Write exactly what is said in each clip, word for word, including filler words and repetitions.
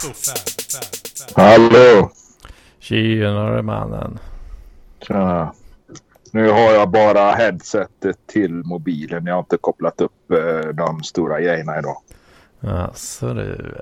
Hallå! Tjenare mannen. Tjena. Nu har jag bara headsetet till mobilen. Jag har inte kopplat upp eh, de stora grejerna idag. Alltså du.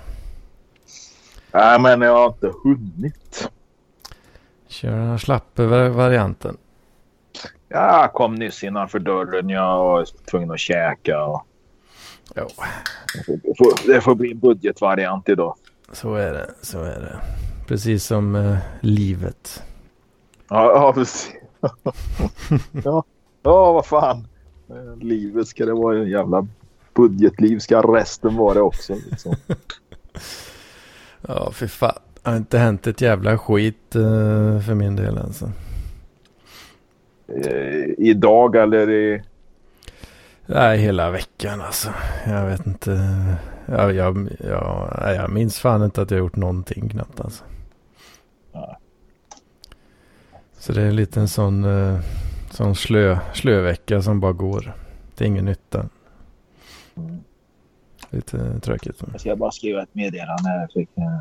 Nej, men jag har inte hunnit. Kör slapp-varianten. Jag kom nyss innanför dörren. Jag var tvungen att käka. Och... Jo. Det, får, det får bli en budgetvariant idag. Så är det, så är det. Precis som eh, livet. Ja, ja precis. ja. ja, vad fan. Livet ska det vara en jävla budgetliv. Ska resten vara det också. Liksom. Ja, för fan. Det har inte hänt ett jävla skit uh, för min del alltså. Eh, idag eller i... Nej, hela veckan alltså. Jag vet inte. Jag, jag, jag, jag minns fan inte att jag gjort någonting knappt alltså. Ja. Så det är en liten sån, uh, sån slö, slövecka som bara går. Det är ingen nytta. Mm. Lite tråkigt. Jag ska bara skriva ett meddelande här. Fick, uh...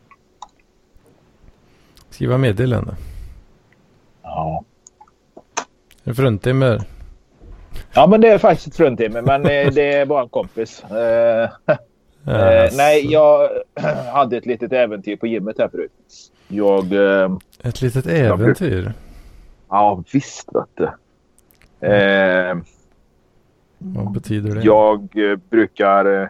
Skriva meddelande? Ja. En fruntimmer? Ja, men det är faktiskt ett fruntimmer. Men det är bara en kompis. Uh, ja, alltså. Nej, jag hade ett litet äventyr på gymmet här förut. Jag... Uh... Ett litet äventyr? Jag... Ja, visst vet du. Uh... Vad betyder det? Jag uh, brukar... Uh...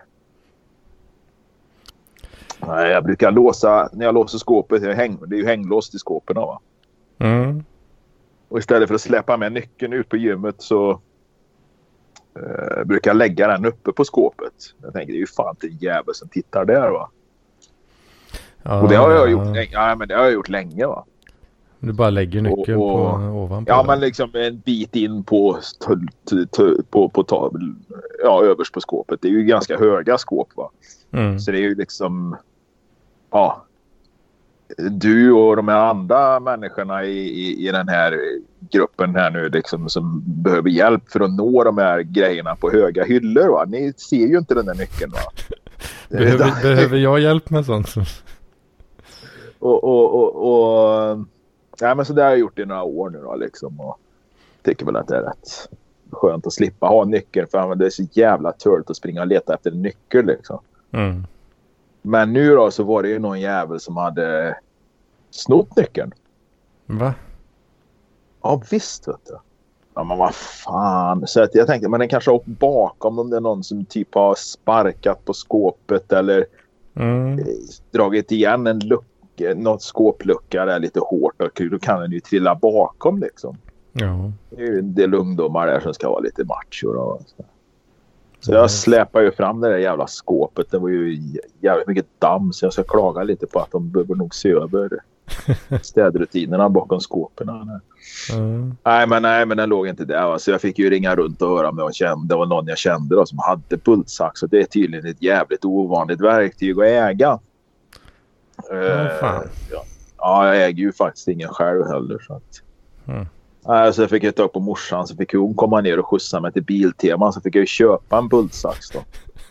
Nej, jag brukar låsa, när jag låser skåpet, jag häng, det är ju hänglåst i skåpen va. Mm. Och istället för att släppa med nyckeln ut på gymmet så eh, brukar jag lägga den uppe på skåpet. Jag tänker, det är ju fan inte en jävel som tittar där va. Ja, och det har jag ja. gjort länge, ja, men det har jag gjort länge va. Du bara lägger nyckeln och, och, på ovanpå. Ja, men liksom en bit in på, t- t- på, på tabel, ja, överst på skåpet. Det är ju ganska höga skåp va. Mm. Så det är ju liksom, ja, du och de här andra människorna i, i, i den här gruppen här nu liksom, som behöver hjälp för att nå de här grejerna på höga hyllor va. Ni ser ju inte den där nyckeln va. behöver, behöver jag hjälp med sånt? och, och, och, och ja, men så det har jag gjort i några år nu då liksom, och tycker väl att det är rätt skönt att slippa ha nyckeln, för det är så jävla törligt att springa och leta efter en nyckel liksom. Mm. Men nu då så var det ju någon jävel som hade snott nyckeln. Va? Ja visst vet du. Ja men vad fan. Så att jag tänkte, men den kanske har åkt bakom, om det är någon som typ har sparkat på skåpet eller mm. dragit igen en lucka, något skåplucka där lite hårt, och då kan den ju trilla bakom liksom. Ja. Det är ju en del ungdomar där som ska vara lite macho då. Så jag släpar ju fram det där jävla skåpet. Det var ju jävligt mycket damm, så jag ska klaga lite på att de behöver nog se över städrutinerna bakom skåpen. Mm. Nej, men nej, men den låg inte där. Va? Så jag fick ju ringa runt och höra om jag kände, det var någon jag kände då, som hade bultsax. Så det är tydligen ett jävligt ovanligt verktyg att äga. Oh, fan. Uh, ja. ja, jag äger ju faktiskt ingen själv heller. Så att... Mm. Nej, så jag fick ett tag på morsan, så fick hon komma ner och skjutsa mig till Biltema, så fick jag ju köpa en bultsax då.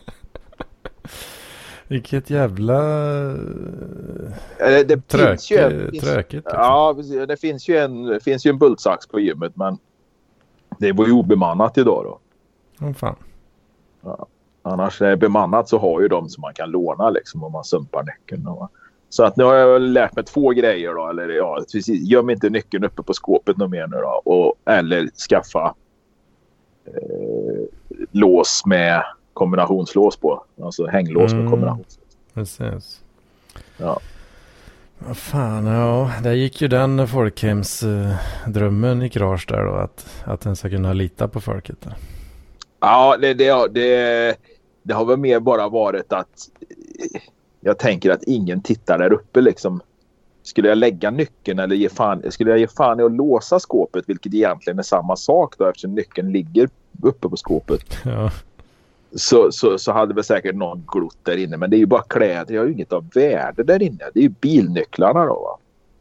Vilket jävla det, det Trök, finns ju en, tråkigt. Liksom. Ja, det finns ju en det finns ju en bultsax på gymmet, men det var ju obemannat idag då. Oh, fan. Ja. Annars är det bemannat så har ju de som man kan låna liksom, om man sumpar nyckeln då. Så att nu har jag lärt mig två grejer då, eller ja, precis, göm inte nyckeln uppe på skåpet något mer nu då, och eller skaffa eh, lås med kombinationslås på, alltså hänglås mm. med kombinationslås. Precis. Ja. Vad fan, ja, där gick ju den folkhemsdrömmen i krasch där då, att att den ska kunna lita på folket där. Ja, det det det, det har väl mer bara varit att jag tänker att ingen tittar där uppe liksom. Skulle jag lägga nyckeln eller ge fan, skulle jag ge fan i att låsa skåpet, vilket egentligen är samma sak då, eftersom nyckeln ligger uppe på skåpet. Ja. Så, så, så hade väl säkert någon glott där inne, men det är ju bara kläder, jag har ju inget av värde där inne. Det är ju bilnycklarna då va?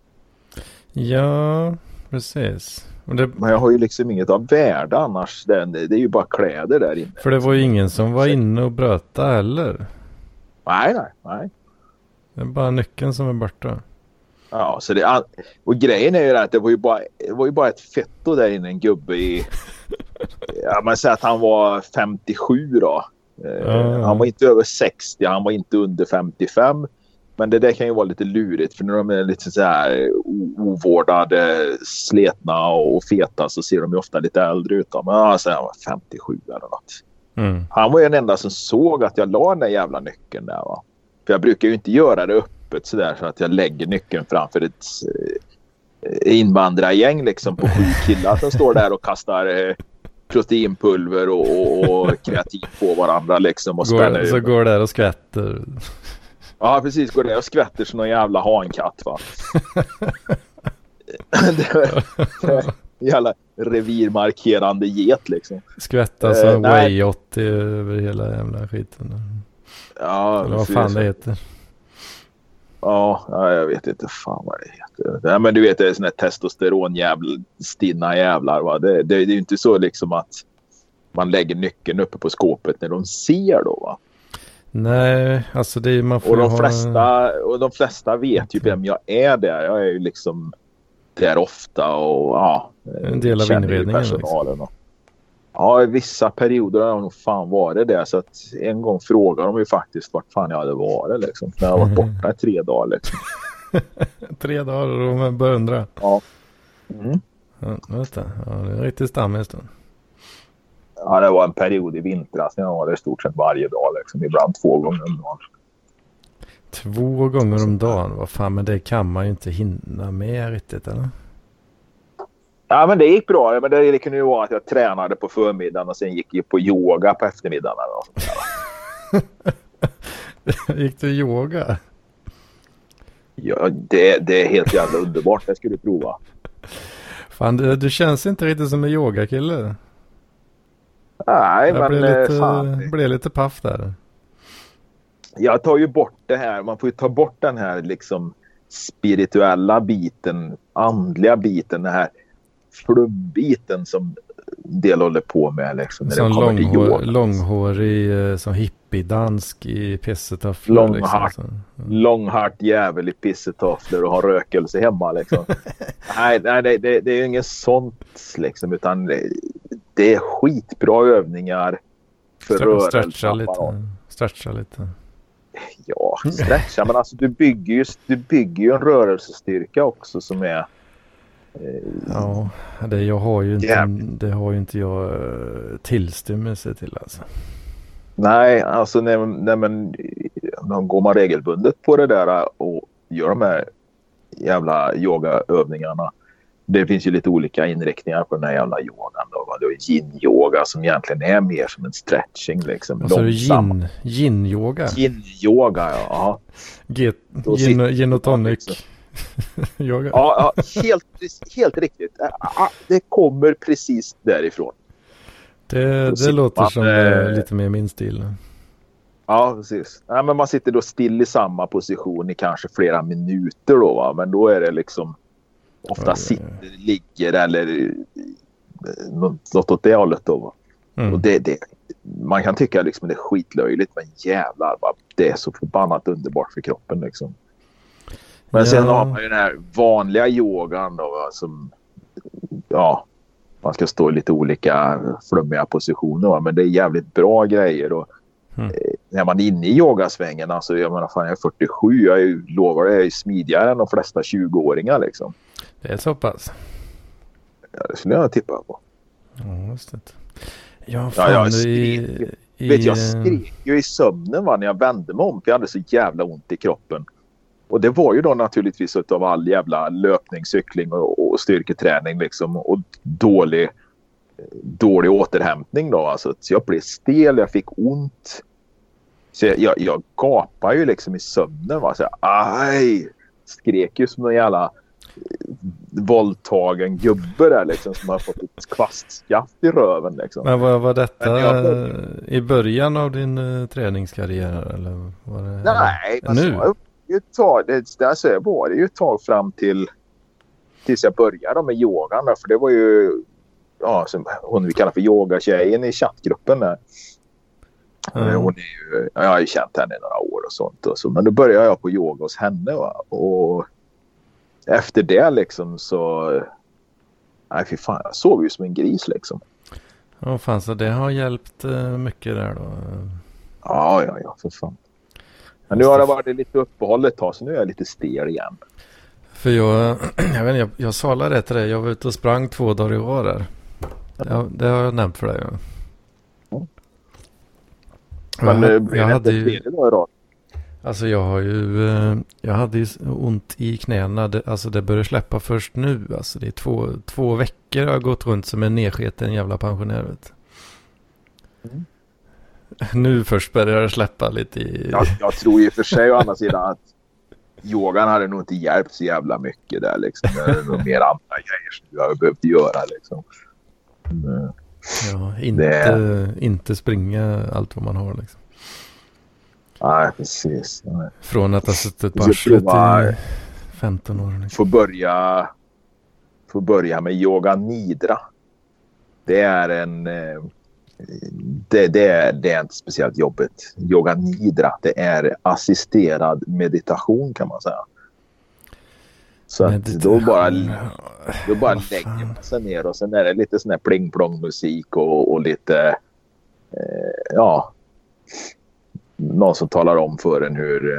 Ja, precis. Det... Men jag har ju liksom inget av värde annars, det, det är ju bara kläder där inne. För det var ju ingen som var inne och bröta heller. Nej, nej, nej. Det är bara nyckeln som är borta. Ja, så det, och grejen är ju att det var ju bara, det var ju bara ett fetto där inne, en gubbe i... Ja, man säger att han var femtiosju då. Mm. Han var inte över sextio, han var inte under femtiofem. Men det där kan ju vara lite lurigt, för när de är lite så här ovårdade, sletna och feta så ser de ju ofta lite äldre ut. Men alltså, han var femtiosju eller något. Mm. Han var ju den enda som såg att jag la den där jävla nyckeln där, va. För jag brukar ju inte göra det öppet så där så att jag lägger nyckeln framför ett eh, invandrargäng liksom på sju killar som står där och kastar eh, proteinpulver och, och, och kreatin på varandra liksom och spänner. Går, så går där och skvätter. Ja, precis. Går där och skvätter som någon jävla hankatt, va. det är jävla revirmarkerande get liksom. Skvätta som eh, Way åttio över hela jävla skiten. Ja, eller vad fan det heter. Ja, jag vet inte fan vad det heter. Nej, men du vet, det är sån här testosteron jävla stinna jävlar, va. Det, det, det är ju inte så liksom att man lägger nyckeln uppe på skåpet när de ser då, va. Nej, alltså det är man får och de ha... flesta och de flesta vet ju vem jag är där. Jag är ju liksom där ofta och ja, en del av inredningen personalen. Liksom. Ja, i vissa perioder har jag nog fan varit det, så att en gång frågade de ju faktiskt vart fan jag hade varit liksom. När jag var borta i tre dagar liksom. tre dagar och de började undra. Ja. Mm. Ja, vet du. Ja, det är riktigt stammis då. Ja, det var en period i vintras när jag var där i stort sett varje dag liksom, ibland två gånger om dagen. Två gånger om dagen? Vad fan, men det kan man ju inte hinna med riktigt, eller? Ja, men det gick bra. Men det, det kunde ju vara att jag tränade på förmiddagen och sen gick jag på yoga på eftermiddagen. Gick du yoga? Ja, det, det är helt jävla underbart. Det skulle du prova. Fan, du, du känns inte riktigt som en yogakille. Nej, jag men blev lite, fan. blev lite paff där. Jag tar ju bort det här. Man får ju ta bort den här liksom spirituella biten, andliga biten, den här flumbiten som del håller på med liksom, när som det kommer till yoga. Långhårig som hippiedansk i pissetofflor. Långhart, liksom, mm. långhart jävel i pissetofflor och har rökelse hemma liksom. nej, nej det, det, det är ju inget sånt liksom, utan det, det är skitbra övningar för rörelse. Stretcha lite. Stretcha lite. Ja, stretcha, men alltså du bygger ju, du bygger ju en rörelsestyrka också som är ja, det, jag har ju inte, yeah. det har ju inte jag tillstymmelse till alltså. Nej, alltså när, när man, när går man regelbundet på det där och gör de här jävla yogaövningarna. Det finns ju lite olika inriktningar på den här jävla yogan då. Det är yin-yoga som egentligen är mer som en stretching liksom. Alltså yin, yin-yoga? Yin-yoga, ja. Get, gin, gin och tonic. Liksom. ja, ja helt, helt riktigt. Det kommer precis därifrån. Det, det låter man, som äh, lite mer min stil. Ja, precis. Ja, men man sitter då still i samma position i kanske flera minuter då, va? Men då är det liksom ofta ja, sitter, ja. ligger eller något åt det hållet då, va? Mm. Och det, det, man kan tycka liksom det är skitlöjligt, men jävlar, va? Det är så förbannat underbart för kroppen liksom. Men ja. Sen har man ju den här vanliga yogan då, som ja, man ska stå i lite olika flummiga positioner, va? Men det är jävligt bra grejer och mm. eh, när man är inne i yogasvängen, alltså jag menar fan jag är fyrtiosju, jag är ju, lovar jag är smidigare än de flesta tjugo-åringar liksom. Det är så pass. Ja, det skulle jag tippa på. Ja, just det. Ja, fan, ja, jag skrek, i, vet, jag skrek ju i sömnen, va, när jag vände mig om, för jag hade så jävla ont i kroppen. Och det var ju då naturligtvis utav all jävla löpning, cykling och, och styrketräning liksom, och dålig dålig återhämtning då, alltså. Så jag blev stel, jag fick ont. Så jag, jag, jag gapade ju liksom i sömnen, va, så aj, skrek ju som en jävla våldtagen gubbe där liksom, som har fått ett kvastskaft i röven liksom. Men vad var detta jag... i början av din uh, träningskarriär eller var det? Nej, alltså, nu? Ett tag, det, där så var det ju ett tag fram till tills jag började med yogan där, för det var ju ja, som hon vi kallar för yogatjejen i chattgruppen där. Mm. Hon är ju, jag har ju känt henne i några år och sånt. Och så, men då började jag på yoga hos henne. Va? Och efter det liksom så... Nej, fy fan. Jag sov ju som en gris liksom. Ja, fan, så det har hjälpt uh, mycket där då? Ja, ja, ja, för fan. Men nu har det varit lite uppehåll ett tag, så nu är jag lite stel igen. För jag, jag vet inte, jag, jag sa det till dig. Jag var ute och sprang två dagar i år där. Det, det har jag nämnt för dig. Ja. Mm. Men jag, det blir jag inte hade ju, tredje dag idag. Alltså jag har ju, jag hade ju ont i knäna. Det, alltså det börjar släppa först nu. Alltså det är två, två veckor jag har gått runt som en nedsketen jävla pensionär. Vet. Mm. Nu först börjar det släppa lite i... Jag, jag tror ju för sig å andra sidan att yogan hade nog inte hjälpt så jävla mycket där liksom. Det är nog mer andra grejer som du har behövt göra liksom. Men, ja, inte, det... inte springa allt vad man har liksom. Nej, precis. Nej. Från att ha suttit på arslet i femton år. Liksom. Får börja, får börja med yoga nidra. Det är en... Det, det, är, det är inte speciellt jobbigt. Yoga nidra, det är assisterad meditation kan man säga. Så att då bara, då bara lägger man sig ner och sen är det lite sån här pling-plong musik och, och lite eh, ja någon som talar om för en hur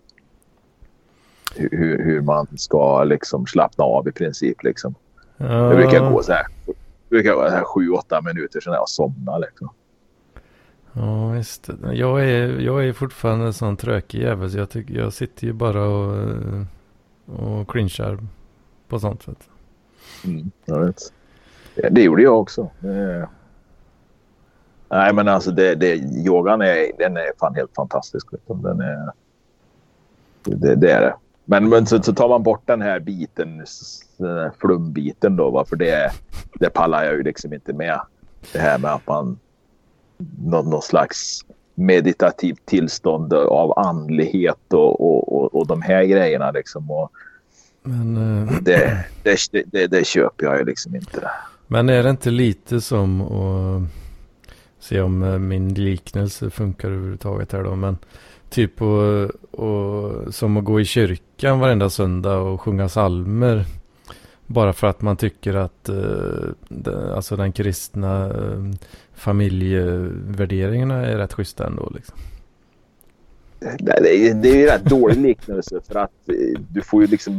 hur, hur man ska liksom slappna av i princip liksom. Ja. Det brukar gå så här det brukar gå så här sju åtta minuter sedan jag somnar liksom. Ja, visst. Jag är, jag är fortfarande en sån trökig jävel så jag, tycker, jag sitter ju bara och, och cringear på sånt sätt. Mm, jag vet. Det, det gjorde jag också. Det, nej, men alltså det, det, yogan är, den är fan helt fantastisk. Liksom. Den är, det, det är det. Men, men så, så tar man bort den här biten, den här flumbiten då, va? För det, det pallar jag ju liksom inte med. Det här med att man någon, någon slags meditativt tillstånd av andlighet och, och, och, och de här grejerna liksom. Och men, uh... det, det, det, det köper jag ju liksom inte. Men är det inte lite som att se om min liknelse funkar överhuvudtaget här då, men typ och, och, som att gå i kyrkan varenda söndag och sjunga psalmer bara för att man tycker att uh, det, alltså den kristna uh, familjevärderingarna är rätt schyssta ändå liksom. Det är, det är ju rätt dålig liknelse för att du får ju liksom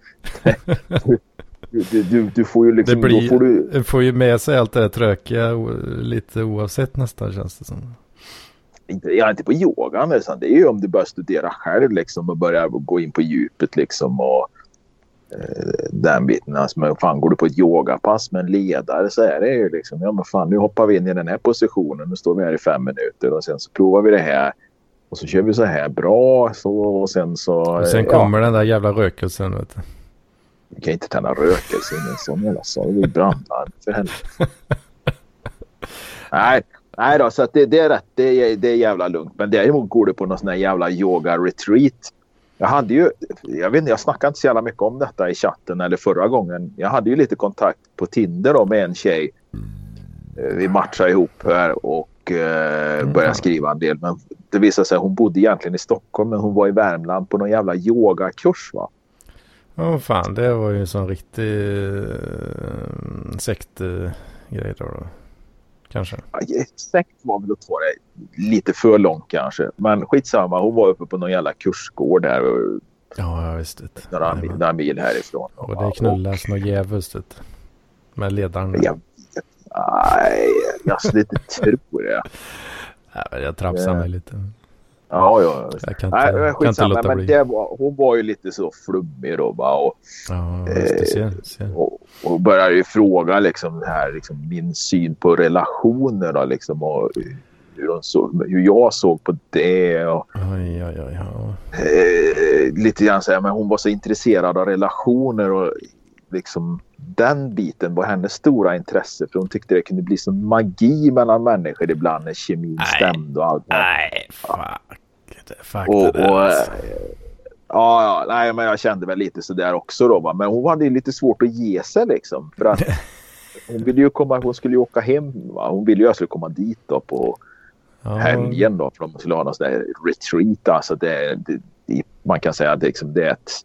du, du, du får ju liksom det blir, då får du får ju med sig allt det här trökiga lite oavsett nästan känns det som. Inte, jag är inte på yogan utan det är ju om du börjar studera själv liksom och börjar gå in på djupet liksom och eh, den biten. Alltså, men fan, går du på ett yogapass med en ledare så är det ju liksom, ja men fan nu hoppar vi in i den här positionen, nu står vi här i fem minuter och sen så provar vi det här och så kör vi så här bra så, och sen så och sen ja, kommer den där jävla rökelsen vet du. Du kan inte tända rökelse i en sån jävla så vi brandar för helvete. Nej, nej då, så att det, det är rätt, det är, det är jävla lugnt. Men däremot går det på någon sån här jävla yoga retreat. Jag hade ju, jag vet inte, jag snackade inte så jävla mycket om detta i chatten eller förra gången. Jag hade ju lite kontakt på Tinder då med en tjej. Vi matchade ihop här och eh, började skriva en del. Men det visade sig att hon bodde egentligen i Stockholm men hon var i Värmland på någon jävla yogakurs va. Ja oh, fan, det var ju en sån riktig uh, sektgrej då, då. Kanske. Ja, sekt var väl att ta det lite för långt kanske. Men skitsamma, hon var uppe på någon jävla kursgård där. Och ja, jag visste det. Några, mil, några mil härifrån. Och, och det knullas något jävligt med ledaren. Jag, nej, jag skulle inte tro det. Ja, jag trapsar mig lite. Ja, ja. Jag kan inte, nej, kan inte låta men bli. Det var, hon var ju lite så flummig då va? Och, ja, det ser, ser. och, och började ju fråga liksom här liksom min syn på relationer då liksom och hur, de så, hur jag såg på det och oj, oj, oj, ja. eh, lite grann så här, men hon var så intresserad av relationer och liksom den biten var hennes stora intresse för hon tyckte det kunde bli som magi mellan människor ibland när kemin stämde och allt. Nej, fuck. fuck och, det och, alltså. ja, ja, nej men jag kände väl lite så där också då va? Men hon hade ju lite svårt att ge sig liksom för att hon ville ju komma, hon skulle ju åka hem va? Hon ville ju att jag skulle komma dit då på ja. helgen då, för de skulle ha någon sån där retreat. Alltså det, det, det, man kan säga att det, liksom, det är ett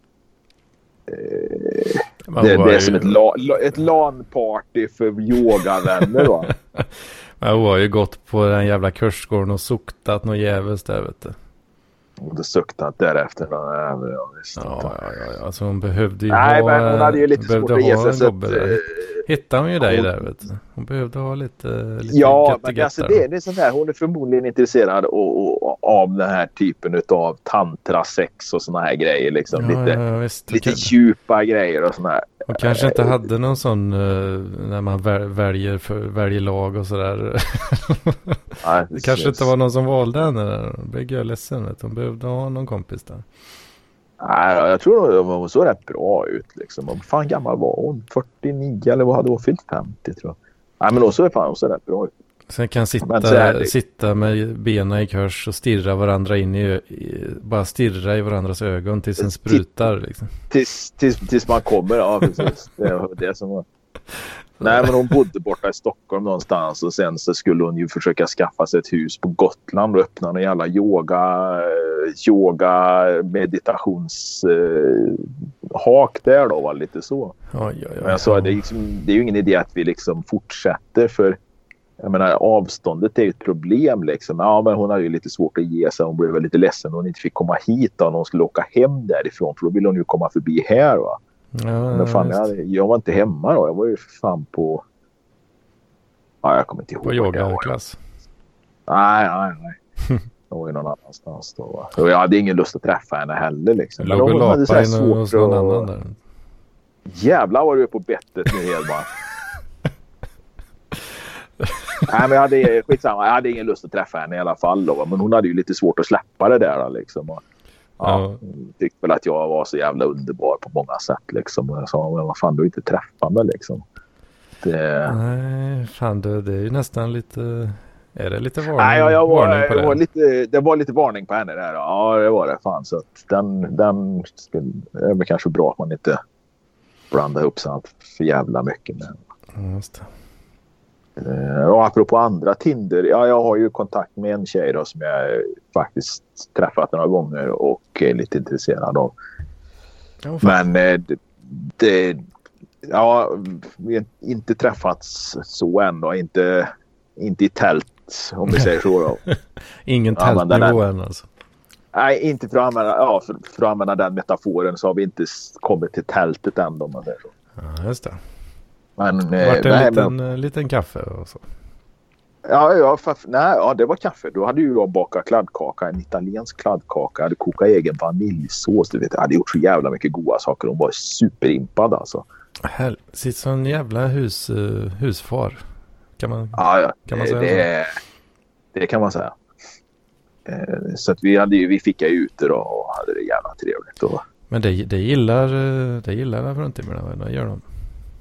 eh, det, det är ju... som ett, la, ett LAN-party för yogavänner då. Jag har ju gått på den jävla kursgården och suktat något jävligt där, vet du. Och det suktat därefter. Då, ja, ja, ja, ja, alltså hon behövde ju Nej, ha... men hon hade ju lite svårt att ge sig. Att, äh, hittade hon ju dig hon... där, vet du. Hon behövde ha lite... lite ja, men alltså det, det är sånt här. Hon är förmodligen intresserad och, och, av den här typen av tantrasex och såna här grejer. Liksom. Ja, lite ja, visst, lite djupa grejer och såna här. Hon kanske inte hade någon sån uh, när man väl, väljer, för, väljer lag och sådär. Nej, det kanske inte var någon som valde henne där. Hon blev jag ledsen, vet. Hon behövde ha någon kompis där. Nej, jag tror att hon såg rätt bra ut. Liksom. Vad fan gammal var hon? fyrtionio eller vad hade hon fyllt? femtio tror jag. Nej, men hon såg fan, hon såg rätt bra ut. Sen kan sitta, här, sitta med benen i kors och stirra varandra in i, i bara stirra i varandras ögon tills en sprutar liksom. Tills, tills, tills man kommer, ja precis. Det är det som var. Nej, men hon bodde borta i Stockholm någonstans och sen så skulle hon ju försöka skaffa sig ett hus på Gotland och öppna en jävla yoga, yoga meditations eh, hak där då, var lite så. Ja, ja, ja. Men jag sa, det är, liksom, det är ju ingen idé att vi liksom fortsätter för jag menar, avståndet är ju ett problem liksom. Ja, men hon hade ju lite svårt att ge sig. Hon blev väl lite ledsen när hon inte fick komma hit då, när hon skulle åka hem därifrån. För då ville hon ju komma förbi här, va. Ja, men fan, jag, jag var inte hemma då. Jag var ju fan på... Ja, jag kommer inte ihåg. På yogaklass? Nej, nej, nej. Jag var ju någon annanstans då, va. Och jag hade ingen lust att träffa henne heller liksom. Låg och lapa in hos någon annan där. Jävlar vad du är på bettet nu, Hedman. Nej, men jag hade, skitsamma, jag hade ingen lust att träffa henne i alla fall då, men hon hade ju lite svårt att släppa det där liksom. Och, ja, ja. Tyckte väl att jag var så jävla underbar på många sätt liksom. Och jag sa, men vad fan, du inte träffat mig liksom. Det... Nej, fan det, det är ju nästan lite... Är det lite varning, Nej, jag, jag var, varning på det? Var lite, det var lite varning på henne där. Ja, det var det fan. Så att den, den skulle, det är väl kanske bra att man inte blandar ihop sig allt för jävla mycket med. Ja, just det. Och apropå andra Tinder, ja, jag har ju kontakt med en tjej då, som jag faktiskt träffat några gånger och är lite intresserad av. Oh, men det, det ja, vi har inte träffats så ändå, inte, inte i tält om vi säger så då. Ingen tältnivå än alltså. Nej, inte för att använda, ja, för, för att använda den metaforen så har vi inte kommit till tältet än om man säger så. Ja, just det. Men, vart det en nej, liten, men... liten kaffe och så? Ja, ja, för, nej, ja, det var kaffe. Då hade ju jag bakat kladdkaka, en italiensk kladdkaka. Jag hade kokat egen vaniljsås. Du vet, jag hade gjort så jävla mycket goda saker. De var superimpad alltså. Hell, sitt som en jävla hus, uh, husfar. Kan man, ja, ja, kan man det, säga det, det kan man säga. Eh, så att vi, hade ju, vi fick ju ute då och hade det jävla trevligt. Och... Men det, det gillar det gillar fruntimmerna, vad gör de?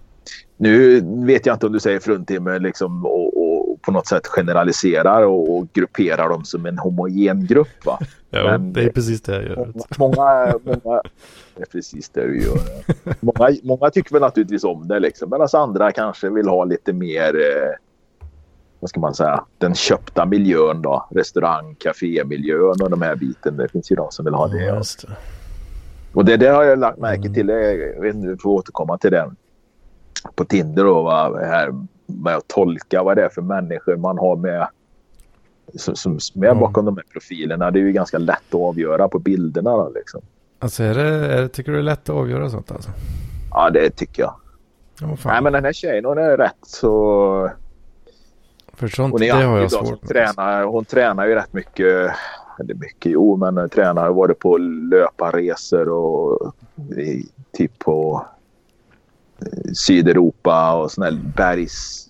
Nu vet jag inte om du säger fruntimmer liksom och, och på något sätt generaliserar och, och grupperar dem som en homogen grupp, va? Ja, men det är precis det jag gör. Många, många, det är precis det du gör. Många, många tycker väl naturligtvis om det liksom, medan andra kanske vill ha lite mer, eh, vad ska man säga, den köpta miljön då, restaurang, kafémiljön och de här biten. Det finns ju de som vill ha det. Ja, just det. Och det där har jag lagt märke till. Jag vet inte, du får återkomma till den på Tinder då, va? Här med att tolka vad det är för människor man har med som, som är bakom mm. de här profilerna. Det är ju ganska lätt att avgöra på bilderna då, liksom. Alltså är det, är det, tycker du det är lätt att avgöra sånt alltså? Ja, det tycker jag. Oh, fan. Nej, men den här tjejen, hon är rätt så... För sånt, hon det har jag svårt med. Tränar, hon tränar ju rätt mycket, eller mycket, jo, men tränar både på löparresor och i, typ på Sydeuropa och sån här bergs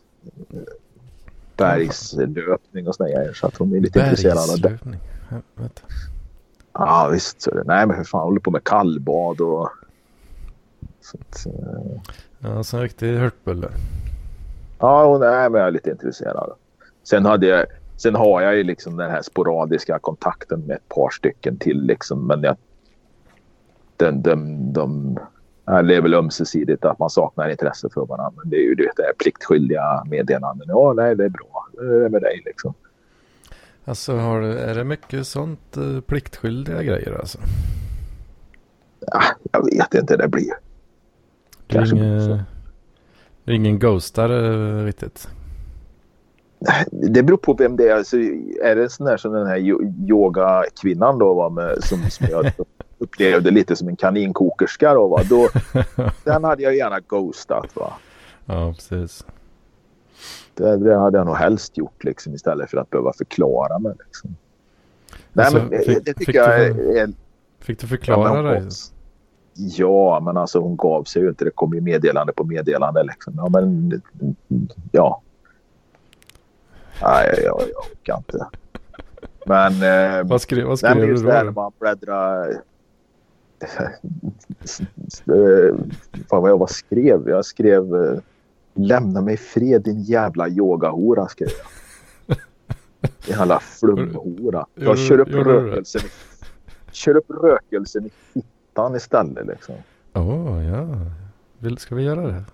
bergslöpning och såna grejer, så att hon är lite intresserad av det. Ja, ja, visst så är det. Nej, men för fan, håller på med kallbad och sånt. Ja, så en riktig hörtbulle. Ja, hon är, men jag är lite intresserad. Sen hade jag sen har jag ju liksom den här sporadiska kontakten med ett par stycken till liksom, men jag den de de det är väl ömsesidigt att man saknar intresse för varandra. Men det är ju det där pliktskyldiga meddelanden. Ja, nej, det är bra. Det är med dig liksom. Alltså har, är det mycket sånt uh, pliktskyldiga grejer alltså? Ja, jag vet inte det blir. Det är, ingen, det är ingen ghostare uh, riktigt. Det beror på vem det är. Alltså, är det en sån där som den här yogakvinnan då var med, som, som jag upplevde lite som en kaninkokerska då, va? Då, den hade jag gärna ghostat, va? Ja, precis. Det, det hade jag nog helst gjort liksom, istället för att behöva förklara mig liksom. Nej, alltså, men fick, det tycker fick jag du, är... Fick du förklara ja, dig? Ja, men alltså hon gav sig ju inte. Det kom ju meddelande på meddelande liksom. Ja, men ja. Nej, jag, jag orkar inte. Men... Eh, vad skrev, vad skrev nej, du just då? det här när man bläddrar... Fan vad jag var skrev. Jag skrev... Eh, lämna mig i fred din jävla yogahora, skrev jag. Jävla flumhora. Jag kör upp rökelsen. Kör upp rökelsen i fittan istället liksom. Åh, oh, ja. Vill, ska vi göra det?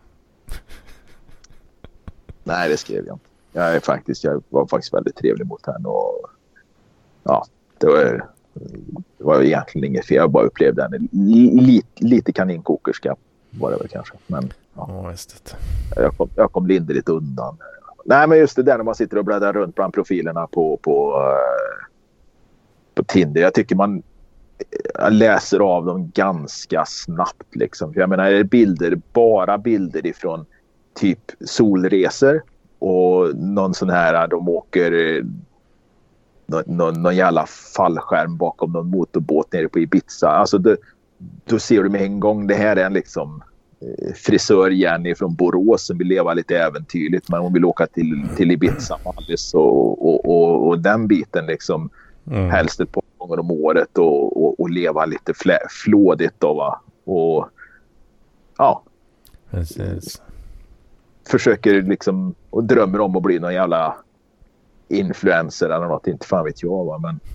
Nej, det skrev jag inte. Jag är faktiskt, jag var faktiskt väldigt trevlig mot henne och ja, det var, det var egentligen inget fel. Jag bara upplevde henne lite, lite kaninkokerska var det väl kanske. Men ja, oh, just det. Jag, kom, jag kom lindrigt undan. Nej, men just det där när man sitter och bläddrar runt bland profilerna på, på, på Tinder. Jag tycker man jag läser av dem ganska snabbt liksom. För jag menar, är det bilder, bara bilder ifrån typ solresor och någon sån här, de åker någon, någon, någon jävla fallskärm bakom någon motorbåt nere på Ibiza. Alltså det, då ser du med en gång, det här är en liksom frisör Jenny från Borås som vill leva lite äventyrligt, men hon vill åka till, till Ibiza Alice och, och, och, och den biten liksom mm. helst ett par gånger om året och, och, och leva lite flä, flådigt då, va? Och ja, precis. Försöker liksom och drömmer om att bli någon jävla influencer eller något, inte fan vet jag, va? Men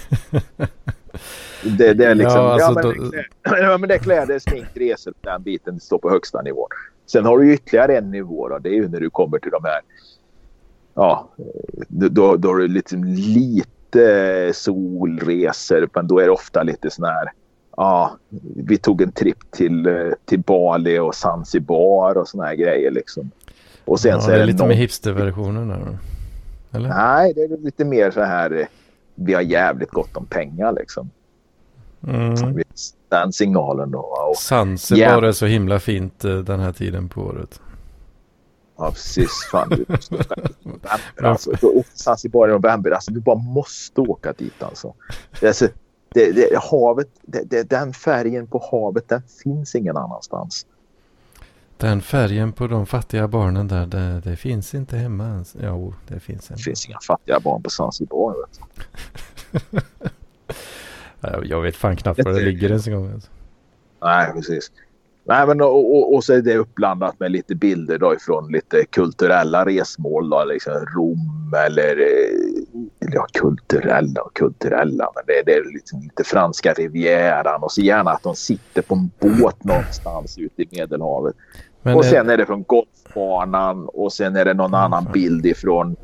det, det är liksom ja, alltså, ja, men, då... det, ja, men det är kläder, smink, resor, den biten står på högsta nivån. Sen har du ytterligare en nivå då, det är ju när du kommer till de här ja, då, då är det lite, lite solresor, men då är det ofta lite sån här ja, vi tog en trip till, till Bali och Zanzibar och såna här grejer liksom. Och sen ja, så är det, det lite någon... med hipsterversionen där, eller? Nej, det är lite mer så här vi har jävligt gott om pengar liksom. Mm. Den signalen då. Och Zanzibar yeah. är så himla fint den här tiden på året. Ja, precis. Fan, du måste åka dit. Alltså, Zanzibar i november. Alltså, du bara måste åka dit alltså. Det, alltså, det, det, havet, det, det, den färgen på havet, den finns ingen annanstans. Den färgen på de fattiga barnen där, det, det finns inte hemma ens. Jo, det finns hemma. Det finns inga fattiga barn på Zanzibar. Jag vet fan knappt var det ligger ens en gång. Alltså. Nej, precis. Nej, men och, och, och så är det uppblandat med lite bilder då ifrån lite kulturella resmål då, liksom Rom eller ja, kulturella och kulturella, men det, det är liksom lite franska rivieran och så gärna att de sitter på en båt någonstans ute i Medelhavet. Men och sen är... är det från golfbanan och sen är det någon mm, annan fan. bild ifrån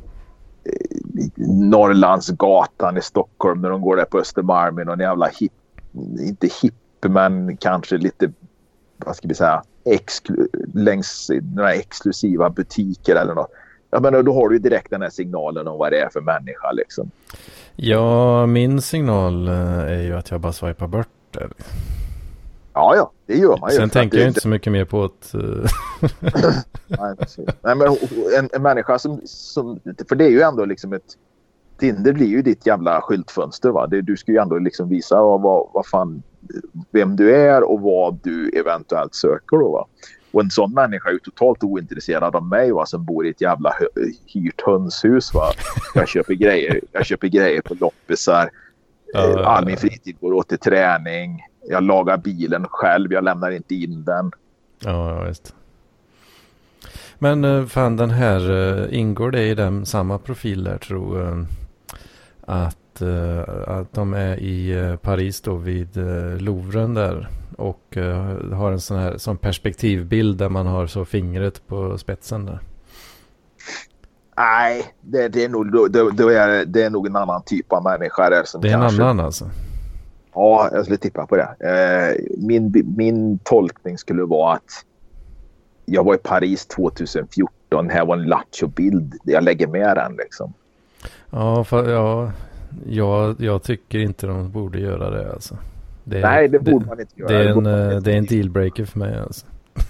Norrlandsgatan i Stockholm när de går där på Östermalm med någon jävla hip, inte hipp men kanske lite, vad ska vi säga, exklu, längs några exklusiva butiker eller något. Ja, men då har du ju direkt den här signalen om vad det är för människa liksom. Ja, min signal är ju att jag bara swipar bort det. Ja, ja, det gör man ju. Sen tänker jag det... inte så mycket mer på att... Nej, Nej, men en, en människa som, som... För det är ju ändå liksom ett... Tinder blir ju ditt jävla skyltfönster, va? Det, du ska ju ändå liksom visa vad, vad fan... Vem du är och vad du eventuellt söker då, va? Och en sån människa är ju totalt ointresserad av mig, va? Som bor i ett jävla hyrt hönshus, va? Jag köper grejer, jag köper grejer på loppisar. Ja, all min fritid går åt till träning. Jag lagar bilen själv, jag lämnar inte in den. Ja, just. Men fan, den här ingår det i den samma profil där, tror jag, att, att de är i Paris då vid Louvren där och har en sån här sån perspektivbild där man har så fingret på spetsen där. Nej, det, det, är nog, det, det, är, det är nog en annan typ av människa där som det är en kanske... annan alltså. Ja, jag skulle tippa på det. Eh, min, min tolkning skulle vara att jag var i Paris tjugohundrafjorton. Här var en Lattjo-bild. Jag lägger med den liksom. Ja, för, ja jag, jag tycker inte de borde göra det alltså. Det, Nej, det borde det, man inte göra. Det är en, det, det är en dealbreaker för mig alltså.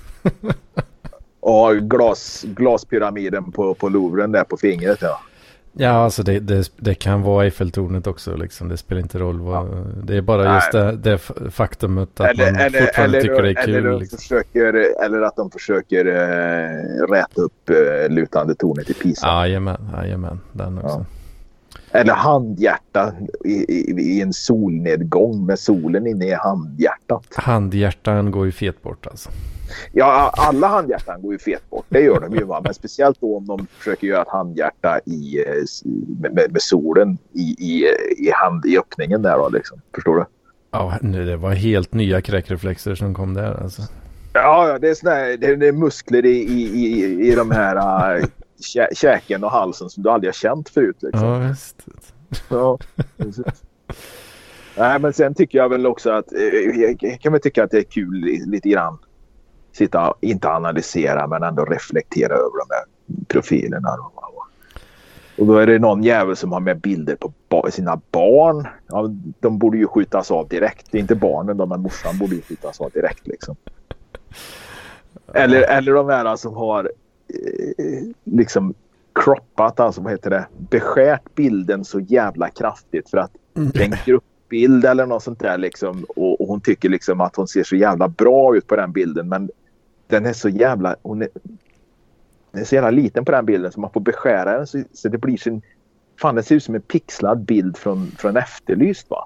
Och glas, glaspyramiden på, på Louvren där på fingret, ja. Ja, alltså det, det, det kan vara Eiffeltornet också liksom. Det spelar inte roll vad, ja. Det är bara just det, det faktumet att eller, man eller, fortfarande eller, tycker det är kul. Eller, liksom. försöker, eller att de försöker äh, räta upp äh, lutande tornet i Pisa. Jajamän, jajamän, den också. Ja. Eller handhjärta i, i, i en solnedgång med solen inne i handhjärtat. Handhjärtan går ju fet bort alltså. Ja, alla handhjärtan går ju fet bort. Det gör de ju, va? Men speciellt då om de försöker göra ett handhjärta i, med, med, med solen i, i, i, hand, i öppningen där då, liksom. Förstår du? Ja, det var helt nya kräkreflexer som kom där alltså. Ja, det är, såna här, det, är, det är muskler i, i, i, i de här äh, kä, käken och halsen som du aldrig har känt förut. Liksom. Ja, visst. Ja, precis. Nej, men sen tycker jag väl också att jag kan väl tycka att det är kul lite grann. Sitta, inte analysera, men ändå reflektera över de här profilerna. Och då är det någon jävel som har med bilder på ba- sina barn. Ja, de borde ju skjutas av direkt. Det är inte barnen, de, men morsan borde ju skjutas av direkt liksom. Eller, eller de här som har eh, liksom kroppat, alltså vad heter det, beskärt bilden så jävla kraftigt för att en gruppbild eller något sånt där liksom, och, och hon tycker liksom att hon ser så jävla bra ut på den bilden, men den är så jävla, hon är, den är så jävla liten på den bilden så man får beskära den så, så det blir sin, fan det ser ut som en pixlad bild från, från Efterlyst, va?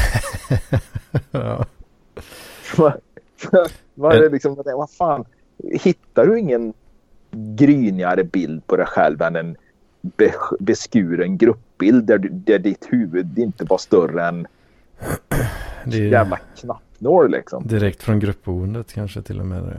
Ja. Vad är det liksom, vad fan, hittar du ingen grynigare bild på dig själv än en be, beskuren gruppbild där, där ditt huvud inte var större än det är jävla knappnål liksom. Direkt från gruppboendet kanske till och med. Ja.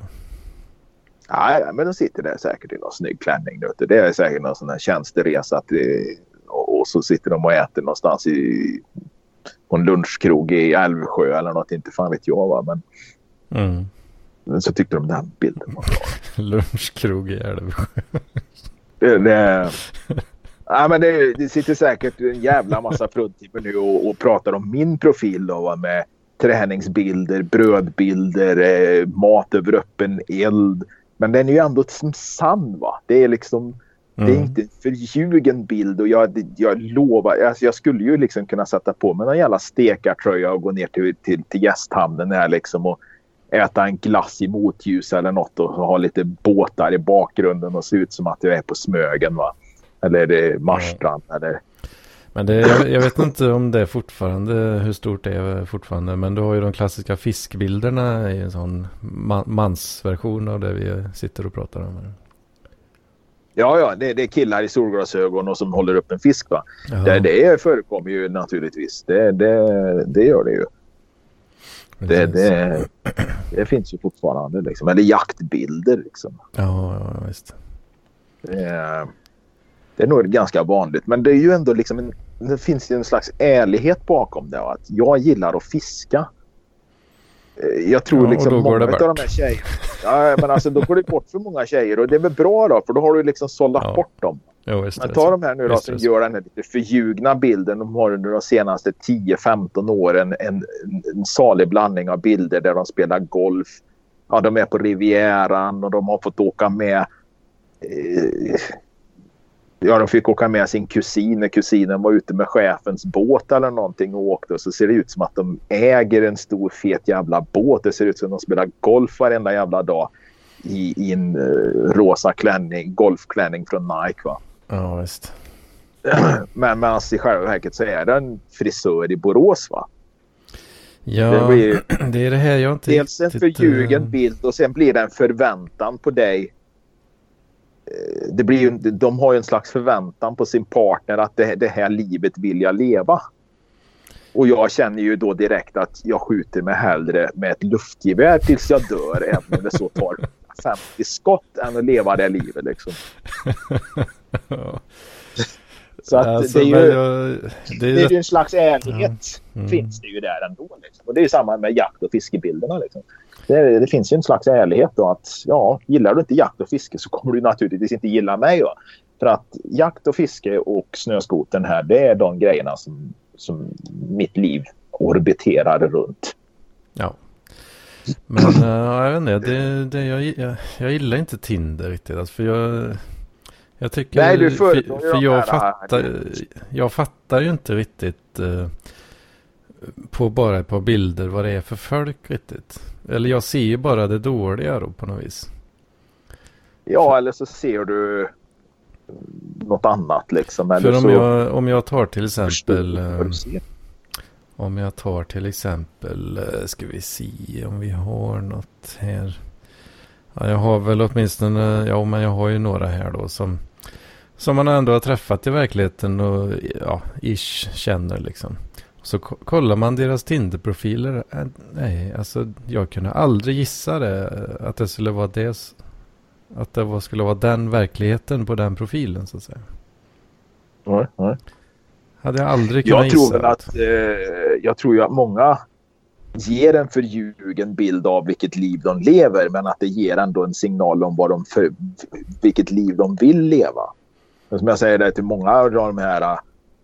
Ja, men de sitter där säkert i någon snygg klänning. Det är säkert någon sån här tjänsteresa till, och, och så sitter de och äter någonstans i på en lunchkrog i Älvsjö eller något, inte fan vet jag, va, men mm. Men så tyckte de den bilden var bra. Lunchkrog i Älvsjö. det, det, ja, men det, det sitter säkert en jävla massa fruntimmer nu och, och pratar om min profil då, va, med träningsbilder, brödbilder, eh, mat över öppen eld. Men den är ju ändå som sann, va. Det är liksom mm. det är inte en förljugen bild och jag, jag lovar, alltså jag skulle ju liksom kunna sätta på mig någon jävla stekartröja och gå ner till, till, till gästhamnen här liksom och äta en glass i motljus eller något och ha lite båtar i bakgrunden och se ut som att jag är på Smögen, va. Eller är det Marstrand mm. eller... Men det, jag, jag vet inte om det är fortfarande, hur stort det är fortfarande, men du har ju de klassiska fiskbilderna i en sån man, mansversion av det vi sitter och pratar om här. Ja, ja, det, det är killar i solglasögon och som håller upp en fisk, va. Det, det förekommer ju naturligtvis. Det, det, det gör det ju. Det, det, det finns ju fortfarande liksom. Eller jaktbilder liksom. Ja, ja visst. Det är, det är nog ganska vanligt. Men det är ju ändå liksom en, det finns ju en slags ärlighet bakom det. Att jag gillar att fiska. Jag tror ja, liksom många av de här tjejerna. Ja, men alltså då går det bort för många tjejer. Och det är väl bra då, för då har du liksom sållat ja. bort dem. Jo, visst, men ta de här nu då som gör den här lite förljugna bilden. De har under de senaste tio femton åren en, en, en salig blandning av bilder där de spelar golf. Ja, de är på Rivieran och de har fått åka med eh, ja, de fick åka med sin kusin när kusinen var ute med chefens båt eller någonting och åkte, och så ser det ut som att de äger en stor fet jävla båt. Det ser ut som att de spelar golf varenda jävla dag i, i en uh, rosa klänning, golfklänning från Nike, va? Ja, visst. Men medan i själva verket så är det en frisör i Borås, va? Ja, det, blir, det är det här jag inte... Dels en förljugen bild och sen blir det en förväntan på dig. Det blir ju, de har ju en slags förväntan på sin partner att det, det här livet vill jag leva. Och jag känner ju då direkt att jag skjuter mig hellre med ett luftgevär tills jag dör, även om det så tar femtio skott, än att leva det livet liksom. Ja. Så att alltså, det är ju jag, det är det är rätt... ju en slags ärlighet ja. mm. finns det ju där ändå. Liksom. Och det är ju samma med jakt- och fiskebilderna. Liksom. Det, det finns ju en slags ärlighet då att ja, gillar du inte jakt och fiske så kommer du naturligtvis inte gilla mig. Då. För att jakt och fiske och snöskoten här, det är de grejerna som, som mitt liv orbiterar runt. Ja. Men uh, jag vet inte, det, det, jag, jag, jag gillar inte Tinder riktigt. Alltså, för jag, jag tycker... Nej, du för, för jag, här, fattar, här. jag fattar ju inte riktigt uh, på bara ett par bilder vad det är för folk riktigt. Eller jag ser ju bara det dåliga då på något vis. Ja, eller så ser du något annat liksom. Eller för om, så jag, om jag tar till exempel... Uh, Om jag tar till exempel, ska vi se om vi har något här. Ja, jag har väl åtminstone, ja men jag har ju några här då som, som man ändå har träffat i verkligheten och ja, ish känner liksom. Så k- kollar man deras Tinder-profiler, äh, nej alltså jag kunde aldrig gissa det, att det skulle vara det, att det var, skulle vara den verkligheten på den profilen så att säga. Nej, nej. Hade jag aldrig kunnat jag tror gissa. att, eh, jag tror ju att många ger en förljugen bild av vilket liv de lever, men att det ger ändå en signal om vad de för, vilket liv de vill leva. Men som jag säger det till många av de här eh,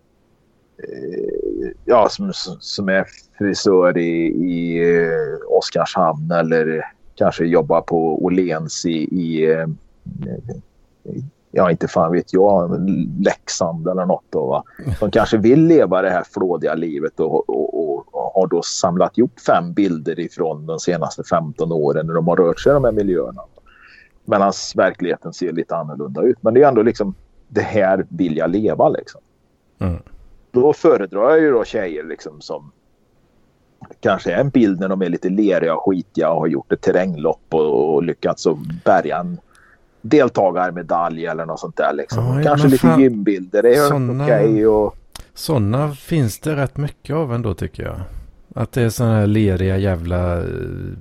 ja, som, som är frisör i, i Oskarshamn eller kanske jobbar på Åhléns i, i, i ja, inte fan vet jag, Leksand eller något då, va. De kanske vill leva det här flådiga livet och, och, och, och har då samlat ihop fem bilder ifrån de senaste femton åren när de har rört sig i de här miljöerna. Medan verkligheten ser lite annorlunda ut. Men det är ändå liksom, det här vill jag leva liksom. Mm. Då föredrar jag ju då tjejer liksom som kanske är en bild när de är lite leriga och skitiga och har gjort ett terränglopp och, och lyckats att bärga en deltagarmedalj eller något sånt där liksom. Ja, kanske lite fan, gymbilder, det är såna, okej och... Sådana finns det rätt mycket av ändå tycker jag. Att det är sådana här leriga jävla uh,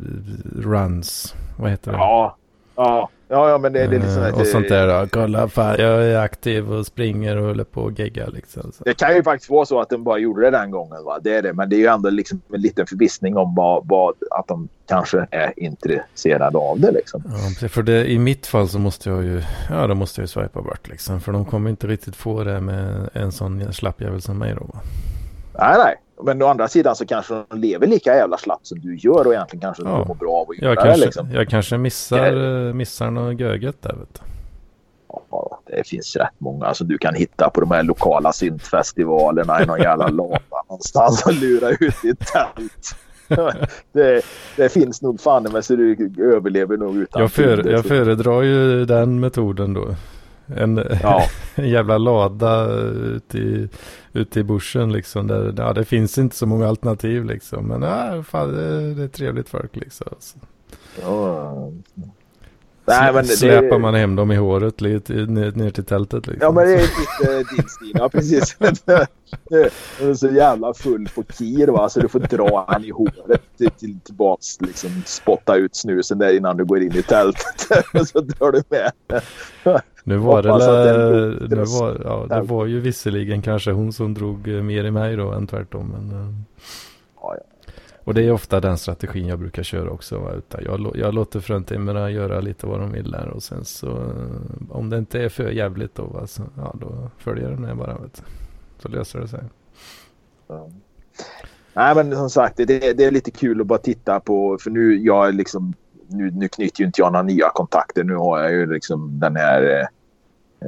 runs, vad heter det? Ja, ja, ja, ja men det, det är liksom... Uh, och sånt där då, kolla fan, jag är aktiv och springer och håller på och geggar liksom. Så. Det kan ju faktiskt vara så att de bara gjorde det den gången, va? Det är det, men det är ju ändå liksom en liten förvissning om vad, vad, att de kanske är intresserade av det liksom. Ja, för det, i mitt fall så måste jag ju, ja då måste jag ju swipa bort liksom, för de kommer inte riktigt få det med en sån slappjävel som mig då, va? Nej, nej. Men å andra sidan så kanske de lever lika jävla slapp som du gör och egentligen kanske ja. de mår bra av att göra jag kanske, det liksom. Jag kanske missar, det... missar något göget där, vet du. Ja, det finns rätt många. Alltså, du kan hitta på de här lokala syntfestivalerna i någon jävla lava någonstans och lura ut i ett tält. det, det finns nog fan men så du överlever nog utan. Jag, för, jag föredrar ju den metoden då. En, ja. en jävla lada ute i, ute i bushen liksom. Där, ja, det finns inte så många alternativ liksom. Men ja, fan, det, det är trevligt folk liksom. Så. Ja. Nej, men släpar det... man hem dem i håret lite ner, ner till tältet liksom. Ja, men det är lite din stil, ja, precis. Det är så jävla full på kir, va? Så du får dra han i håret till, till tillbaks, liksom spotta ut snusen där innan du går in i tältet. Så drar du med. Nu var det, lä... nu var, ja, det var ju visserligen kanske hon som drog mer i mig då än tvärtom. Men, ja, ja. Och det är ofta den strategin jag brukar köra också. Utan jag, jag låter fruntimmerna göra lite vad de vill där. Och sen så, om det inte är för jävligt då, alltså, ja, då följer den här bara. Vet du. Så löser det sig. Ja. Nej, men som sagt, det, det är lite kul att bara titta på. För nu, jag liksom, nu, nu knyter ju inte jag några nya kontakter. Nu har jag ju liksom den här eh,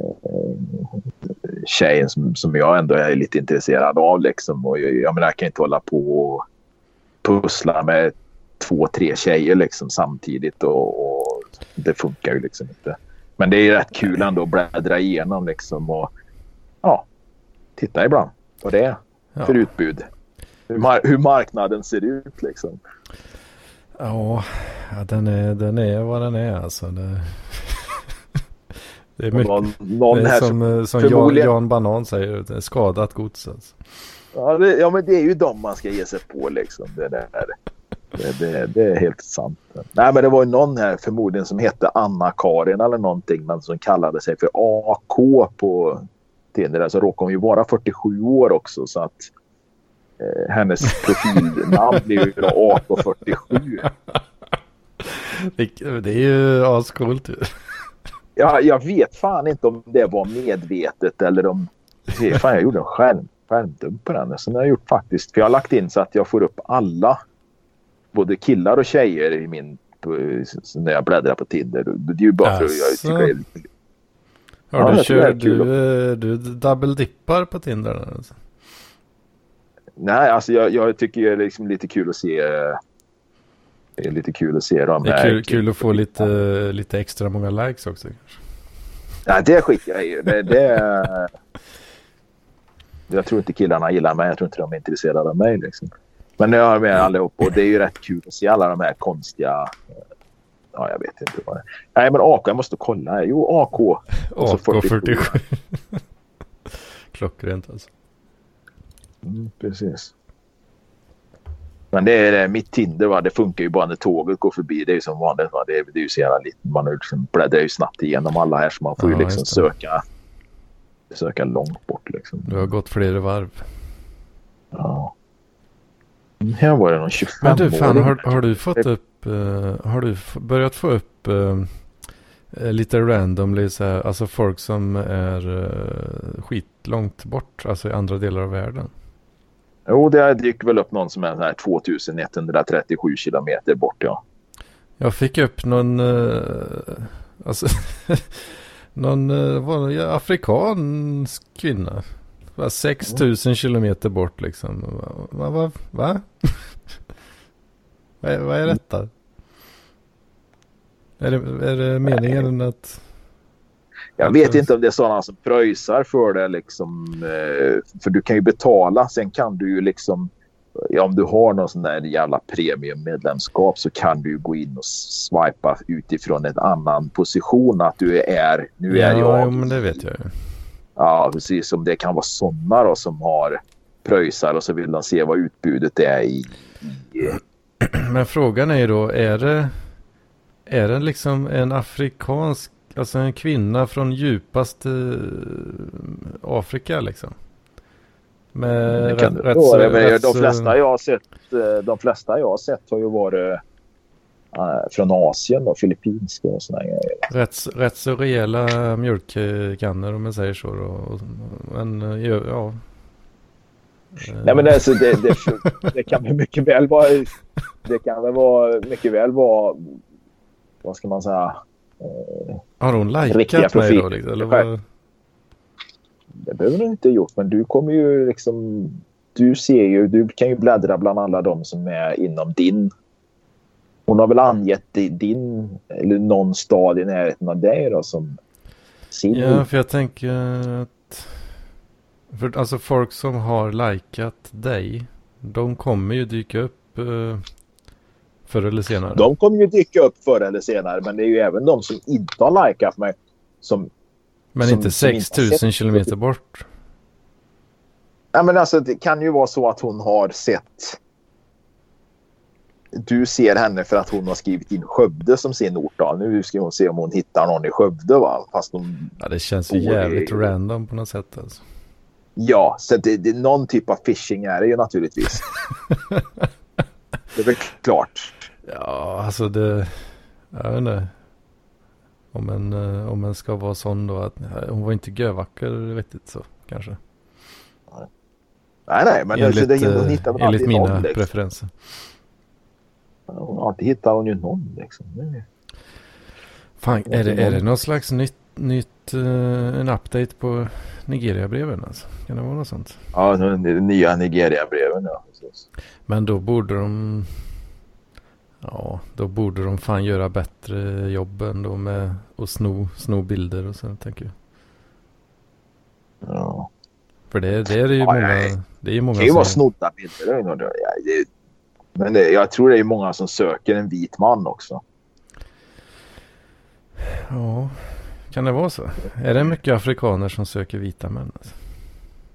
tjejen som, som jag ändå är lite intresserad av. Liksom. Och jag, jag menar, jag kan inte hålla på och pussla med två, tre tjejer liksom samtidigt och, och det funkar ju liksom inte. Men det är rätt kul ändå att bläddra igenom liksom och ja, titta ibland på det ja. För utbud. Hur, mar- hur marknaden ser ut liksom. Ja, den är, den är vad den är alltså. Det, det är mycket någon, någon det är här som, som förmodligen... Jan, Jan Banan säger, det är skadat gods alltså. Ja, det, ja, men det är ju de man ska ge sig på liksom. Det där. Det, det, det är helt sant. Nej, men det var ju någon här förmodligen som hette Anna-Karin eller någonting, men som kallade sig för A K på Tinder. Så råkade hon ju vara fyrtiosju år också, så att eh, hennes profilnamn blir ju A K fyrtiosju. Det är ju ascoolt. Ja, jag vet fan inte om det var medvetet eller om... Fan, jag gjorde en skärm, skärmdump på den. Så jag har gjort faktiskt... För jag har lagt in så att jag får upp alla, både killar och tjejer i min... När jag bläddrar på Tinder. Det är ju bara för att jag tycker det är lite... Har Ja, du jag tycker det är kört, kul. du, du double dippar på Tinder? Alltså. Nej, alltså jag, jag tycker det är liksom lite kul att se... Det är lite kul att se dem. Det är kul, kul att få lite, lite extra många likes också. Kanske. Nej, det skiter jag i. Det, det, jag tror inte killarna gillar mig. Jag tror inte de är intresserade av mig. Liksom. Men jag har med allihop. Och det är ju rätt kul att se alla de här konstiga... Ja, jag vet inte vad det är. Nej, men A K, jag måste kolla. Jo, A K. A K fyrtiosju. Klockrent alltså. Mm, precis. Men det är det, mitt Tinder, va? Det funkar ju bara när tåget går förbi. Det är ju som vanligt. Va? Det, är, det är ju så jävla lite. Man liksom bläddrar ju snabbt igenom alla här, så man får ja, ju liksom söka, söka långt bort. Liksom. Du har gått flera varv. Ja. Här var det någon tjugofem. Men du, fan, har, har du fått upp... Uh, har du f- börjat få upp uh, lite randomly så här, alltså folk som är uh, skitlångt bort, alltså i andra delar av världen? Jo, det dyker väl upp någon som är så här tvåtusen etthundratrettiosju kilometer bort, ja. Jag fick upp någon, uh, alltså, någon uh, var det, afrikansk kvinna. sex tusen kilometer bort liksom. Va? Va? Va? vad, är, vad är detta? Är det, är det meningen att... Jag vet inte om det är sådana som pröjsar för det liksom, för du kan ju betala, sen kan du ju liksom, ja, om du har någon sån där jävla premiummedlemskap så kan du ju gå in och swipa utifrån en annan position, att du är, nu ja, är jag. Ja, men det vet jag ju. Ja, precis, som det kan vara sådana då som har pröjsar och så vill de se vad utbudet är i. i Men frågan är ju då, är det, är det liksom en afrikansk, alltså en kvinna från djupaste Afrika liksom? Med kan rätt, så, rätt, men rätt, de flesta jag har sett, de flesta jag har sett har ju varit äh, från Asien och filippinska och såna grejer. Rätt, rätt så rejäla mjölkkannor om man säger så då. Men ja. Nej, men alltså, det, det, det kan väl mycket väl vara, det kan väl vara mycket väl vara, vad ska man säga, eh, har hon likat mig då liksom, eller vad? Det behöver du inte ha gjort, men du kommer ju liksom, du ser ju, du kan ju bläddra bland alla de som är inom din. Hon har väl angett din eller någon stad i närheten av dig då som sin. Ja, för jag tänker att för alltså folk som har likat dig, de kommer ju dyka upp uh, förr eller senare. De kommer ju dyka upp förr eller senare, men det är ju även de som inte har likat mig som. Men som, inte sex tusen kilometer bort. Nej, men alltså det kan ju vara så att hon har sett. Du ser henne för att hon har skrivit in Skövde som sin ort då. Nu ska hon se om hon hittar någon i Skövde, va? Fast hon... Ja, det känns ju jävligt i... random på något sätt alltså. Ja, så det, det, någon typ av phishing är det ju naturligtvis. Det är väl klart. Ja, alltså det... Jag vet inte. Om en, om en ska vara sån då att hon var inte gövacker, vet inte så, kanske. Nej, nej, men enligt, alltså, det, hon hittar väl enligt mina någon, liksom. preferenser. Hon har inte hittat hon ju någon liksom. Nej. Fan, är det, är det någon slags nytt, nytt uh, en update på Nigeria-breven alltså? Kan det vara något sånt? Ja, det nya Nigeria-breven, ja. Precis. Men då borde de ja, då borde de fan göra bättre jobb ändå med att sno, sno bilder och så, tänker jag. Ja. För det, det är det ju ja, många, nej. det är ju många det kan ju som... vara snodda bilder. Ja, det, men det, jag tror det är många som söker en vit man också. Ja, kan det vara så? Är det mycket afrikaner som söker vita män? Alltså?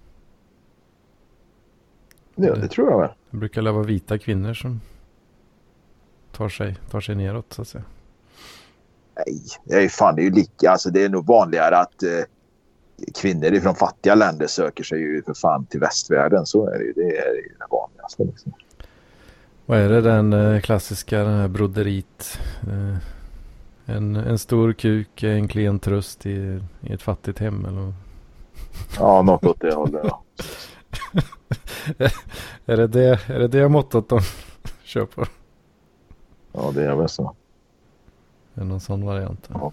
Ja, det, det tror jag väl. Det brukar vara vita kvinnor som tar sig, tar sig neråt så att säga. Nej, det är ju fan, det är ju lika. Alltså det är nog vanligare att eh, kvinnor från fattiga länder söker sig ju för fan till västvärlden. Så är det ju. Det är ju det vanligaste liksom. Vad är det den eh, klassiska, den här broderit? Eh, en, en stor kuk är en klen tröst i, i ett fattigt hem eller? Ja, något åt det hållet. Ja. är, det det, är det det mottot de köper? Ja, det är väl så. Är det någon sån variant? Ja.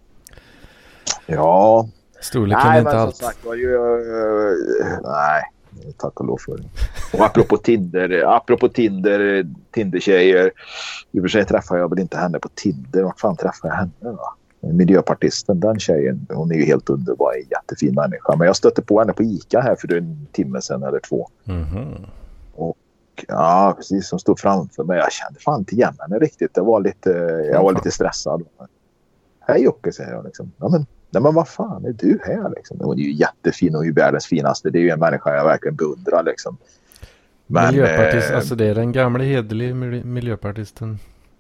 Ja. Storleken nej, är inte men allt. Som sagt, var ju, uh, nej, tack och lov för det. Och apropå Tinder, apropå Tinder, Tinder-tjejer. I och för sig träffar jag väl inte henne på Tinder. Vart fan träffar jag henne då? Miljöpartisten, den tjejen, hon är ju helt underbar, en jättefin människa. Men jag stötte på henne på ICA här för en timme sedan eller två. Mm-hmm. Och ja, precis, som stod framför mig. Jag kände fan inte igen henne riktigt. Det var lite, jag var lite stressad. Hej Jocke, säger jag liksom. Ja, men, nej, men vad fan är du här liksom? Hon är ju jättefin och är ju världens finaste. Det är ju en människa jag verkligen beundrar liksom. Men, Miljöpartist, eh, alltså det är den gamla hederliga miljöpartisten.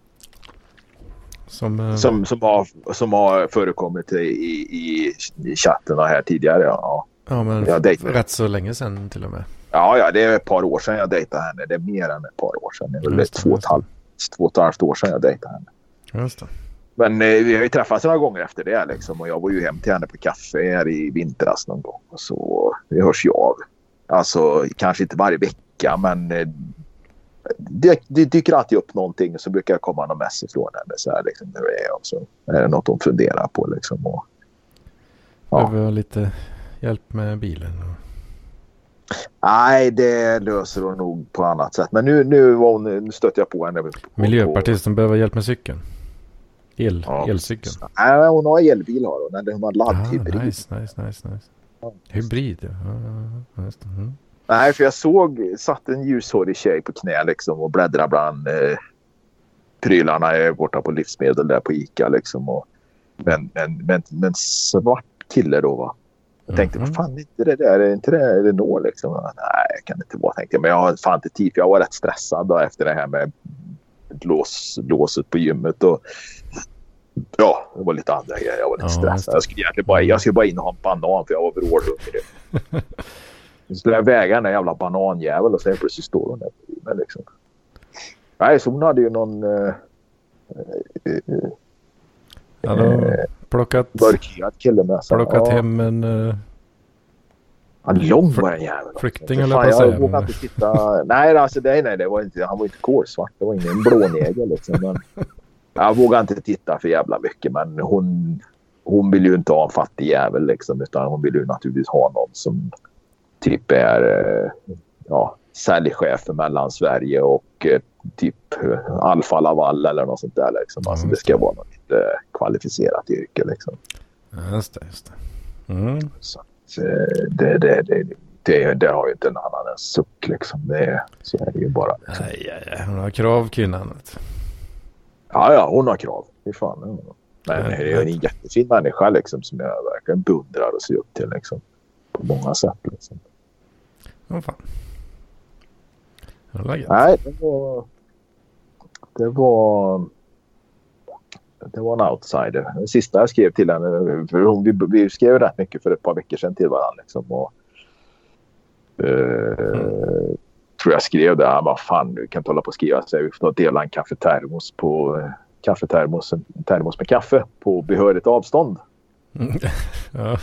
Som, eh... som, som, har, som har förekommit i, i, i chatten här tidigare. Ja, ja men rätt så länge sedan till och med. Ja, ja, det är ett par år sedan jag dejtade henne. Det är mer än ett par år sedan. Det är väl två och ett halvt, två och ett halvt år sedan jag dejtade henne. Just det. Men eh, vi har ju träffats några gånger efter det liksom. Och jag var ju hem till henne på kaffe här i vintras någon gång. Och så det hörs ju av. Alltså kanske inte varje vecka, men eh, det, det dyker alltid upp någonting. Och så brukar jag komma någon mess ifrån henne. Så här, liksom, det är, och så är det något hon funderar på liksom. Och, ja. Behöver lite hjälp med bilen och... Nej, det löser hon nog på annat sätt. Men nu, nu, var hon, nu stötte jag på henne. På, Miljöpartisten på... behöver hjälp med cykeln. El, ja. Elcykeln. Nej, hon har elbil har hon. Eller hon har laddhybrid. Ah, nice, nice, nice, nice. Ja. Hybrid, ja. ja, ja mm. Nej, för jag såg, satt en ljushårig tjej på knä liksom och bläddra bland eh, prylarna borta på livsmedel där på ICA liksom. Och, men, men, men, men svart kille då va. Jag tänkte, mm. vad fan är inte det där? Är inte det, är det nå liksom? Nej, jag kan inte vara, tänkte jag. Men jag har fan inte tid, för jag var rätt stressad då, efter det här med lås, låset på gymmet. Och ja, det var lite andra grejer. Jag var lite ja, stressad. Jag skulle egentligen bara, jag skulle bara in och ha en banan, för jag var vrålhungrig. Så skulle jag väga den där jävla bananjävel och sen plötsligt står hon där på gymmet liksom. Nej, så hon hade ju någon... Eh, eh, Hallå, plockat, mörkhyad kille med sig. Plockat ja. hem en... Uh, han lång var en jävel. Flykting eller vad säger jag vågade inte titta. Nej, alltså det, nej, det var inte, han var inte kolsvart. Det var ingen blånegel liksom. Men jag vågade inte titta för jävla mycket. Men hon, hon vill ju inte ha en fattig jävel liksom. Utan hon vill ju naturligtvis ha någon som typ är ja, säljchef för Mellansverige och typ Alfa Laval eller något sånt där liksom. Alltså det ska vara något lite kvalificerat yrke liksom. Just det, just det. Mm. Så det, det, det, det, det har ju inte en annan än suck liksom. Det, så är det ju bara liksom. Nej, nej, nej. Hon har krav, kvinnan. Ja, ja, hon har krav. Fy fan. Men det är ju en jättefin människa liksom, som jag verkligen beundrar och ser upp till liksom. På många sätt liksom. Åh fan. Nej, det var det var det var en outsider. Det sista jag skrev till henne, för hon, vi, vi skrev rätt mycket för ett par veckor sedan till varandra liksom, och uh, mm. tror jag skrev det här, vad fan, du kan inte hålla på att skriva så vi får dela en kaffetermos på uh, kaffetermos, en termos med kaffe på behörigt avstånd. Mm. Ja.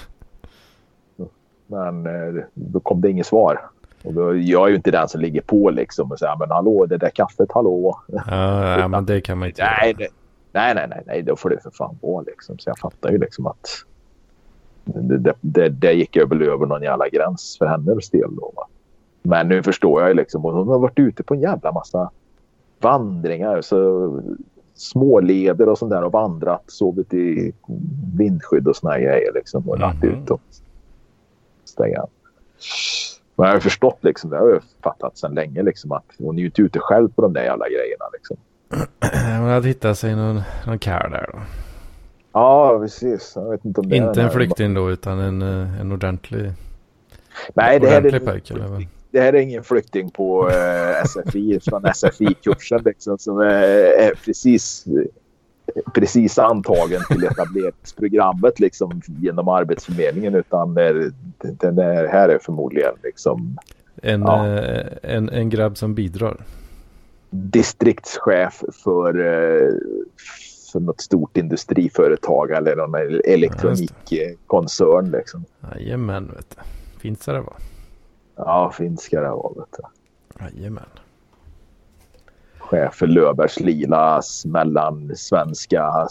Men uh, då kom det inget svar. Och då, jag är ju inte den som ligger på liksom och säger, men hallå, det där kaffet, hallå. Ja, ja men det kan man inte nej, det, nej, nej, nej, nej, då får det för fan vara liksom. Så jag fattar ju liksom att det, det, det, det gick över över någon jävla gräns för hennes del då, va? Men nu förstår jag ju liksom, och hon har varit ute på en jävla massa vandringar, så småleder och sånt där, och vandrat, sovit i vindskydd och såna grejer liksom, och lagt mm-hmm. ut och stänga. Men jag har förstått liksom, det har jag fattat sedan länge liksom, att hon är ju inte ute själv på de där jävla grejerna liksom. Hon hade hittat sig någon, någon kär där då. Ja, precis. Jag vet inte om det inte är en flykting då, utan en, en ordentlig nej, det ordentlig är pojk, eller vad? det här är ingen flykting på eh, S F I från S F I-kursen liksom, som är, är precis, precis antagen till etableringsprogrammet liksom, genom Arbetsförmedlingen, utan det, det, det här är förmodligen liksom, en, ja, eh, en, en grabb som bidrar. Distriktschef för, för något stort industriföretag eller någon elektronikkoncern liksom. Jajamän, vet du. Fint ska det vara. Ja, fint ska det vara, vet du. Jajamän. Chef för Löfbergs Lilas mellan svenska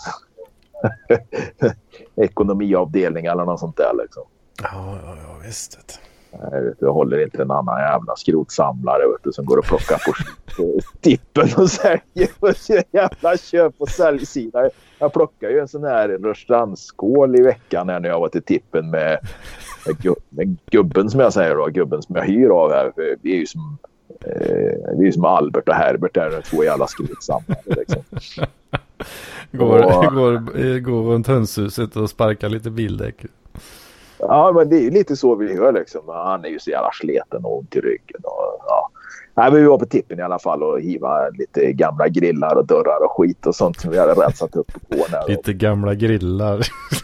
ekonomiavdelning eller något sånt där liksom. Ja, ja, ja visst. Vet du. Nej, jag håller inte en annan jävla skrotsamlare, vet du, som går och plockar på, på tippen och säljer på jävla köp- och säljsida. Jag plockar ju en sån här restaurangskål i veckan när jag var till tippen med, med, gu, med gubben som jag säger då, gubben som jag hyr av här. Vi är ju som, eh, vi är som Albert och Herbert där, två jävla skrotsamlare liksom. Går, och, går, går runt hönshuset och sparkar lite bildäck. Ja, men det är ju lite så vi gör liksom. Han är ju så jävla sleten och ont i ryggen. Och, ja. Nej, men vi var på tippen i alla fall och hiva lite gamla grillar och dörrar och skit och sånt som vi hade rensat upp på här. Lite gamla grillar.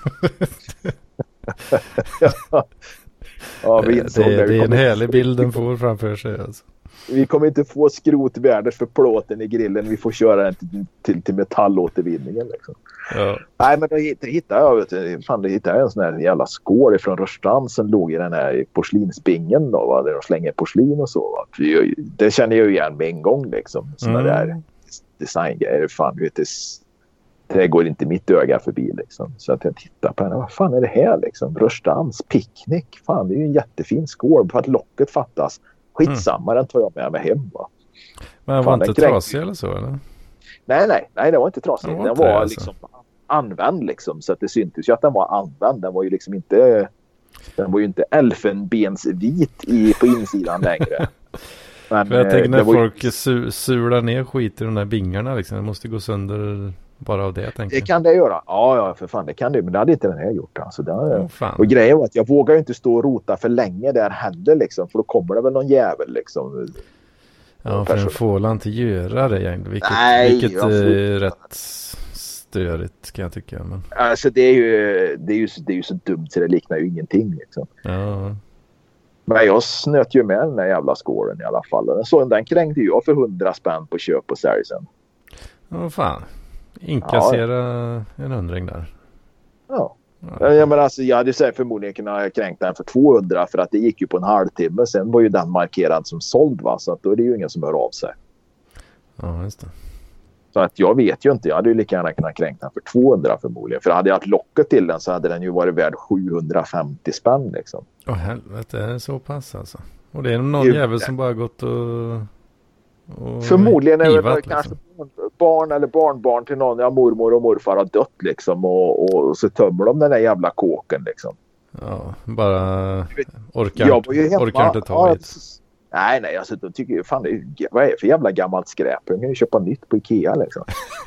ja, ja, vi det, det, det är en härlig bild den får framför sig alltså. Vi kommer inte få skrotvärdet för plåten i grillen. Vi får köra den till, till, till metallåtervinningen liksom. Ja. Nej, men då hittade jag, vet du, fan, då hittade jag en sån här jävla skål från Rörstrand som låg i den här porslinsbingen då, va, där de slänger porslin och så. Va. Det känner jag ju igen med en gång liksom. Såna mm. där designgrejer, fan, vet du, det går inte mitt öga förbi liksom. Så att jag tittar på henne, vad fan är det här liksom? Rörstrands picknick, fan, det är ju en jättefin skål för att locket fattas. Skitsamma, mm. den tar jag med mig hem, va. Men den var inte trasig eller så, eller? Nej, nej, nej, det var inte trasig. Den var, den var det, liksom alltså. använd liksom, så att det syntes ju att den var använd. Den var ju liksom inte, den var ju inte elfenbensvit i, på insidan längre. Men, för jag tänker när folk ju... su- sular ner skit i de där bingarna liksom, det måste gå sönder bara av det, jag tänker. Det kan det göra. Ja, ja, för fan, det kan det. Men det hade inte den här gjort. Alltså, det hade... oh, och grejen var att jag vågar ju inte stå och rota för länge där heller liksom, för då kommer det väl någon jävel liksom. Ja, för en får inte göra det egentligen. Vilket, Nej, vilket är rätt störigt kan jag tycka. Men... Alltså det är, ju, det, är ju, det är ju så dumt så det liknar ju ingenting liksom. Ja. Men jag snöt ju med den där jävla skåren i alla fall. Så den krängde jag för hundra spänn på köp och sälj sen. Ja, fan. Inkassera ja. en hundring där. Ja. Ja. Jag, men alltså, jag hade så förmodligen kunnat kränka den för tvåhundra för att det gick ju på en halvtimme. Sen var ju den markerad som såld, va? Så att då är det ju ingen som hör av sig. Ja, just det. Så att jag vet ju inte. Jag hade ju lika gärna kunnat kränka den för tvåhundra förmodligen. För hade jag haft locket till den så hade den ju varit värd sjuhundrafemtio spänn liksom. Åh helvete, är det så pass alltså? Och det är någon ju, jävel som bara gått och... och förmodligen är det hivat, kanske liksom. Barn eller barnbarn till någon. Ja, mormor och morfar har dött liksom. Och, och så tömmer de den där jävla kåken liksom. Ja, bara orkar, orkar inte ta ja, hit. Nej, nej, alltså de tycker ju fan det är, vad är det för jävla gammalt skräp? De kan ju köpa nytt på Ikea liksom.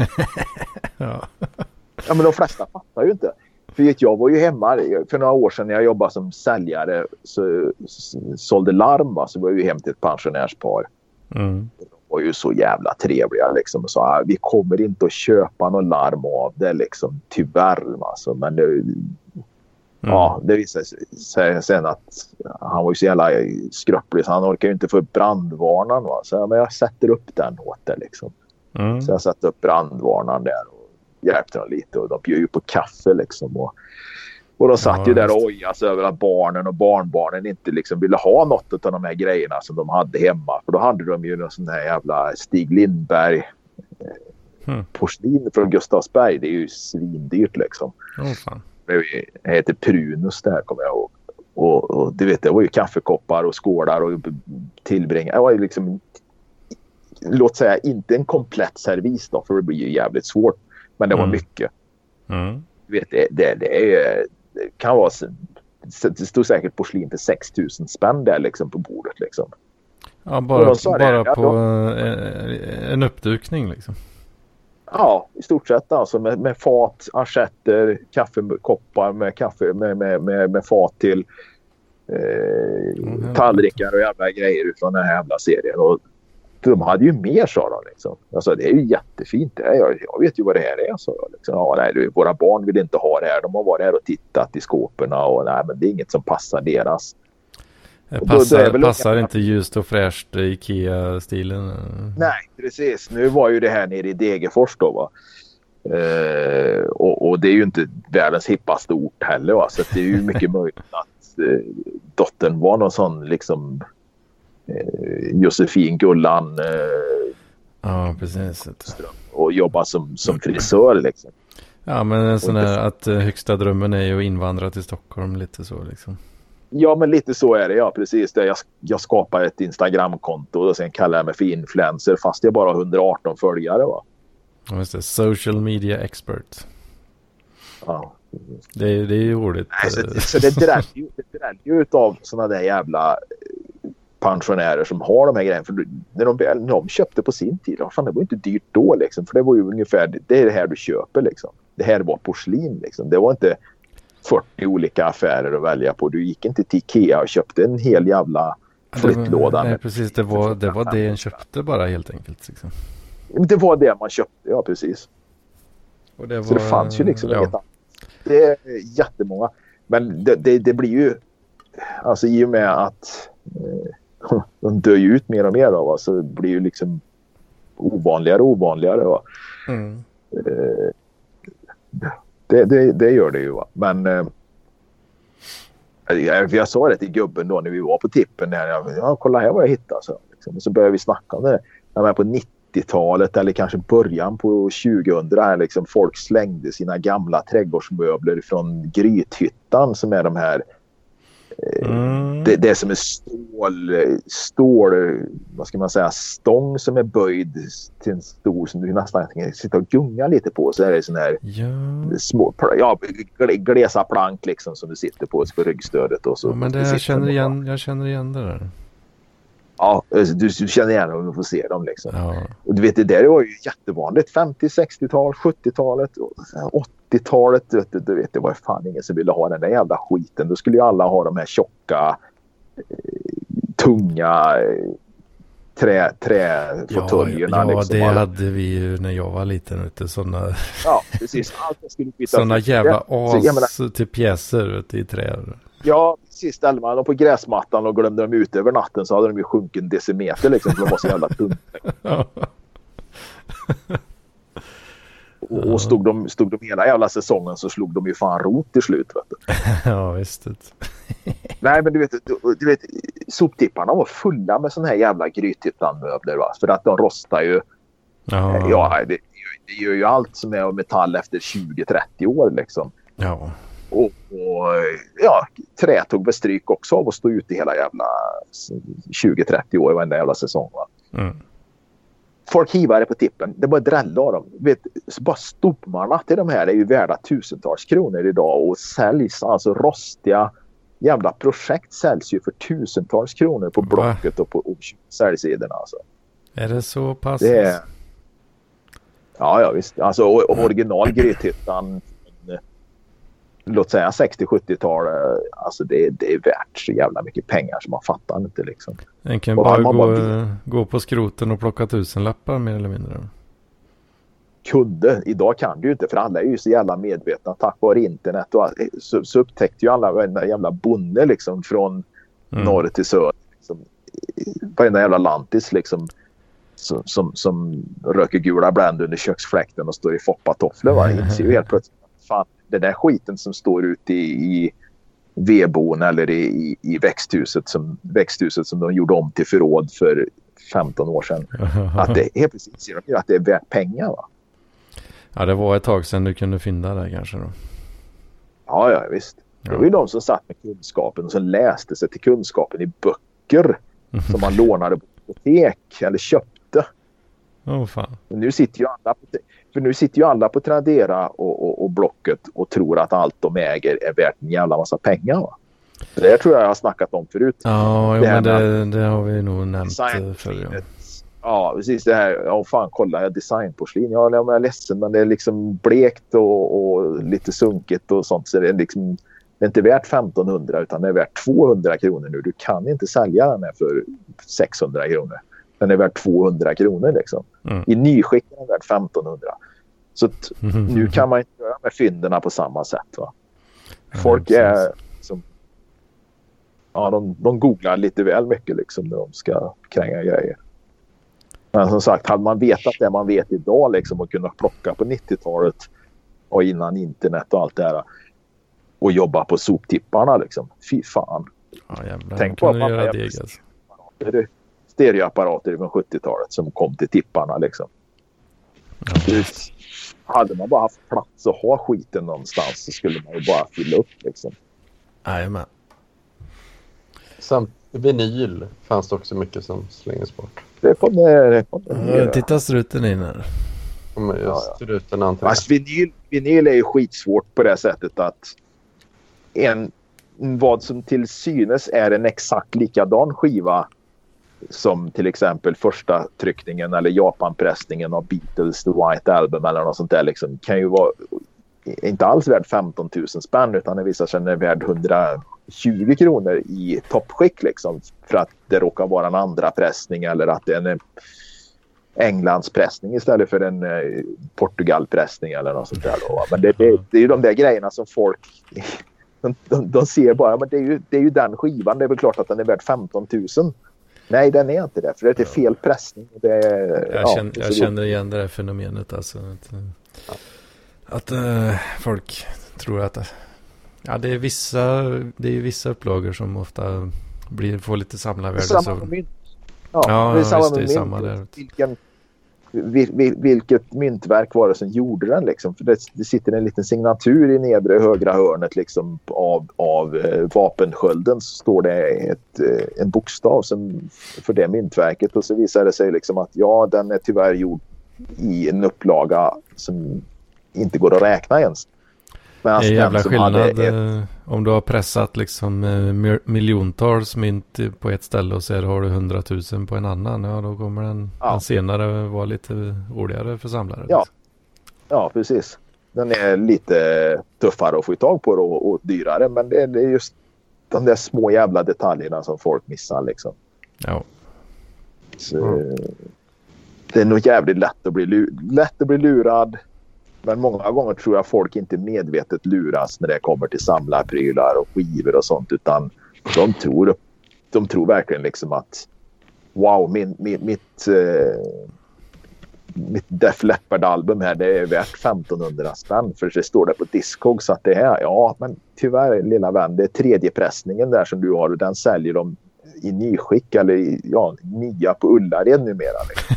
ja. Ja, men de flesta fattar ju inte. För vet, jag var ju hemma för några år sedan när jag jobbade som säljare, så, så sålde larm, va, så var jag ju hem till ett pensionärspar. Mm. De var ju så jävla trevliga liksom, och sa vi kommer inte att köpa någon larm av det liksom, tyvärr, alltså, men det, mm. ja, det visade sig sen att han var ju så jävla skröplig så han orkar ju inte få upp brandvarnaren, va? Så men jag sätter upp den åt det liksom. Mm. Så jag satte upp brandvarnaren där och hjälpte dem lite och de bjöd ju på kaffe liksom, och, och de satt ja, ju där och ojas över att barnen och barnbarnen inte liksom ville ha något av de här grejerna som de hade hemma, för då hade de ju någon sån här jävla Stig Lindberg mm. porslin från Gustavsberg. Det är ju svindyrt liksom. Oh, fan. Det heter Prunus där, kommer jag ihåg. Och, och du vet, det var ju kaffekoppar och skålar och tillbringa. Det var ju liksom, låt säga, inte en komplett servis då, för det blir ju jävligt svårt. Men det var mm. mycket. Mm. Du vet, det, det, det, är, det kan vara, det stod säkert porslin för sex tusen spänn där liksom på bordet liksom. Ja, bara, bara det, på ja, en uppdukning liksom. Ja, i stort sett alltså med, med fat, assietter, kaffekoppar med kaffe med, med, med, med fat till eh, mm. tallrikar och jävla grejer från den här jävla serien. Och de hade ju mer, sa de liksom. Alltså, det är ju jättefint det här. Jag, jag vet ju vad det här är, sa jag. Liksom. Ja, nej, våra barn vill inte ha det här. De har varit här och tittat i skåperna och nej, men det är inget som passar deras. Det passar, då, då passar inte ljust och fräscht Ikea-stilen. Nej, precis. Nu var ju det här nere i Degerfors då, va. Uh, och, och det är ju inte världens hippaste ort heller, va? Så det är ju mycket möjligt att uh, dottern var någon sån liksom uh, Josefin Gullan uh, ja, precis. Och jobba som, som frisör liksom. Ja, men en sån här att uh, högsta drömmen är ju att invandra till Stockholm, lite så liksom. Ja, men lite så är det, ja, precis. Det. Jag, jag skapar ett Instagramkonto och sen kallar jag mig för influencer fast jag bara har hundraarton följare, va? Ja, just det. Social media expert. Ja. Det, det är ju roligt. Nej, så, så det dräller ju, det dräller ju utav sådana där jävla pensionärer som har de här grejerna. För när de, när de köpte på sin tid, fan, det var ju inte dyrt då liksom. För det var ju ungefär, det är det här du köper liksom. Det här var porslin liksom. Det var inte fyrtio olika affärer att välja på. Du gick inte till Ikea och köpte en hel jävla flyttlåda. Nej, precis. Det var det, var det en köpte bara helt enkelt. Liksom. Det var det man köpte, ja precis. Och det var, så det fanns ju liksom ja. inget annat. Det är jättemånga. Men det, det, det blir ju, alltså i och med att eh, de dör ju ut mer och mer av, så det blir ju liksom ovanligare och ovanligare. Va? Mm. Eh, Det, det, det gör det ju, va. Men eh, jag, jag sa det till gubben då när vi var på tippen där, jag, ja, kolla här vad jag hittade, så, liksom. Och så började vi snacka om det. Jag var på nittiotalet eller kanske början på tjugohundra här, liksom, folk slängde sina gamla trädgårdsmöbler från Grythyttan, som är de här Mm. Det, det som är stål, stål, vad ska man säga, stång som är böjd till en stor som du nästan kan sitta och gunga lite på, så är det sån här ja. små, ja, glesa plank liksom som du sitter på på ryggstödet och så. Ja, men det, jag känner igen, jag känner igen det där. Ja, du, du känner igen om du får se dem liksom. Ja. Och du vet, det där var ju jättevanligt, femtio, sextiotal, sjuttiotalet, åttiotalet, du vet, du vet, det var fan ingen som ville ha den där jävla skiten. Då skulle ju alla ha de här tjocka, tunga trä, träfåtöljerna. Ja, ja liksom. det hade vi ju när jag var liten ute, sådana ja, precis. Allt skulle sådana jävla as så, menar, till pjäser ute i trä. Ja, precis. Ställde man dem på gräsmattan och glömde dem ut över natten, så hade de ju sjunkit en decimeter liksom, för de var så jävla tunga. Ja. Och, och stod, de, stod de hela jävla säsongen, så slog de ju fan rot till slut, vet du. Ja, visst. Nej, men du vet, du, du vet, soptipparna var fulla med sån här jävla Grythyttan-möbler, va? För att de rostar ju. Ja, ja det, det gör ju allt som är av metall efter tjugo trettio år liksom. Ja. Och, och ja, trä tog väl stryk också av att stå ute i hela jävla tjugo trettio år, varenda jävla säsong, va? Mm. Folk hivade på tippen. Det bara drälla av dem. Vet, bara stommarna till de här är ju värda tusentals kronor idag och säljs, alltså rostiga jävla projekt säljs ju för tusentals kronor på Blocket och på säljsidorna, alltså. Är det så pass? Det är... Ja, ja visst. Alltså original Grythyttan, låt säga sextio-sjuttiotal, alltså det, det är värt så jävla mycket pengar som man fattar inte liksom. En kan bara, gå, bara gå på skroten och plocka tusen lappar mer eller mindre. Kunde, idag kan du ju inte, för alla är ju så jävla medvetna tack vare internet och så, så upptäckte ju alla varenda jävla bonde liksom från mm. norr till söder liksom, varenda jävla lantis liksom som, som, som röker gula bländ under köksfläkten och står i foppatofflor, va? Inser ju helt plötsligt fan, den där skiten som står ute i, i vedboden eller i, i, i växthuset, som, växthuset som de gjorde om till förråd för femton år sedan. Att det är precis att det är värt pengar, va? Ja, det var ett tag sedan du kunde finna det kanske då. Ja, ja visst. Det var ju de som satt med kunskapen och som läste sig till kunskapen i böcker som man lånade på bibliotek eller köpte. Åh oh, fan. Men nu sitter ju alla på, för nu sitter ju alla på Tradera och, och, och Blocket och tror att allt de äger är värt en jävla massa pengar, va? Det tror jag jag har snackat om förut. Ja, jo, men det, det har vi nog nämnt för. Ja. Ja, precis det här. Ja, fan, kolla, jag designporslin. Ja, jag är ledsen, men det är liksom blekt och, och lite sunkigt och sånt. Så det är liksom Det är inte värt femtonhundra utan det är värt tvåhundra kronor nu. Du kan inte sälja den här för sexhundra kronor. Den är värt tvåhundra kronor liksom. Mm. I nyskick är den värt femtonhundra. Så t- mm. nu kan man inte göra med fynderna på samma sätt, va? Folk ja, är som, ja, de, de googlar lite väl mycket liksom när de ska kränga grejer. Men som sagt, hade man vetat det man vet idag liksom, och kunnat plocka på nittiotalet och innan internet och allt det här och jobba på soptipparna liksom. Fy fan. Ja, jävlar. Tänk på att man göra det, alltså. Stereoapparater från sjuttiotalet som kom till tipparna liksom. Ja. Hade man bara haft plats att ha skiten någonstans så skulle man ju bara fylla upp liksom. Jajamän. Samt vinyl fanns det också mycket som slängs bort. Det får det, får det ja, titta struten in här. Ja, ja. Struten alltså, vinyl, vinyl är ju skitsvårt på det sättet att en, vad som till synes är en exakt likadan skiva som till exempel första tryckningen eller Japanpressningen av Beatles The White Album eller något sånt där liksom, kan ju vara inte alls värd femton tusen spänn utan det visar sig att den är värd hundratjugo kronor i toppskick liksom, för att det råkar vara en andra pressning eller att det är en Englands pressning istället för en eh, Portugalpressning eller något sånt där då. Men det, det, det är ju de där grejerna som folk de, de, de ser bara, men det är, ju, det är ju den skivan, det är väl klart att den är värd femton tusen. Nej, den är inte det, för det är fel pressning. Det är, jag ja, känner, jag känner igen det här fenomenet alltså. Att, ja. att äh, folk tror att ja, det är vissa det är vissa upplagor som ofta blir, får lite samlarvärde. Samma så... mynt. Ja, ja, det är samma visst, det är mynt. samma där. Vilken, vil, vilket myntverk var det som gjorde den liksom? För det, det sitter en liten signatur i nedre högra hörnet liksom av, av eh, vapenskölden, så står det ett, eh, en bokstav som, för det myntverket, och så visar det sig liksom att ja, den är tyvärr gjord i en upplaga som inte går att räkna ens. Det är en jävla skillnad ett... eh, om du har pressat liksom eh, miljontals mynt på ett ställe och så har du hundratusen på en annan. Ja, då kommer den, ja. den senare vara lite roligare för samlare. Ja. Liksom. Ja, precis. Den är lite tuffare att få tag på och, och dyrare, men det, det är just de där små jävla detaljerna som folk missar liksom. Ja. Så, mm. Det är nog jävligt lätt att bli, lätt att bli lurad. Men många gånger tror jag folk inte medvetet luras när det kommer till samlarprylar och skivor och sånt, utan de tror, de tror verkligen liksom att wow, min, min, mitt, eh, mitt Def Leppard-album här, det är värt femtonhundra spänn för det står det på Discogs att det är, ja men tyvärr lilla vän, det är tredje pressningen där som du har och den säljer de i nyskick eller i, ja, nya på Ullared numera. Liksom.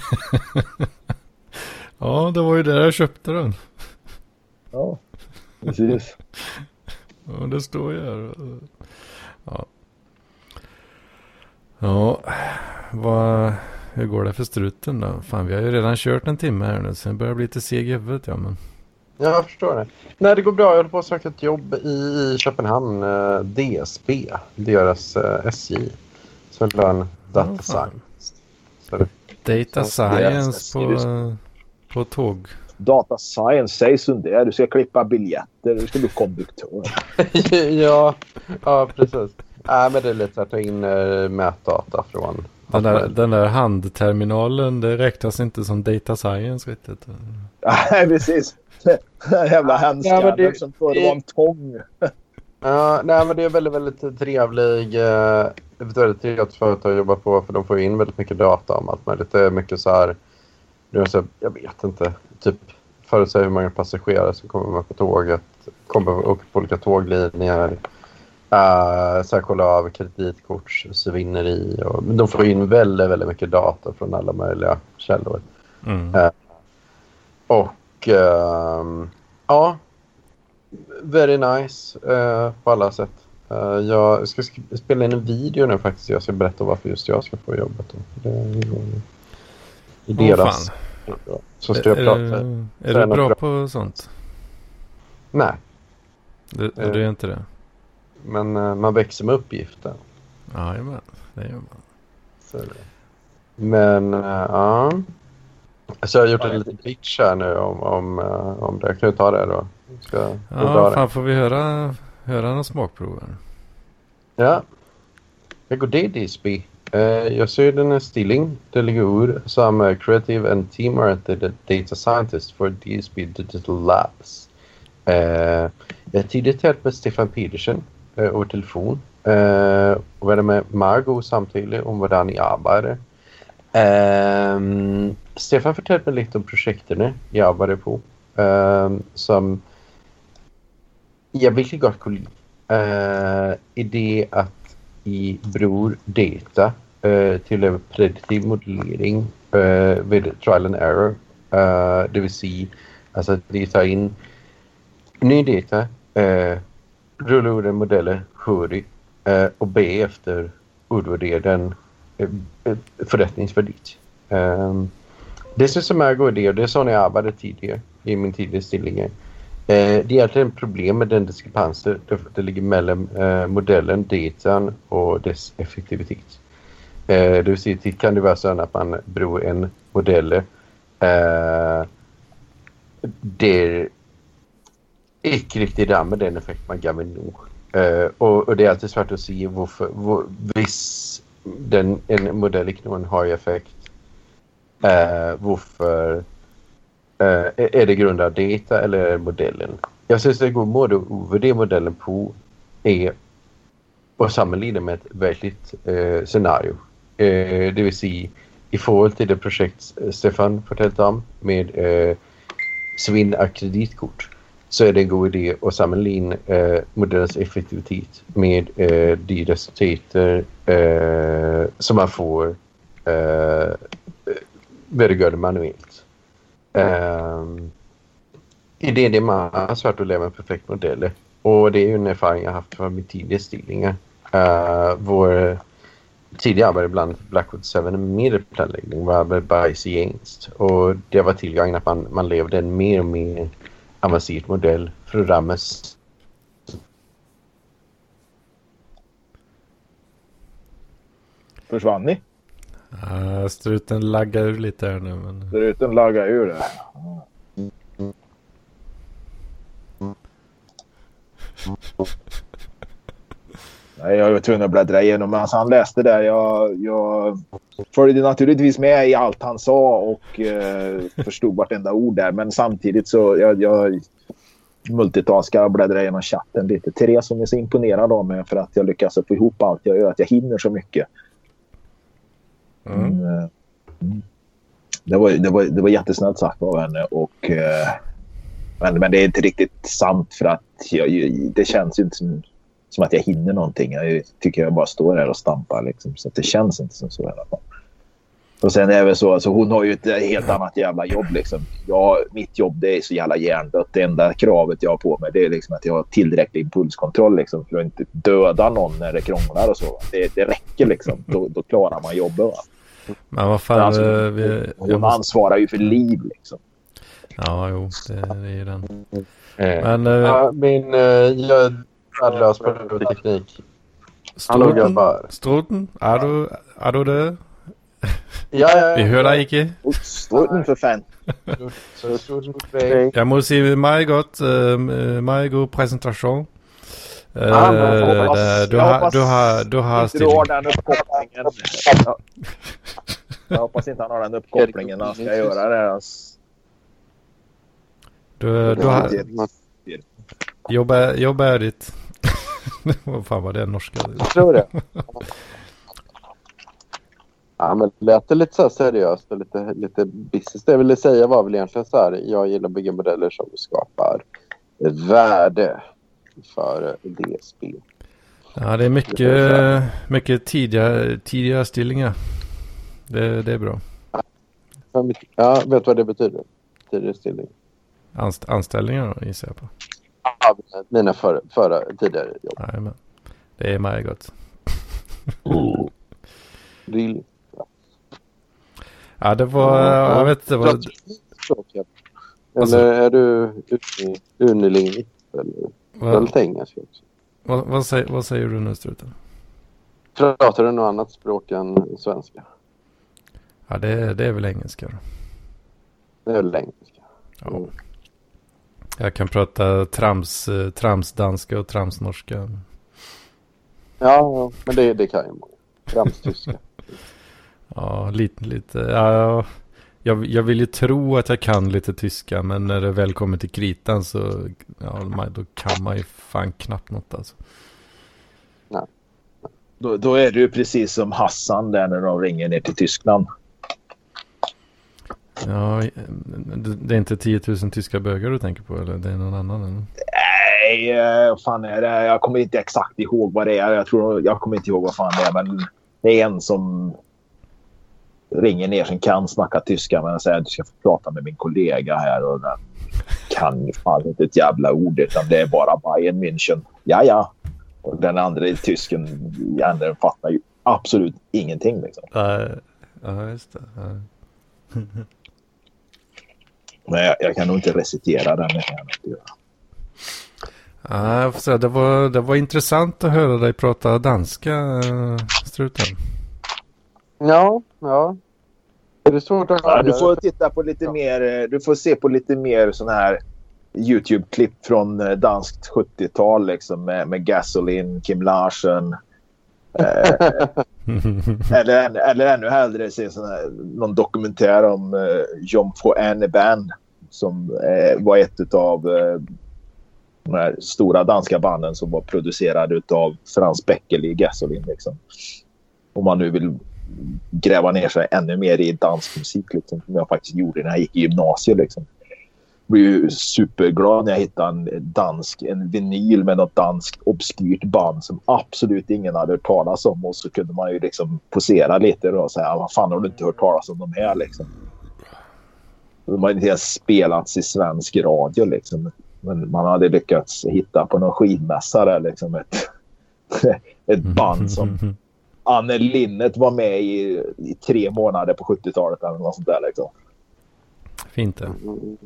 Ja, det var ju där jag köpte den. Ja, precis. Ja, det står ju här. Ja. Ja, vad, hur går det för struten då? Fan, vi har ju redan kört en timme här nu, så det börjar bli lite seg i huvudet, ja men. Ja, jag förstår det. Nej, det går bra. Jag håller på att söka ett jobb i Köpenhamn, eh, D S B, deras eh, S J. Så lön data ja, science. Så det, data så, science på, på tåg. Data science, sägs det. Du ska klippa biljetter, du ska bli konduktör. ja, ja, precis. Nej, men det är lite att ta in äh, mätdata från... Den där, den där handterminalen, det räknas inte som data science riktigt. Nej, precis. Den jävla handskanner ja, som förr var en tång. Ja, nej, men det är väldigt, väldigt trevlig... Eh, ett väldigt trevligt företag att jobba på, för de får in väldigt mycket data om allt möjligt. Det är mycket så här... Jag vet inte, typ förutsäg hur många passagerare som kommer med på tåget, kommer upp på olika tåglinjer, uh, så här, kolla av kreditkorts, svineri, och de får in väldigt, väldigt mycket data från alla möjliga källor. Mm. Uh, och uh, ja, very nice uh, på alla sätt. Uh, jag ska sk- spela in en video nu faktiskt, jag ska berätta varför just jag ska få jobbet. Det är i deras. Oh, så ska jag prata. Är, är du bra på sånt? Nej. Du, du är inte det? Men uh, man växer med uppgiften. Ja, jajamän. Det gör man. Så det. Men, uh, ja. Så jag har gjort en liten pitch här nu om, om, uh, om det. Kan du ta det då? Ska ja, fan får vi höra höra några smakprover? Ja. Jag går det D S B. Uh, jag ser den här stilling. Det ligger ord som uh, Creative and Team Oriented Data Scientist for D S B Digital Labs. Uh, jag har tidigare talat med Stefan Pedersen uh, över telefon. Uh, och var med Margot samtidigt om vad ni arbetar. Um, Stefan fortalte mig lite om projekten jag arbetade på. Um, som jag virkelig godt kunne lide. Uh, i det at I bruger data uh, til at lave prediktiv modellering uh, ved trial and error. Uh, det vil sige, altså de tager ind ny data, uh, ruller ud den modeller hurtigt uh, og bagefter udvurderer den uh, forretningsværdigt. Uh, det synes jeg er god idé, og det er sådan jeg arbejdede tidligere i min tidligere stillinger. Eh, det är egentligen ett problem med den diskrepansen. Det, det ligger mellan eh, modellen, datan och dess effektivitet. Eh, det vill säga, det kan det vara så att man beror en modell eh, det inte riktigt där med den effekt man gav nog. Eh, och, och det är alltid svårt att se varför, var, viss den, en modell inte någon har effekt. Eh, varför Uh, är det grund av data eller är det modellen? Jag syns det går måde över det modellen på är att sammanligna med ett verkligt uh, scenario. Uh, det vill säga i förhållande till det projekt Stefan fortalte om med uh, svinn av kreditkort så är det en god idé att sammanligna uh, modellens effektivitet med uh, de resultat uh, som man får uh, vedergöra manuellt. Um, I det är det man har svårt att leva en perfekt modell. Och det är ju en erfaring jag har haft från min tidiga stillingar. Uh, vår tidigare arbete bland Blackwood sju med planläggning var bajsgängst. Och det var tillgången att man, man levde en mer och mer avancerad modell för att rammas. Försvann ni? Uh, struten laggar ur lite här nu. Men... Struten laggar ur det. Nej, jag var tvungen att bläddra igenom medan han läste där. Jag, jag följde naturligtvis med i allt han sa och eh, förstod vartenda ord där. Men samtidigt så jag, jag multitaskar och bläddrar igenom chatten lite. Therese som är så imponerad av mig för att jag lyckas få ihop allt jag gör. Att jag hinner så mycket. Mm. Mm. Det, var, det, var, det var jättesnällt sagt av henne och, eh, men, men det är inte riktigt sant för att jag, det känns ju inte som, som att jag hinner någonting. Jag tycker jag bara står här och stampar liksom, så att det känns inte som så i alla fall. Och sen är det så, alltså, hon har ju ett helt annat jävla jobb liksom. Jag, mitt jobb det är så jävla hjärndött. Det enda kravet jag har på mig det är liksom att jag har tillräcklig impulskontroll liksom, för att inte döda någon när det krånglar och så. Det, det räcker liksom, då, då klarar man jobbet va. Men vad fan, alltså, vi, hon måste... ansvarar ju för liv liksom. Ja, jo, det, det är ju den. Men, uh, ja, min uh, jag är lös på teknik. Struten, Struten, är du, är du det? Ja, ja, ja. Vi hører dig ikke. Struten for fan. Jeg må sige meget godt, uh, meget god præsentation. Uh, ah, hoppas, du, har, du har du har stilling. Du har den uppkopplingen. Ja. Jag hoppas inte han har den uppkopplingen när han ska göra det. Alltså. Du, du har jobba, jobba är ditt. Vad fan var det norska? Jag tror det. Ja, men det lät lite så här seriöst och lite, lite business. Det jag ville säga var väl egentligen så här. Jag gillar att bygga modeller som skapar värde för D S B. Ja, det är mycket, mycket tidiga, tidiga stillingar. Det, det är bra. Ja, vet du vad det betyder? Tidiga stilling. Anst- anställningar då, gissar jag på. Ja, mina förra, förra tidigare jobb. Nej, men det är mig gott. Mm. Really? Ja, det var, ja, jag vet inte vad... Eller är du unilingvist eller vad engelska också? Vad, vad, säger, vad säger du nu, Struten? Pratar du något annat språk än svenska? Ja, det, det är väl engelska då. Det är väl engelska. Ja. Mm. Jag kan prata trams, tramsdanska och tramsnorska. Ja, ja, men det, det kan ju många. Tramstyska. Ja, lite, lite. Ja, jag, jag vill ju tro att jag kan lite tyska, men när det väl kommer till kritan så ja, då kan man ju fan knappt något alltså. Nej. Då, då är det ju precis som Hassan där när de ringer ner till Tyskland. Ja, det, det är inte tio tusen tyska bögar du tänker på, eller det är någon annan? Eller? Nej, vad fan är det? Jag kommer inte exakt ihåg vad det är. Jag tror jag kommer inte ihåg vad fan det är, men det är en som ringer ner som kan snacka tyska, men säger att du ska få prata med min kollega här och den kan fan inte ett jävla ord, utan det är bara Bayern München. Ja, ja. Och den andra i tysken, den fattar ju absolut ingenting liksom. Uh, ja, just det. Uh. Men jag, jag kan nog inte recitera den. Ja, jag får säga, det var, det var intressant att höra dig prata danska, Struten. Ja, ja. Är det svårt att ja, du får titta på lite ja. mer, du får se på lite mer sån här YouTube-klipp från danskt sjuttiotal liksom med, med Gasoline, Kim Larsen. eh, eller, eller ännu hellre se sån här, någon dokumentär om eh, Jomfru Anne Band som eh, var ett av eh, de här stora danska banden som var producerade utav Frans Beckel i Gasoline liksom. Om man nu vill gräva ner sig ännu mer i dansk musik liksom, som jag faktiskt gjorde när jag gick i gymnasiet liksom. Jag blev ju superglad när jag hittade en dansk, en vinyl med något danskt obskyrt band som absolut ingen hade hört talas om, och så kunde man ju liksom posera lite och säga, vad fan har du inte hört talas om de här liksom. De har inte ens spelats i svensk radio liksom, men man hade lyckats hitta på någon skivmässa där liksom ett, ett band som Anne Linnet var med i, i tre månader på sjuttiotalet eller något sånt där liksom. Fint det.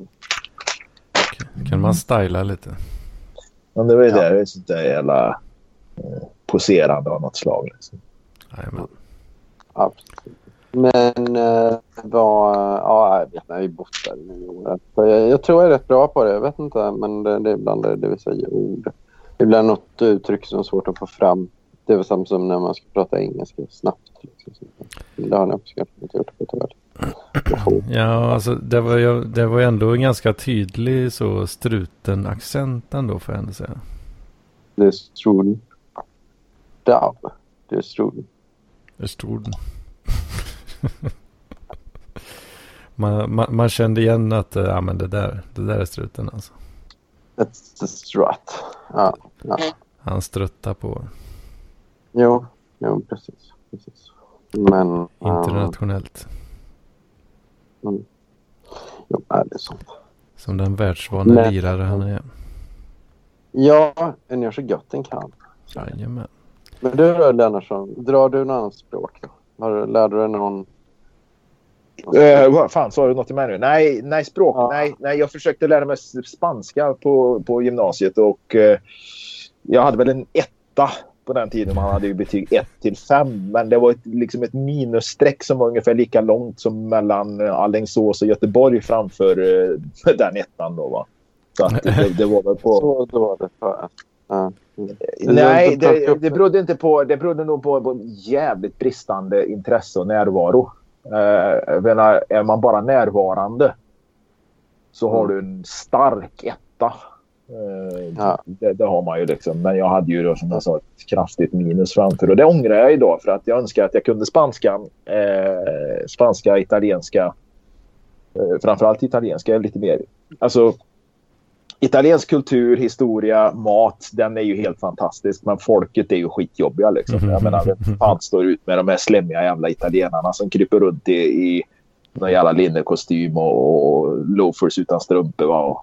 Kan man styla lite? Men det var ju ja. det, det är sånt där jävla eh, poserande av något slag liksom. Jajamän. Absolut. Men eh, vad, ja, jag vet inte, vi bott där. Jag, jag tror jag är rätt bra på det, jag vet inte, men det, det är ibland det, det vill säga ord. Ibland något uttryck som är svårt att få fram. Det är väl samma som när man ska prata engelska snabbt. Liksom. Det har jag också inte gjort på tyvärr. Ja, alltså det var ju det var ändå en ganska tydlig så struten-accent ändå, får jag ändå säga. Det är struden. Ja, det är struden. Det är struden. man, man, man kände igen att ja, men det där, det där är struten alltså. It's the strut. Ja, ja. Han struttar på. Jo, jo precis, precis. Men internationellt. Um, mm. Jo, är det sånt. Som den världsvana Men, lirare han är. Ja, en gör så gott den kan. Jajamän. Men du då, Lennartsson, drar du någon annan språk då? Har, lär du dig någon? Uh, vad fan, sa du något till mig nu? Nej, nej språk. Ja. Nej, nej, jag försökte lära mig spanska på, på gymnasiet och uh, jag hade väl en etta på den tiden. Man hade ju betyg ett till fem, men det var ett, liksom ett minusstreck som var ungefär lika långt som mellan Alingsås och Göteborg framför uh, den ettan då, va? Så att det, det var väl på... Så då var det för... Ja. Nej, det, det berodde inte på, det berodde nog på, på jävligt bristande intresse och närvaro. Uh, menar, är man bara närvarande så har du en stark etta. Uh, ja. det, det har man ju liksom. Men jag hade ju då, som jag sa, ett kraftigt minus framför. Och det ångrar jag idag, för att jag önskar att jag kunde spanska, uh, spanska, italienska. Uh, framförallt italienska lite mer. Alltså, italiensk kultur, historia, mat, den är ju helt fantastisk. Men folket är ju skitjobbiga liksom. Jag menar, vem fan står ut med de här slemmiga jävla italienarna som kryper runt i, i någon jävla linnekostym och, och loafers utan strumpor, va? Och,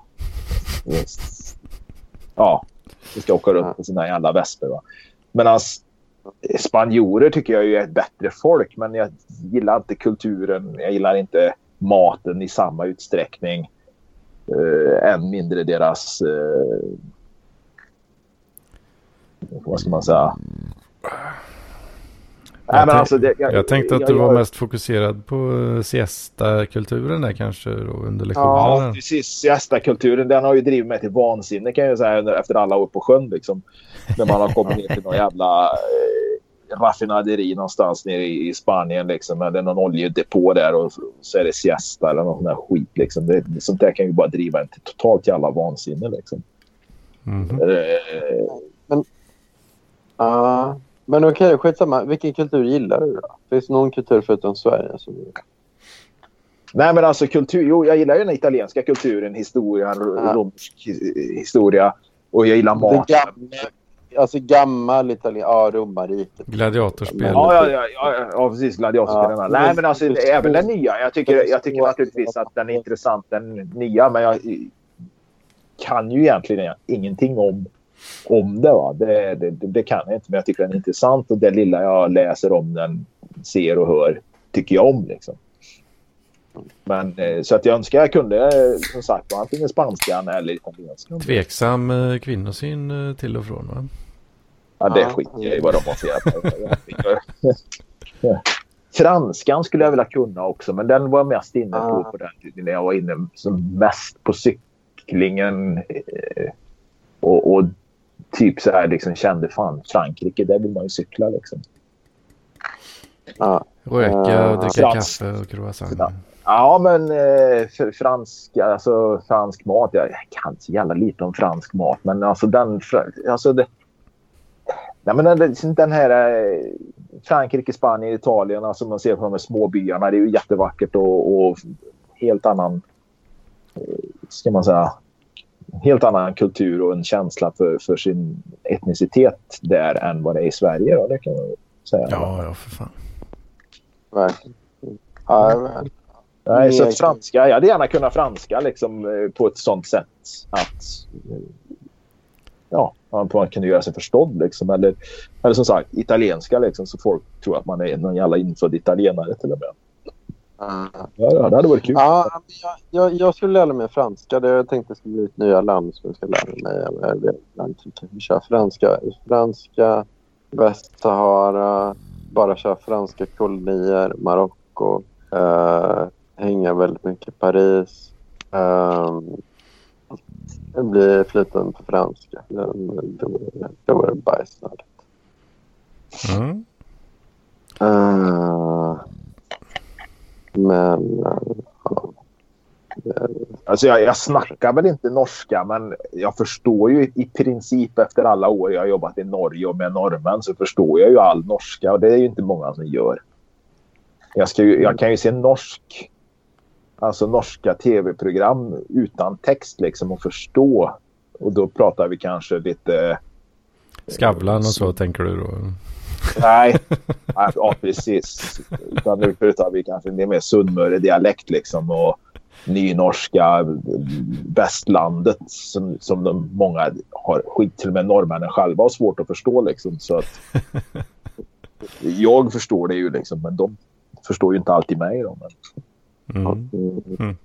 ja, vi ska åka runt på sina jävla väspor, va? Men spanjorer tycker jag ju är ett bättre folk, men jag gillar inte kulturen, jag gillar inte maten i samma utsträckning. Uh, än mindre deras uh, vad ska man säga, Nej, men tänk, alltså det, jag, jag tänkte att jag, du var jag, mest fokuserad på siesta-kulturen där kanske då, under lektionerna. Ja, precis. Siesta-kulturen, den har ju drivit mig till vansinne kan jag säga efter alla år på sjön liksom. När man har kommit ner till någon jävla eh, raffinaderi någonstans nere i, i Spanien liksom. Eller någon oljedepå där och så är det siesta eller någon sån här skit liksom. Det, sånt där kan ju bara driva en till totalt jävla vansinne liksom. Mm-hmm. Eh, men uh, men okej, okay, skitsamma. Vilken kultur gillar du då? Finns det någon kultur förutom Sverige som du... Nej, men alltså kultur, jo, jag gillar ju den italienska kulturen, historien, ja. romersk historia och jag gillar mat. Gamla, alltså gammal italien, ja, romarriket. Gladiatorspel. Ja, ja, ja, ja, ja precis, gladiatorspel. Ja. Nej, men alltså även den nya. Jag tycker, jag tycker naturligtvis att den är intressant, den nya, men jag kan ju egentligen ingenting om om det, va. Det, det, det kan jag inte, men jag tycker den är intressant och det lilla jag läser om den, ser och hör, tycker jag om liksom. Men så att jag önskar jag kunde som sagt antingen spanskan eller italienska. Tveksam eh, kvinnosyn eh, till och från, va? Ja, det skiter jag i vad de har för. Franskan skulle jag vilja kunna också, men den var jag mest inne på på den tiden när jag var inne som mest på cyklingen eh, och, och typ så här liksom kände fan Frankrike, där vill man ju cykla liksom. Ja. Röka och dricka Frans. kaffe och croissant. Ja, men eh, fransk, alltså fransk mat, jag kan så jävla lite om fransk mat, men alltså den, alltså det, nej men den, den här eh, Frankrike, Spanien, Italien, alltså man ser på de här små byarna, det är ju jättevackert och, och helt annan, eh, ska man säga, helt annan kultur och en känsla för, för sin etnicitet där än vad det är i Sverige, då, det kan man säga. Ja, ja, för fan. Verkligen. Ja, men... Nej, så att franska, jag hade gärna kunnat franska liksom på ett sånt sätt att ja, man kunde göra sig förstådd liksom, eller, eller som sagt italienska liksom, så folk tror att man är någon jävla infödd italienare till och med. Mm. Ja, det hade varit kul. Ja, jag, jag, jag skulle lära mig franska. Det jag tänkte skulle bli ett nya land som jag ska lära mig. Frankrike. Vi kör franska, franska, Västsahara, bara kör franska kolonier, Marocko. Uh, hänga väldigt mycket i Paris. Um, det blir flytande på franska. Det, det, det var det bajsnödigt. Mm. Uh, men uh, det, alltså jag, jag snackar väl inte norska, men jag förstår ju i princip efter alla år jag har jobbat i Norge och med norrmän så förstår jag ju all norska och det är ju inte många som gör. Jag, ska ju, jag kan ju se norsk, alltså norska tv-program utan text liksom och förstå. Och då pratar vi kanske lite... Skavlan och så, så tänker du då? Nej, ja precis. Utan nu pratar vi kanske det mer Sunnmøre-dialekt liksom och nynorska, västlandet som, som de många har skit till och med norrmännen själva har svårt att förstå liksom. Så att jag förstår det ju liksom, men de förstår ju inte alltid mig då, men... Mm. Mm.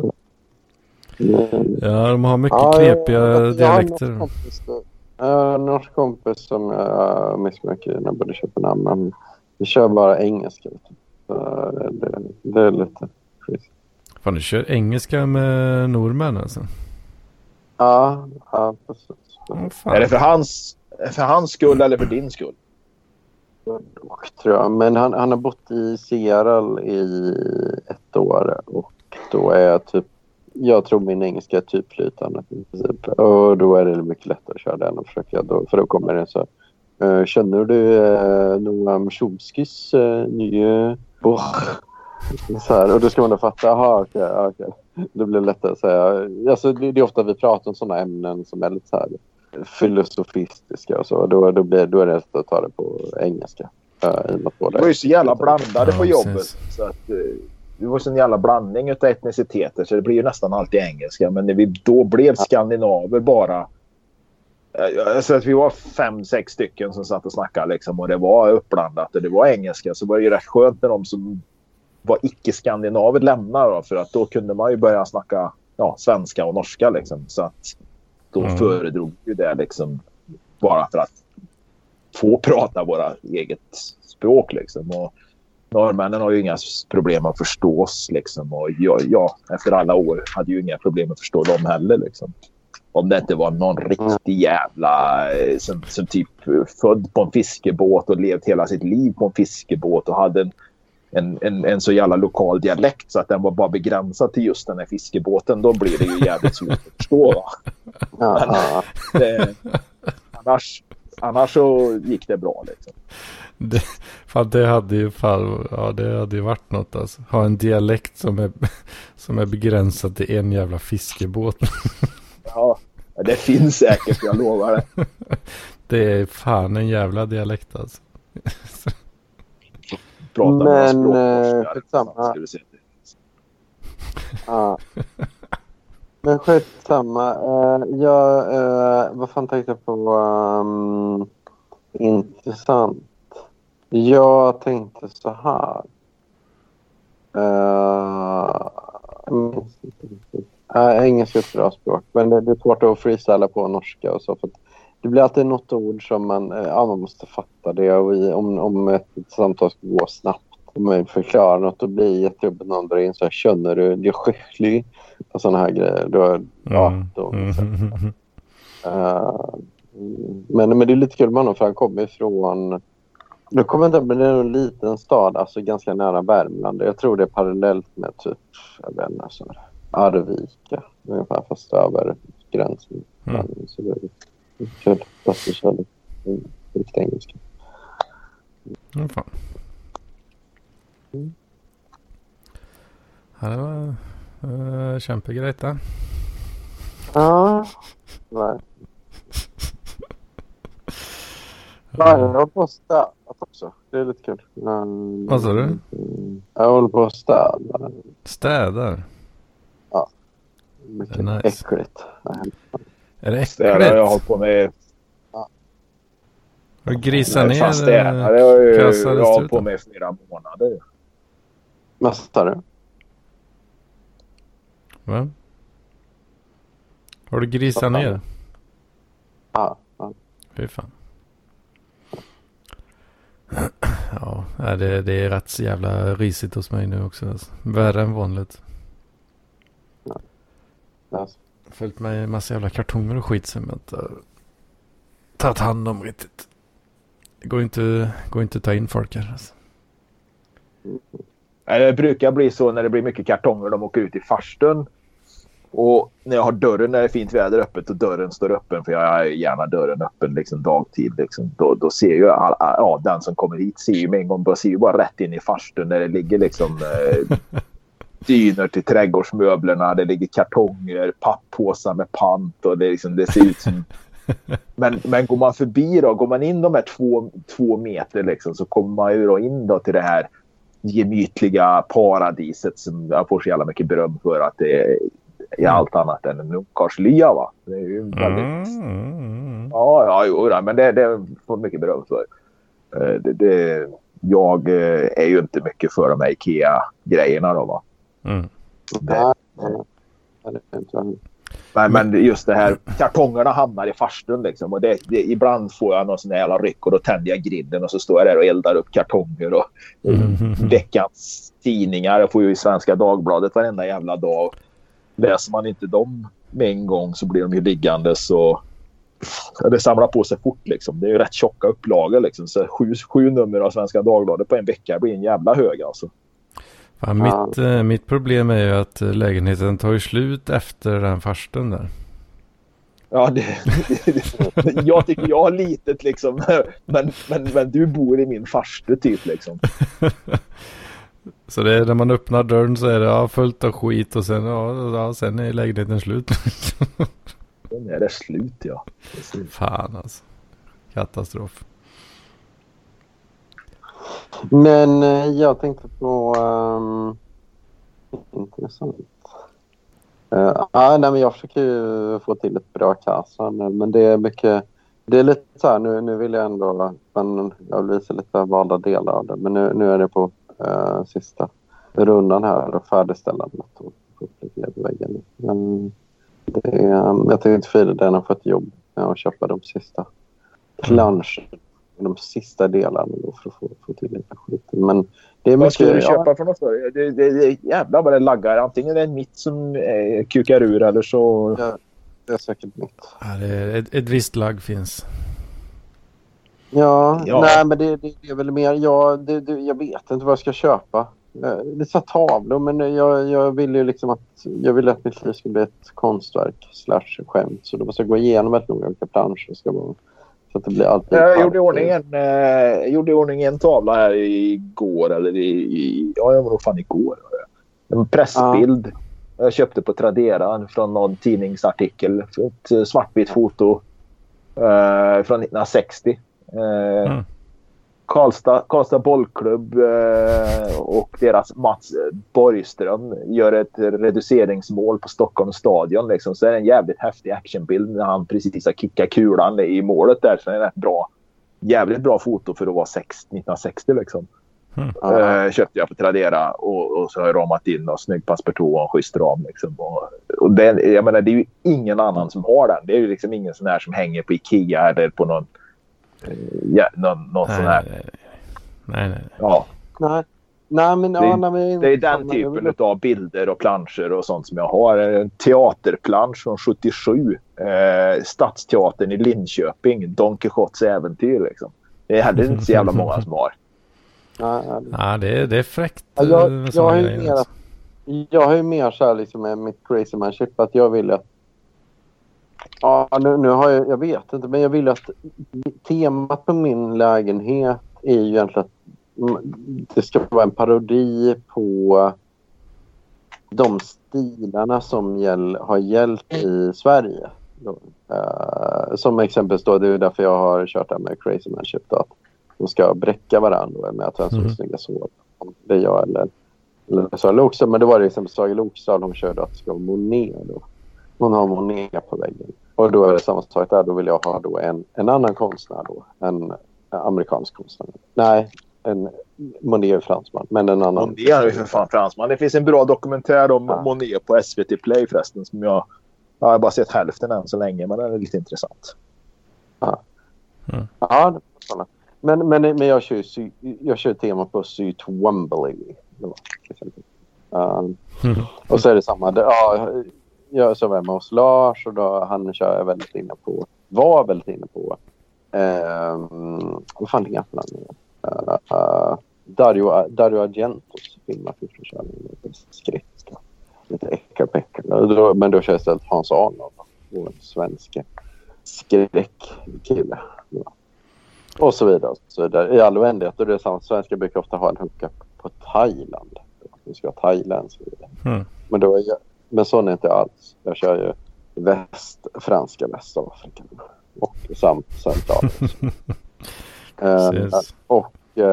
Ja, de har mycket ja, knepiga jag, dialekter. Jag har en norsk kompis, uh, norsk kompis som jag uh, missar mycket när jag började köpa namn, men vi kör bara engelska. Uh, det, det är lite skit. Fan, du kör engelska med norrmän alltså? Ja, ja precis. Oh, är det för hans, för hans skull eller för din skull? Tror jag. Men han, han har bott i Seattle i ett år och då är jag typ, jag tror min engelska är typ flytande i princip. Och då är det mycket lättare att köra den och försöka då, för då kommer det så uh, känner du uh, Noam Chomskys uh, nya bok? Så här, och då ska man då fatta, aha okej, okay, okej. Okay. Det blir lättare att säga. Alltså, det, det är ofta vi pratar om sådana ämnen som är lite så här filosofistiska och så. Då, då, blir, då är det lätt att ta det på engelska. Uh, det. det var ju så jävla blandade ja, på jobbet. Precis. Så att, uh, det var så en jävla blandning av etniciteter så det blir ju nästan alltid engelska. Men när vi då blev skandinaver bara. Uh, så att vi var fem, sex stycken som satt och snackade liksom, och det var uppblandat och det var engelska. Så var det ju rätt skönt när de som var icke-skandinaver lämnade då, för att då kunde man ju börja snacka ja, svenska och norska liksom. Så att då mm. föredrog ju det liksom bara för att få prata våra eget språk liksom. Och norrmännen har ju inga problem att förstå oss liksom. Och ja, ja, efter alla år hade ju inga problem att förstå dem heller liksom. Om det inte var någon riktig jävla som, som typ född på en fiskebåt och levt hela sitt liv på en fiskebåt och hade en, en, en, en så jävla lokal dialekt så att den var bara begränsad till just den här fiskebåten, då blir det ju jävligt svårt att förstå. Va? Men, det, annars, annars så gick det bra liksom. Det, fan, det hade ju fall, ja, det hade ju varit något alltså. Ha en dialekt som är, som är begränsad till en jävla fiskebåt. Ja, det finns säkert, jag lovar det. Det är fan en jävla dialekt alltså. Prata men med skitsamma. Ja. Men skitsamma. Uh, jag, uh, vad fan tänkte jag på? Um, intressant. Jag tänkte så här. Uh, uh, engelska är ett bra språk, men det, det är svårt att freestyla på norska och så. För det blir alltid något ord som man, uh, ja, man måste fatta det. Och i, om, om ett samtal ska gå snabbt, om man förklarar något, då blir det jättejobbigt någon drar in så här, känner du, det är skicklig och sådana här grejer. Då, ja, då, Mm. uh, men, men det är lite kul med honom för han kommer ifrån, nu kommer inte, men det är en liten stad, alltså ganska nära Värmland. Jag tror det är parallellt med typ, jag vet inte, alltså, Arvika ungefär, fast över gränsen. Mm. Så det är kul att vi kör lite, lite engelska. Mm, fan. Mm. Ja, det var uh, kämpegrejt där. Ja, nej. Nej, jag håller på att städa också. Det är lite kul. Um, Vad sa du? Jag håller på att städa. Städar? Ja. Mycket nice. äckligt. Är det Det har äckligt? jag hållit på med. Har du grisat ner Fast det är, det har ju, jag har hållit på med flera månader. Vad sa du? Va? Har du grisat ner? Ja. Ja. Fy fan. Ja, det, det är rätt så jävla risigt hos mig nu också. Alltså. Värre än vanligt. Ja. Följt med en massa jävla kartonger och skit som jag inte tagit hand om riktigt. Det går inte, går inte att ta in folk här. Alltså. Det brukar bli så när det blir mycket kartonger, de åker ut i farstun. Och när jag har dörren, när det är fint väder öppet och dörren står öppen, för jag har gärna dörren öppen liksom dagtid, liksom, då, då ser ju all, all, ja, den som kommer hit ser ju med en gång, bara ser ju bara rätt in i farstun där det ligger liksom eh, dyner till trädgårdsmöblerna, det ligger kartonger, papppåsar med pant och det, liksom, det ser ut som men, men går man förbi då, går man in de här två, två meter liksom, så kommer man ju då in då till det här gemytliga paradiset som jag får så jävla mycket beröm för att det är i allt annat än en ungkarlslya, va? Det är ju väldigt... Mm. Ja, ja, jo, men det, det får mycket beröm för. Det, det, jag är ju inte mycket för de här IKEA-grejerna då, va? Mm. Det, men, men just det här, kartongerna hamnar i farstun liksom, och det, det, ibland får jag någon sån här jävla ryck och då tänder jag grillen och så står jag där och eldar upp kartonger och Mm. veckans tidningar. Jag får ju i Svenska Dagbladet varenda jävla dag. Läser man inte dem med en gång så blir de ju liggande, så det samlar på sig fort liksom. Det är ju rätt tjocka upplagor liksom, så sju, sju nummer av Svenska Dagbladet på en vecka blir en jävla hög alltså. Fan, mitt, eh, mitt problem är ju att lägenheten tar ju slut efter den farstun där. Ja, det, jag tycker jag har litet liksom, men, men, men du bor i min farstu typ liksom. Så det är när man öppnar dörren så är det ja, fullt av skit och sen, ja, ja, sen är lägenheten slut. Sen är det slut, ja. Precis. Fan alltså. Katastrof. Men eh, jag tänkte på um, intressant. Uh, ah, nej, men jag försöker ju få till ett bra kassa nu, men det är mycket, det är lite så här, nu, nu vill jag ändå, men jag vill visa lite valda delar av det, men nu, nu är det på uh, sista rundan här och färdigställandet och upplägga på väggen. Men det är, um, jag tänkte fira den har fått jobb med att köpa de sista plansch de sista delarna då för att få, få till lite skit. Men det är Vad skulle du mycket, köpa ja, för något? Det, det, det, det jävlar vad det laggar. Antingen det är mitt som eh, kukar ur eller så... ja, det är säkert mitt. Ja, det är ett, ett visst lag finns. Ja, Ja. nej men det, det, det är väl mer, ja, det, det, jag vet inte vad jag ska köpa. Eh, Det är så här tavlor, men jag, jag vill ju liksom att jag vill att mitt liv ska bli ett konstverk slash skämt. Så då måste jag gå igenom ett noga vilka planscher ska vara. Så att det blir alltid... Jag gjorde i ordning en, eh, gjorde i ordning en tavla här igår eller i, i ja, jag var nog fan igår. En pressbild. Ja. Jag köpte på Tradera från någon tidningsartikel. Ett svartvitt foto eh, från nittonhundrasextio. Eh, Mm. Karlstad, Karlstad bollklubb eh, och deras Mats Borgström gör ett reduceringsmål på Stockholms stadion. Liksom. Så är det en jävligt häftig actionbild när han precis har kickat kulan i målet där. Så det är rätt bra, jävligt bra foto för att vara nittonhundrasextio liksom. Mm. Eh, köpte jag på Tradera och, och så har jag ramat in och snygg passepartout och en schysst ram. Liksom. Och, och den, jag menar, det är ju ingen annan som har den. Det är ju liksom ingen sån här som hänger på Ikea eller på någon ja, någon, någon Nej, sån här. nej, nej, nej. Ja. Nej, nej men... Det, ja, nej, men det är den typen av bilder och planscher och sånt som jag har. En teaterplansch från sjuttiosju. Eh, Stadsteatern i Linköping. Don Quijotes äventyr liksom. Det är heller inte så jävla många som har. Nej, nej. Ja, det är, det är fräckt. Ja, jag, eh, jag, såna har ju grejer, mer, alltså. jag har ju mer så här liksom med mitt crazy man ship att jag vill att ja, nu, nu har jag, jag vet inte, men jag vill att temat på min lägenhet är ju egentligen att det ska vara en parodi på de stilarna som gäll, har gällt i Sverige. Uh, som exempelvis då, det är därför jag har kört det med crazy man ship då, att de ska bräcka varandra med att vem som är Mm. snygga så. Det är jag eller, eller Sara Lokstad, men det var det exempel Sara Lokstad, de körde att det ska vara Monet då. Hon har Monet på väggen. Och då är det samma sak där, då vill jag ha då en, en annan konstnär då, en amerikansk konstnär. Nej, en Monet är fransman, men en annan. Monet är ju för fan fransman. Det finns en bra dokumentär om Ja. Monet på S V T Play förresten som jag, jag har bara sett hälften än så länge, men den är lite intressant. Ja, Mm. ja det är sådana. Men, men, men jag kör ju sy, jag kör tema på Sy Twombly. Det var till exempel. Um, Mm. och så är det samma. Det, ja, jag så var med hos Lars och då, han kör jag väldigt inne på. Var väldigt inne på. Um, vad fan ligger han för namn? Uh, uh, Dario, Dario Argentos filmar för lite skräck. Lite äckarpäckar. Men då kör jag istället Hans Arnold. Vår svenska skräckkille. Ja. Och så vidare. Så vidare. I all oändlighet. Och det är samma. Svenskar brukar ofta ha en hookup på Thailand. Vi ska ha Thailand. Så vidare. Mm. Men, då är jag, men sån är inte alls. Jag kör ju väst, franska Västafrika. Och samt Centralafrika. um, och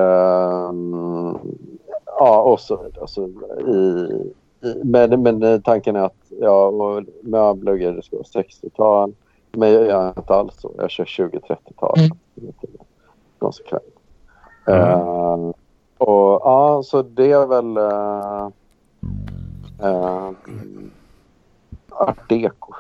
um, ja, och så vidare. Så i, i, men, men tanken är att ja, möbler det ska vara sextiotal. Men jag gör inte alls så. Jag kör tjugo-trettiotal. Mm. Konsekvent. Mm. Uh, och ja, så det är väl uh, uh, art deco.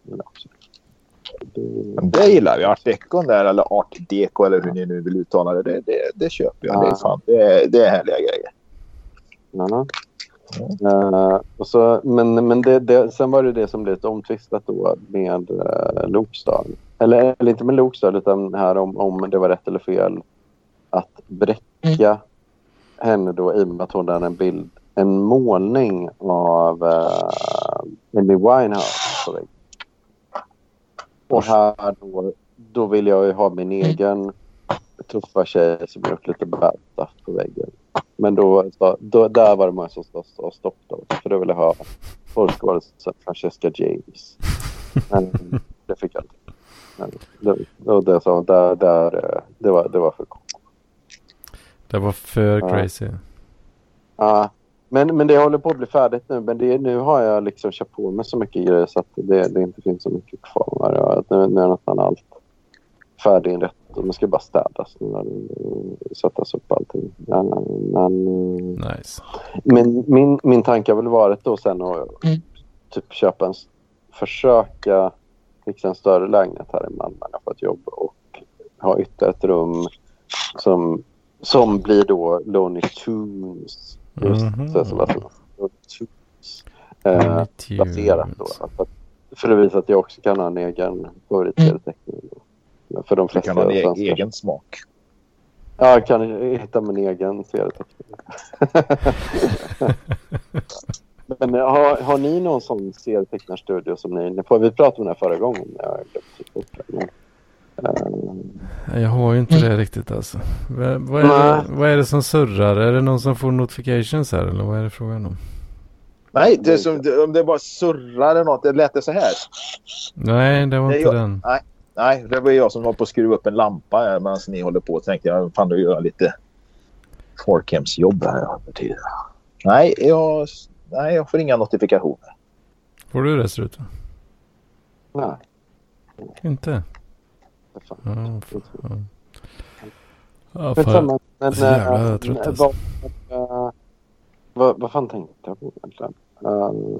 Det, det gillar vi. Art deco där, eller art deco eller hur ni nu vill uttala det. Det, det, det köper jag. Ja. Det är fan. Det är, det är härliga grejer. Ja. Mm. Uh, och så, men men det, det, sen var det det som blev lite omtvistat då med uh, Lokstad. Eller, eller inte med Lokstad utan här om, om det var rätt eller fel att bräcka mm. henne då i och med att hon hade en bild, en målning av uh, Amy Winehouse på väggen. Och här då, då vill jag ju ha min egen tuffa tjej som gjort lite bärta på väggen. Men då, då, där var det många som stod stopp då. För då ville jag ha folkskådespelaren Francesca James. Men det fick jag inte. Men det, och det, så, där, där, det, var, det var för coolt. Det var för ja. crazy. Ja, men, men det håller på att bli färdigt nu. Men det, nu har jag liksom kört på med så mycket grejer så att det, det inte finns så mycket kvar. Ja, nu, nu är nästan allt färdiginrättat. Nu ska bara städas och sättas upp allting. Ja, men, nice. Men min, min tanke har väl varit då sen att mm. typ köpa en, försöka fixa en större lägenhet här i Malmö. Jag har fått jobb och ha ytterligare ett rum Som blir då Looney Tunes. Just Mhm. så som att Looney Tunes. Eh, Looney Tunes. baserat då. För, för att visa att jag också kan ha en egen favoritserieteckning. För de Du flesta kan ha en e- svenskar. egen smak. Ja, jag kan hitta min egen serieteckning. Men har, har ni någon sån serietecknarstudio som ni... Vi pratade om det här förra gången. Jag, men, uh, Jag har ju inte det riktigt alltså. Vad, vad, är det, vad är det som surrar? Är det någon som får notifications här eller vad är det frågan om? Nej, det är som, om det bara surrar eller något. Det lät det så här. Nej, det var Det är inte jag. den. Nej, nej, det var jag som var på att skruva upp en lampa här medan ni håller på. Tänkte jag, fan då göra lite Forkems-jobb här under tiden. Nej, jag, nej, jag får inga notifikationer. Får du det, Struten? nej. Inte? Fan. Ja, fan. Ja, Men fan. samma, men, Så jävla äh, trött, alltså. vad, äh, vad, vad fan tänkte jag på egentligen? Uh,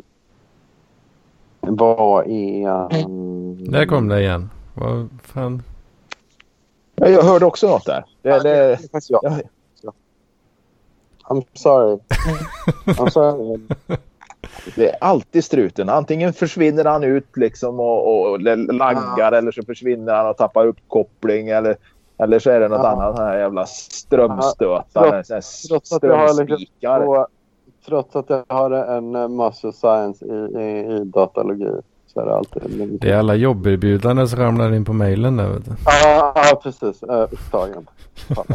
vad är... Um, Där kom det igen. Vad fan? Ja, jag hörde också något där. Det, Ja, det, det är faktiskt jag. ja, I'm sorry. I'm sorry. det är alltid Struten. Antingen försvinner han ut liksom och, och, och laggar Ja. eller så försvinner han och tappar uppkoppling eller, eller så är det något Ja. annat här jävla strömstötare. Ja. Trots, Trots att jag har liksom strömspikar. två, trots att jag har en eh, Master of Science i, i, i datalogi så är det alltid... Det är alla jobberbjudanden som ramlar in på mejlen där, vet du. Ja, ja precis. Uh, upptagen. Fan.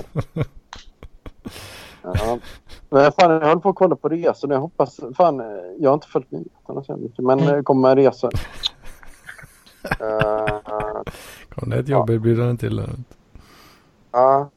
Ja. Men fan, jag håller på att kolla på resor. Jag hoppas... Fan, jag har inte följt nyheterna så mycket. Men det kommer resor. Uh, Kom det ett jobberbjudande till där? ja.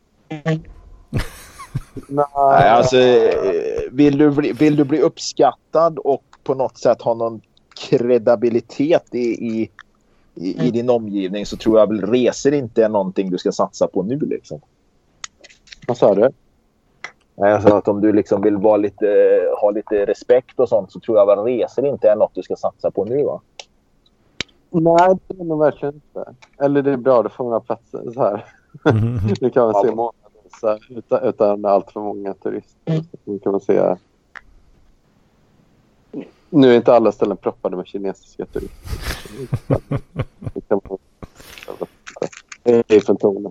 Nej, Nej, alltså, vill, du bli, vill du bli uppskattad och på något sätt ha någon kredibilitet i, i, i, i din omgivning så tror jag väl resor inte är någonting du ska satsa på nu liksom. vad sa du? Nej, alltså att om du liksom vill vara lite, ha lite respekt och sånt så tror jag väl resor inte är något du ska satsa på nu, va? Nej, det är nog verkligen inte. Eller det är bra, det får många platser så här. Mm. Nu kan man se månader utan, utan allt för många turister. Nu kan man se... Nu är inte alla ställen proppade med kinesiska turister. Det kan man... Eiffeltornet.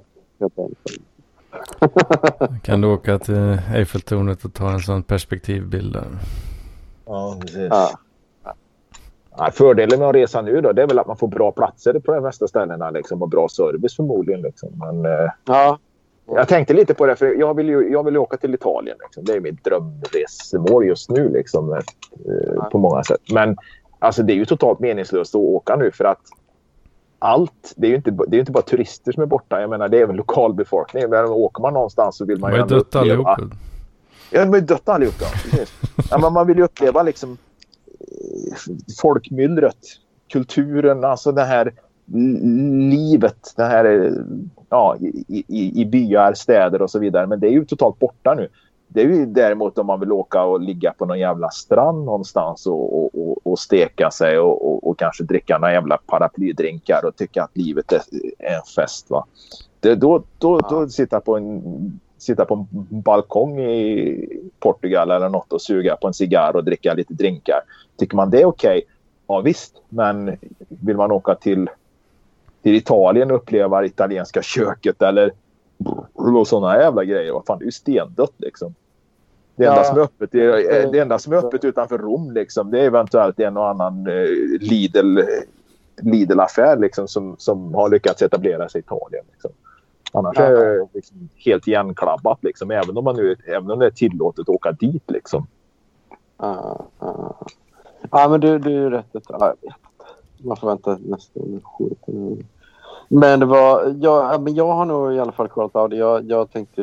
Kan du åka till Eiffeltornet och ta en sån perspektivbild där? Ja, precis. Ja. Ja, fördelen med att resa nu då, det är väl att man får bra platser på de mesta ställena liksom, och bra service förmodligen. Liksom. Men, eh, Ja. jag tänkte lite på det, för jag vill ju, jag vill ju åka till Italien. Liksom. Det är mitt drömresmål just nu liksom, eh, Ja. på många sätt. Men alltså, det är ju totalt meningslöst att åka nu för att allt, det är ju inte, det är ju inte bara turister som är borta. Jag menar, det är även lokalbefolkning. Men åker man någonstans så vill man De ju är ändå dött uppleva... allihop. Ja, de är dött allihop. Ja, precis. Ja, men man vill ju uppleva liksom folkmyllret, kulturen, alltså det här livet, det här ja, i, i, i byar, städer och så vidare. Men det är ju totalt borta nu. Det är ju däremot om man vill åka och ligga på någon jävla strand någonstans och, och, och, och steka sig och, och, och kanske dricka några jävla paraplydrinkar och tycka att livet är, är en fest, va. Det, då då, Ja. då sitta på en sitta på en balkong i Portugal eller något och suga på en cigarr och dricka lite drinkar. Tycker man det är okej? Ja visst, men vill man åka till, till Italien och uppleva det italienska köket eller och sådana jävla grejer, vad fan, det är ju stendött liksom. Det enda, Ja. som är öppet, det, är, det enda som är öppet utanför Rom liksom, det är eventuellt en och annan eh, Lidl, Lidl-affär liksom, som, som har lyckats etablera sig i Italien. Liksom. Annars Ja. är det liksom helt igenklabbat liksom, även om man nu även om det är tillåtet att åka dit liksom. Ja, ja. Ja, men du, du är rätt. Ja, jag vet inte. Man får vänta nästa år. Men det var... Jag, men jag har nog i alla fall kollat av det. Jag, jag tänkte...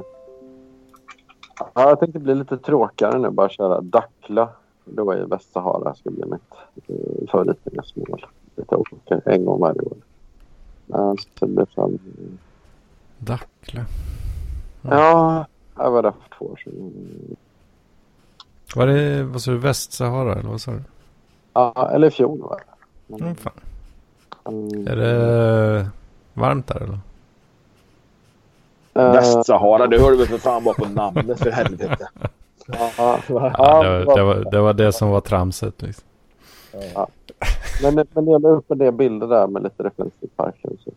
Ja, jag tänkte bli lite tråkigare nu. Bara köra Dakhla. Då i Västsahara ska bli mitt eh, favoritresmål. Lite åka en gång varje år. Ja, så det blir fram... Dakhla. Ja, jag var där för två år sedan. Var det, vad sa du, Västsahara eller vad sa du? Ja, eller i fjol var det. Mm, fan. Mm. Är det varmt där eller? Västsahara, det hörde vi för fan bara på namnet för helvete. Ja, ja, Ja, det, var, det, var, det var det som var tramset liksom. Ja. Men, men jag la upp en del bilder där med lite referenser till parkhuset.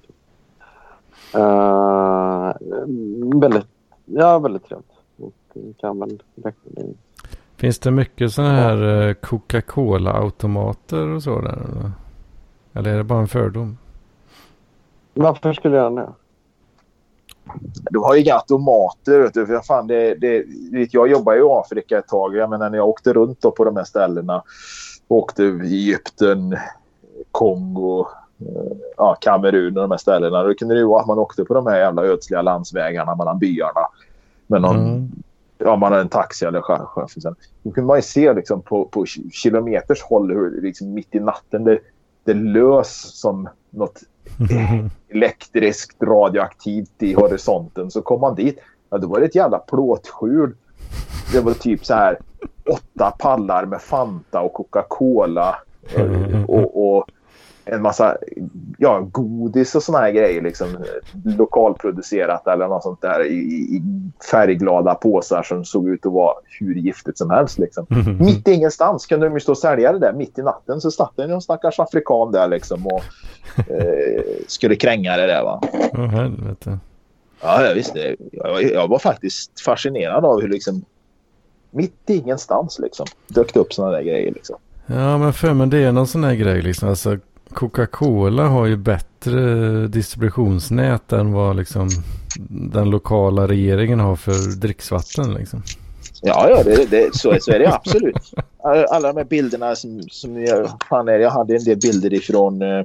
Uh, väldigt, ja, väldigt trevligt. Och kan väl rekommendera. Finns det mycket sådana här Coca-Cola-automater och så där? Eller? eller är det bara en fördom? Varför skulle jag göra det? Du har ju inga automater, vet du, för fan, det, det, jag jobbar ju i Afrika ett tag. Jag menar, när jag åkte runt då på de här ställena, åkte i Egypten, Kongo, ja, Kamerun och de här ställena. Då kunde det ju vara att man åkte på de här jävla ödsliga landsvägarna mellan byarna. Men någon, mm. ja, man hade en taxi eller chaufför. Då kunde man ju se liksom på, på kilometers håll hur liksom mitt i natten det, det lös som något elektriskt radioaktivt i horisonten. Så kom man dit, ja, då var det ett jävla plåtskjul. Det var typ så här åtta pallar med Fanta och Coca-Cola och, och en massa, ja, godis och såna här grejer liksom, lokalproducerat eller något sånt där i, i färgglada påsar som såg ut att vara hur giftigt som helst liksom. Mitt ingenstans kunde de ju stå och sälja det där mitt i natten, så satt det någon stackars afrikan där liksom och eh, skulle kränga det där, va. Åh, oh, helvete. Ja, jag visste. Jag, jag var faktiskt fascinerad av hur liksom mitt ingenstans liksom dök upp såna där grejer liksom. Ja, men för men det är någon sån här grej liksom, alltså Coca-Cola har ju bättre distributionsnät än vad liksom den lokala regeringen har för dricksvatten liksom. Ja, ja, det, det, så, så är det absolut. Alla de här bilderna som, som jag, fan är, jag hade en del bilder ifrån eh,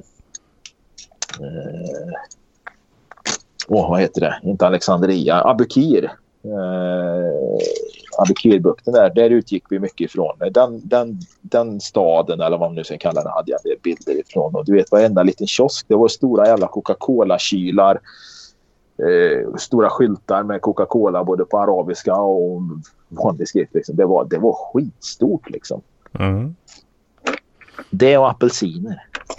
åh, vad heter det? Inte Alexandria, Abukir. Eh, Abukirbukten där, där utgick vi mycket ifrån. Den, den, den staden, eller vad man nu ska kalla det, hade jag en del bilder ifrån. Och du vet, varenda liten kiosk, det var stora jävla Coca-Cola-kylar. Eh, stora skyltar med Coca-Cola både på arabiska och vanlig skrift liksom. Det var, det var skitstort liksom. Mm. Det och apelsiner.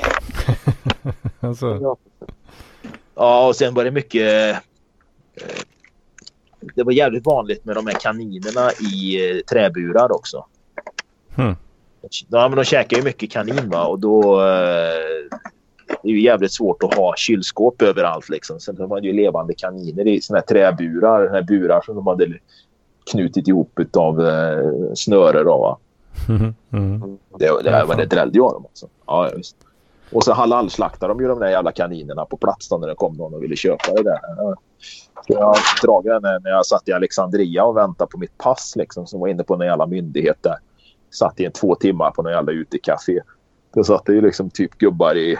Alltså. Ja, och sen var det mycket eh, det var jävligt vanligt med de här kaninerna i eh, träburar också. Hmm. Ja, men de käkar ju mycket kanin, va, och då eh, det är ju jävligt svårt att ha kylskåp överallt liksom. Sen de hade ju levande kaniner i såna här träburar, såna här burar som de hade knutit ihop av eh, snöre då, va. Mm. Mm. Det, det var det drällde jag dem också. Ja, visst. Och så halalslaktade de ju de där jävla kaninerna på plats då när det kom någon och ville köpa det där. Jag drog den när jag satt i Alexandria och väntade på mitt pass liksom, som var inne på en jävla myndighet där. Satt i en två timmar på någon jävla utekafé. Då satt det ju liksom typ gubbar i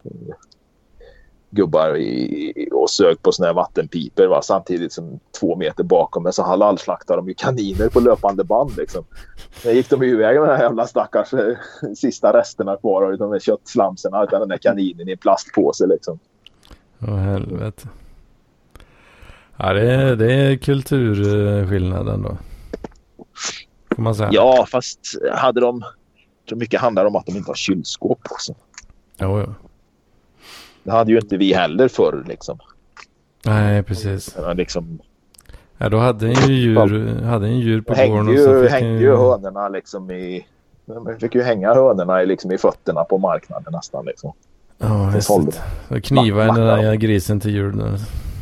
gubbar i, och sög på såna här vattenpiper, va, samtidigt som två meter bakom mig så halalslaktade de ju kaniner på löpande band liksom. Sen gick de ju iväg med de här jävla stackars eh, sista resterna kvar och de där köttslamserna utan den där kaninen i en plastpåse liksom. Åh, helvete. Ja, det är, det är kulturskillnaden då. Får man säga. Ja, fast hade de, jag tror mycket handlar om att de inte har kylskåp också. Jo, jo. Det hade ju inte vi heller förr liksom. Nej, precis. Ja, liksom. Ja, då hade en ju djur, hade en djur på gården och så fick hängde en... ju hönorna liksom i, man fick ju hänga hönorna i, liksom i fötterna på marknaden nästan liksom. Ja, visst. Kniva den där grisen till jul där.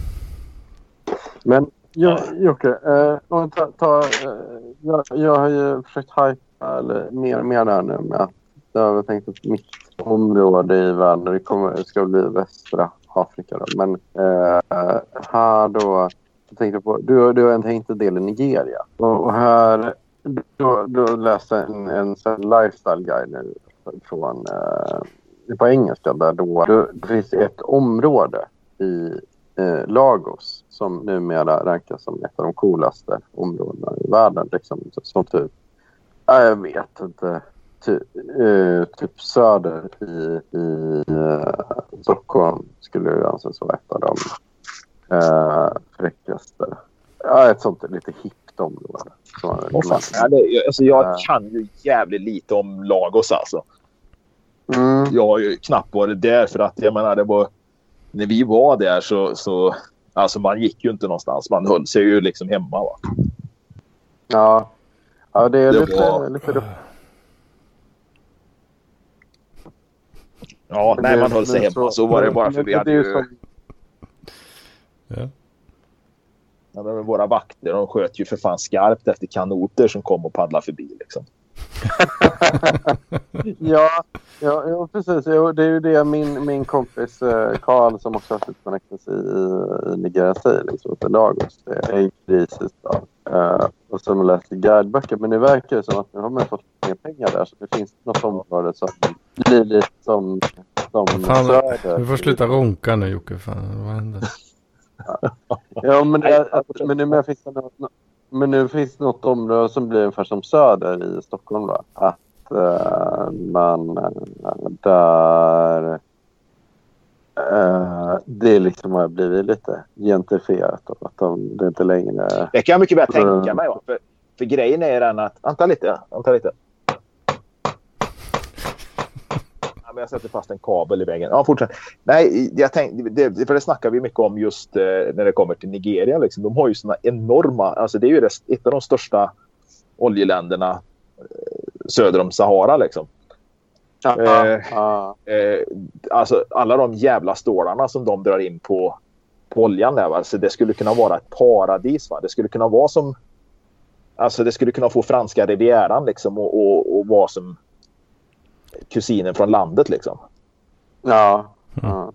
Men jag, Jocke, eh, ta, ta, eh, jag, jag har ju försökt hypa eller mer och mer där nu med att jag har tänkt att mitt område i världen det kommer, det ska bli västra Afrika då. Men eh, här då jag tänkte på, du, du har en tänkt del i Nigeria och, och här då, då läste jag en, en lifestyle guide nu från eh, på engelska där då, då det finns ett område i eh, Lagos som numera rankas som ett av de coolaste områdena i världen liksom, som typ, ja, jag vet inte, ty, eh, typ söder i, i eh, Stockholm skulle jag anses vara ett av de eh, fräckaste. Ja, ett sånt lite hippt område. Oh, ja, det, alltså, jag kan ju jävligt lite om Lagos alltså. Mm. Jag har ju knappt varit där för att jag menar det var när vi var där så, så Alltså man gick ju inte någonstans. Man höll sig ju liksom hemma, va? Ja, ja det är det lite... var... lite... Ja, nej, man höll sig hemma. Så, så var det bara för vi hade ju... Som... Ja. Ja, men våra vakter, de sköt ju för fan skarpt efter kanoter som kom och paddlade förbi liksom. ja, ja, ja, precis. Det är ju det min, min kompis Karl som också har slutkonnektats i, i Nigeria säger liksom, att Lagos det är en kris uh, och som läser guideböcker. Men det verkar ju som att nu har man fått mer pengar där, så det finns något område som blir lite som, som fan, söder. Du får sluta ronka nu, Jocke. Fan, vad händer? Ja, men, det, att, men, nu, men, finns det något, men nu finns det något område som blir ungefär som söder i Stockholm, va? Att uh, man uh, där uh, det liksom har blivit lite gentrifierat och att de, det inte längre... Det kan jag mycket väl tänka mig, va? För, för grejen är den att... Vänta lite, vänta lite. Men jag sätter fast en kabel i väggen. Ja, fortsätt. Nej, jag tänkte, det, för det snackar vi mycket om just eh, när det kommer till Nigeria. Liksom. De har ju såna enorma, alltså det är ju det, ett av de största oljeländerna eh, söder om Sahara liksom. Ja, eh, ja. Eh, alltså alla de jävla stålarna som de drar in på, på oljan där, va? Alltså, det skulle kunna vara ett paradis, va? Det skulle kunna vara som, alltså det skulle kunna få franska rivieran liksom och, och, och vara som kusinen från landet liksom. Ja. ja.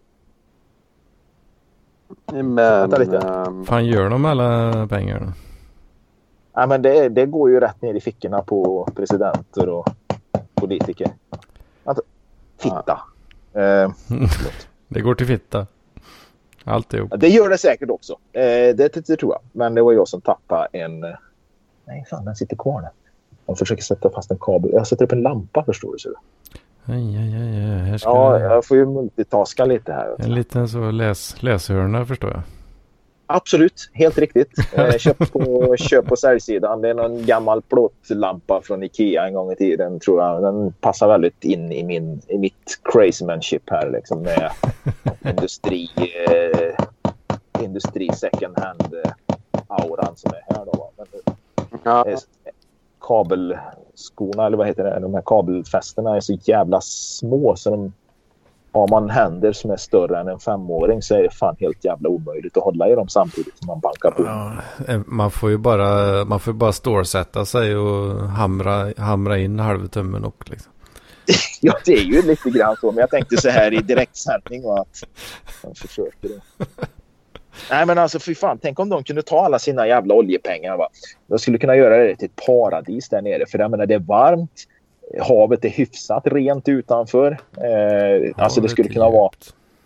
Men um... fan gör de alla pengar då? Ja, men det, det går ju rätt ner i fickorna på presidenter och politiker. Alltså, fitta. Ja. Eh, det går till fitta. Allt är det gör det säkert också. Eh, det, det, det tror jag. Men det var jag som tappade en... Nej, fan, den sitter kvar där. Jag försöker sätta fast en kabel. Jag sätter upp en lampa, förstår du. Så. Aj, aj, aj, aj. Här ska ja, jag får ju multitaska lite här. En liten så läs, läshörna, förstår jag. Absolut, helt riktigt. Eh, köp, på, köp på säljsidan. Det är någon gammal plåtlampa från Ikea en gång i tiden, tror jag. Den passar väldigt in i, min, i mitt crazymanship här, liksom, med industri, eh, industri second hand eh, auran som är här då. Men, ja. eh, kabelskorna, eller vad heter det? De här kabelfästena är så jävla små så de, har man händer som är större än en femåring så är det fan helt jävla omöjligt att hålla i dem samtidigt som man bankar på. Ja, man får ju bara man får bara stålsätta sig och hamra, hamra in halvtummen och liksom. Ja, det är ju lite grann så, men jag tänkte så här i direktsändning och att man försöker det. Nej, men alltså fy fan, tänk om de kunde ta alla sina jävla oljepengar, va? De skulle kunna göra det till ett paradis där nere, för jag menar det är varmt, havet är hyfsat rent utanför. Eh, alltså det skulle kunna vara,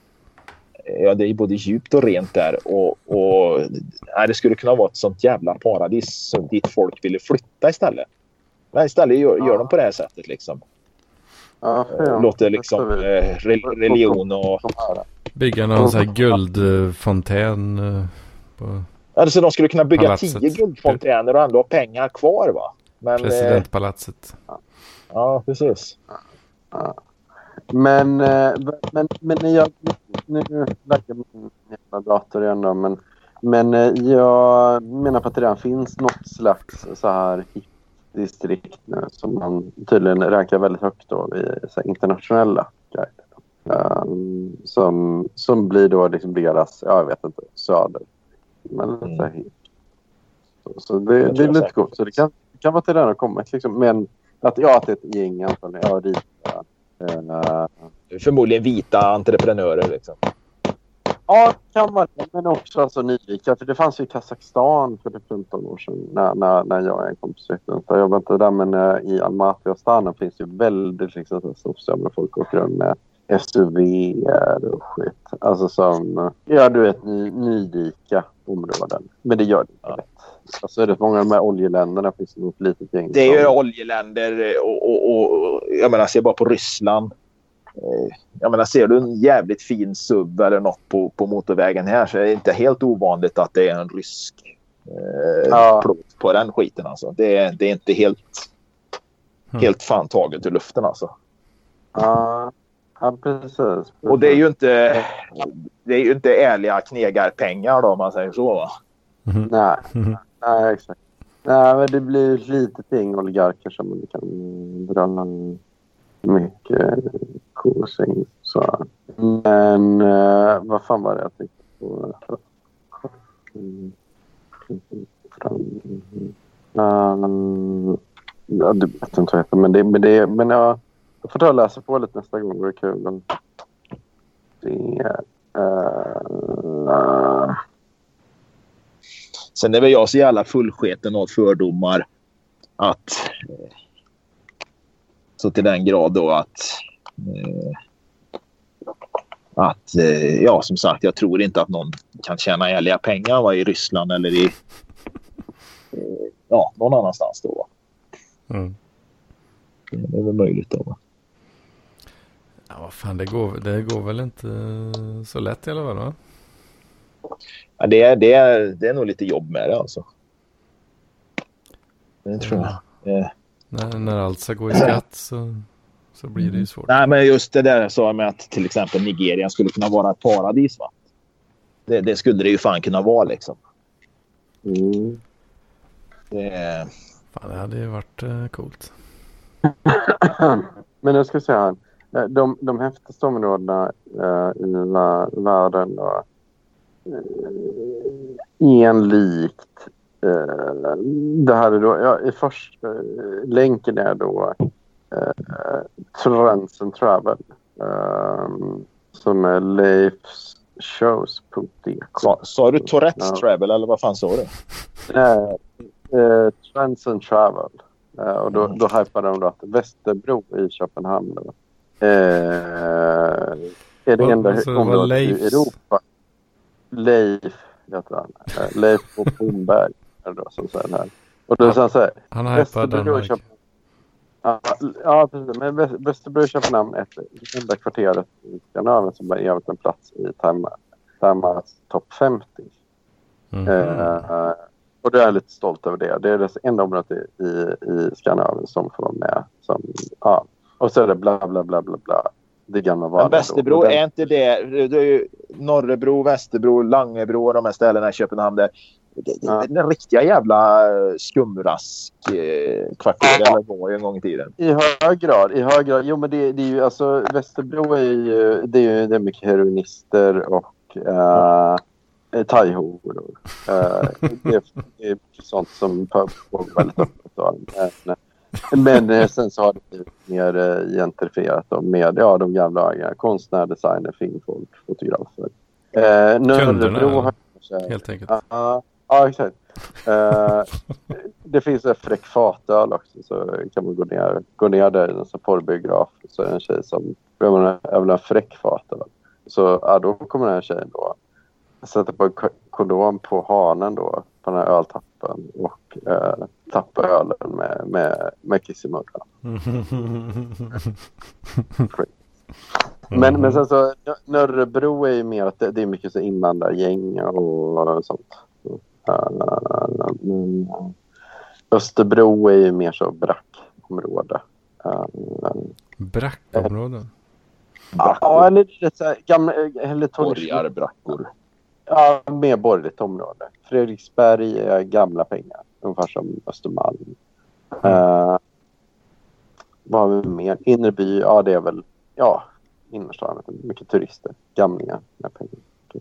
ja, det är både djupt och rent där och, och nej, det skulle kunna vara ett sånt jävla paradis som dit folk ville flytta istället. Men istället gör, gör de på det här sättet liksom. Ja, ja. Låter liksom eh, religion och bygga någon sån här guldfontän på alltså de skulle kunna bygga palatset. tio guldfontäner och ändå ha pengar kvar, va? Men, presidentpalatset. Eh, ja, precis. Ja. Men, men, men när jag nu lägger min dator igen då, men, men jag menar på att det redan finns något slags så här distrikt nu som man tydligen rankar väldigt högt då i så här, internationella guider. Um, som, som blir då liksom deras, ja, jag vet inte, söder. Men mm. så, här, så, så det, det är lite coolt. Så det kan, det kan vara till den har kommit liksom, men att, ja, att det är ett gäng antagligen, ja, rika. Uh, Förmodligen vita entreprenörer liksom. Ja, kan vara det, men också alltså nyrika. För det fanns ju i Kazakstan för femton år sedan när, när, när jag är en kompis. Jag jobbar inte där, men uh, i Almaty och Astana finns ju väldigt liksom, sociala folk åker runt med S U V och skit. Alltså som, ja du vet, ny, nyrika områden. Men det gör det inte lätt. Alltså är det många av de här oljeländerna finns det något litet gäng. Det är ju oljeländer och, och, och, och jag menar, se bara på Ryssland. Jag menar, ser du en jävligt fin sub eller något på, på motorvägen här så är det inte helt ovanligt att det är en rysk eh, ja. plåt på den skiten alltså. Det är, det är inte helt, mm. helt fan taget ur luften alltså. Ja. Ja, precis. precis. Och det är ju inte det är ju inte ärliga knegarpengar då, om man säger så, va? Mm. Nej, nej, exakt. Nej, men det blir lite ting oligarker som man kan dra någon mycket kursing. Så. Men uh, vad fan var det jag tänkte på? Mm. Um, ja, du vet inte vad det heter, men det, men det, men jag, jag får ta och läsa på lite nästa gång. Det är kul. Men det, uh, Sen är väl jag så jävla fullsketen av fördomar att så till den grad då att eh, att eh, ja, som sagt, jag tror inte att någon kan tjäna ärliga pengar, va, i Ryssland eller i eh, ja, någon annanstans då. Mm. Det är väl möjligt då, va? Ja, vad fan, det går, det går väl inte så lätt i alla fall, va? Ja, det, är, det, är, det är nog lite jobb med det, alltså. Det tror jag. Eh. När, när allt ska gå i skatt så, så blir det ju svårt. Nej, men just det där jag sa med att till exempel Nigeria skulle kunna vara ett paradis, va? Det, det skulle det ju fan kunna vara, liksom. mm. Det... Fan, det hade ju varit uh, coolt. Men jag ska säga här, de, de häftigaste områdena uh, i uh, världen då, uh, enlikt uh, det här är då, ja, i första uh, länken är då uh, Trends and Travel uh, som är leifshows punkt d k. Sa, sa du Tourettes ja. Travel eller vad fan sa du? Uh, uh, Trends and Travel. Uh, och då, då hypade de då att Västerbro i Köpenhamn då, uh, är det Vad- enda alltså, området vad i Leifs- Europa. Leif heter han. Uh, Leif och Bomberg är det då som säger det här. Och då sa han så här, Han hypar Västerbro i Danmark. Köpenhamn. Ja, ja, precis. Men Väst- Västerbro i Köpenhamn är det enda kvarteret i Skandinavien som har erövrat en plats i Times topp femtio. Mhm. Eh, och då är jag lite stolt över det. Det är det enda området i, i, i Skandinavien som får vara med. Som, ja. Och så är det bla bla bla bla bla. Det gamla var Men Västerbro är inte det. Det är ju Norrebro, Västerbro, Langebro och de här ställena i Köpenhamn där. Det, det, Ja. det är en riktiga jävla skumrask eh, kvarter eller vad en gång i tiden. I hög grad, i hög grad. Jo, men det, det är ju alltså Västerbro är ju det är ju det är mycket heroinister och uh, thai-horor. Uh, det, det är sånt som pågår väldigt öppet då. Men, men sen så har det blivit mer uh, gentrifierat då, med ja, de gamla ägarna, konstnär, designer, filmfolk, fotografer. Uh, Nörrebro har Helt enkelt. Ja, ja, exakt. Uh, det finns en fräck fatöl också, så kan man gå ner, gå ner där i en sån porrbiograf, så är det en tjej som är väl en fräck fatöl. Så ja, då kommer den här tjejen då sätta på en ko- kondom på hanen då på den här öltappen och uh, tappa ölen med, med, med kissimurra. Men, men sen så Nörrebro är ju mer att det, det är mycket så invandrargäng och sånt. Uh, men Österbro är ju mer så brackområde. Uh, Brackområden. ja, eller lite så här gamla eller Borgarbrackor. Ja, mer borgerligt område. Fredriksberg är gamla pengar, ungefär som Östermalm. Uh, vad har vi mer? Innerby, ja det är väl ja, innerstan, mycket turister, gamlingar med pengar.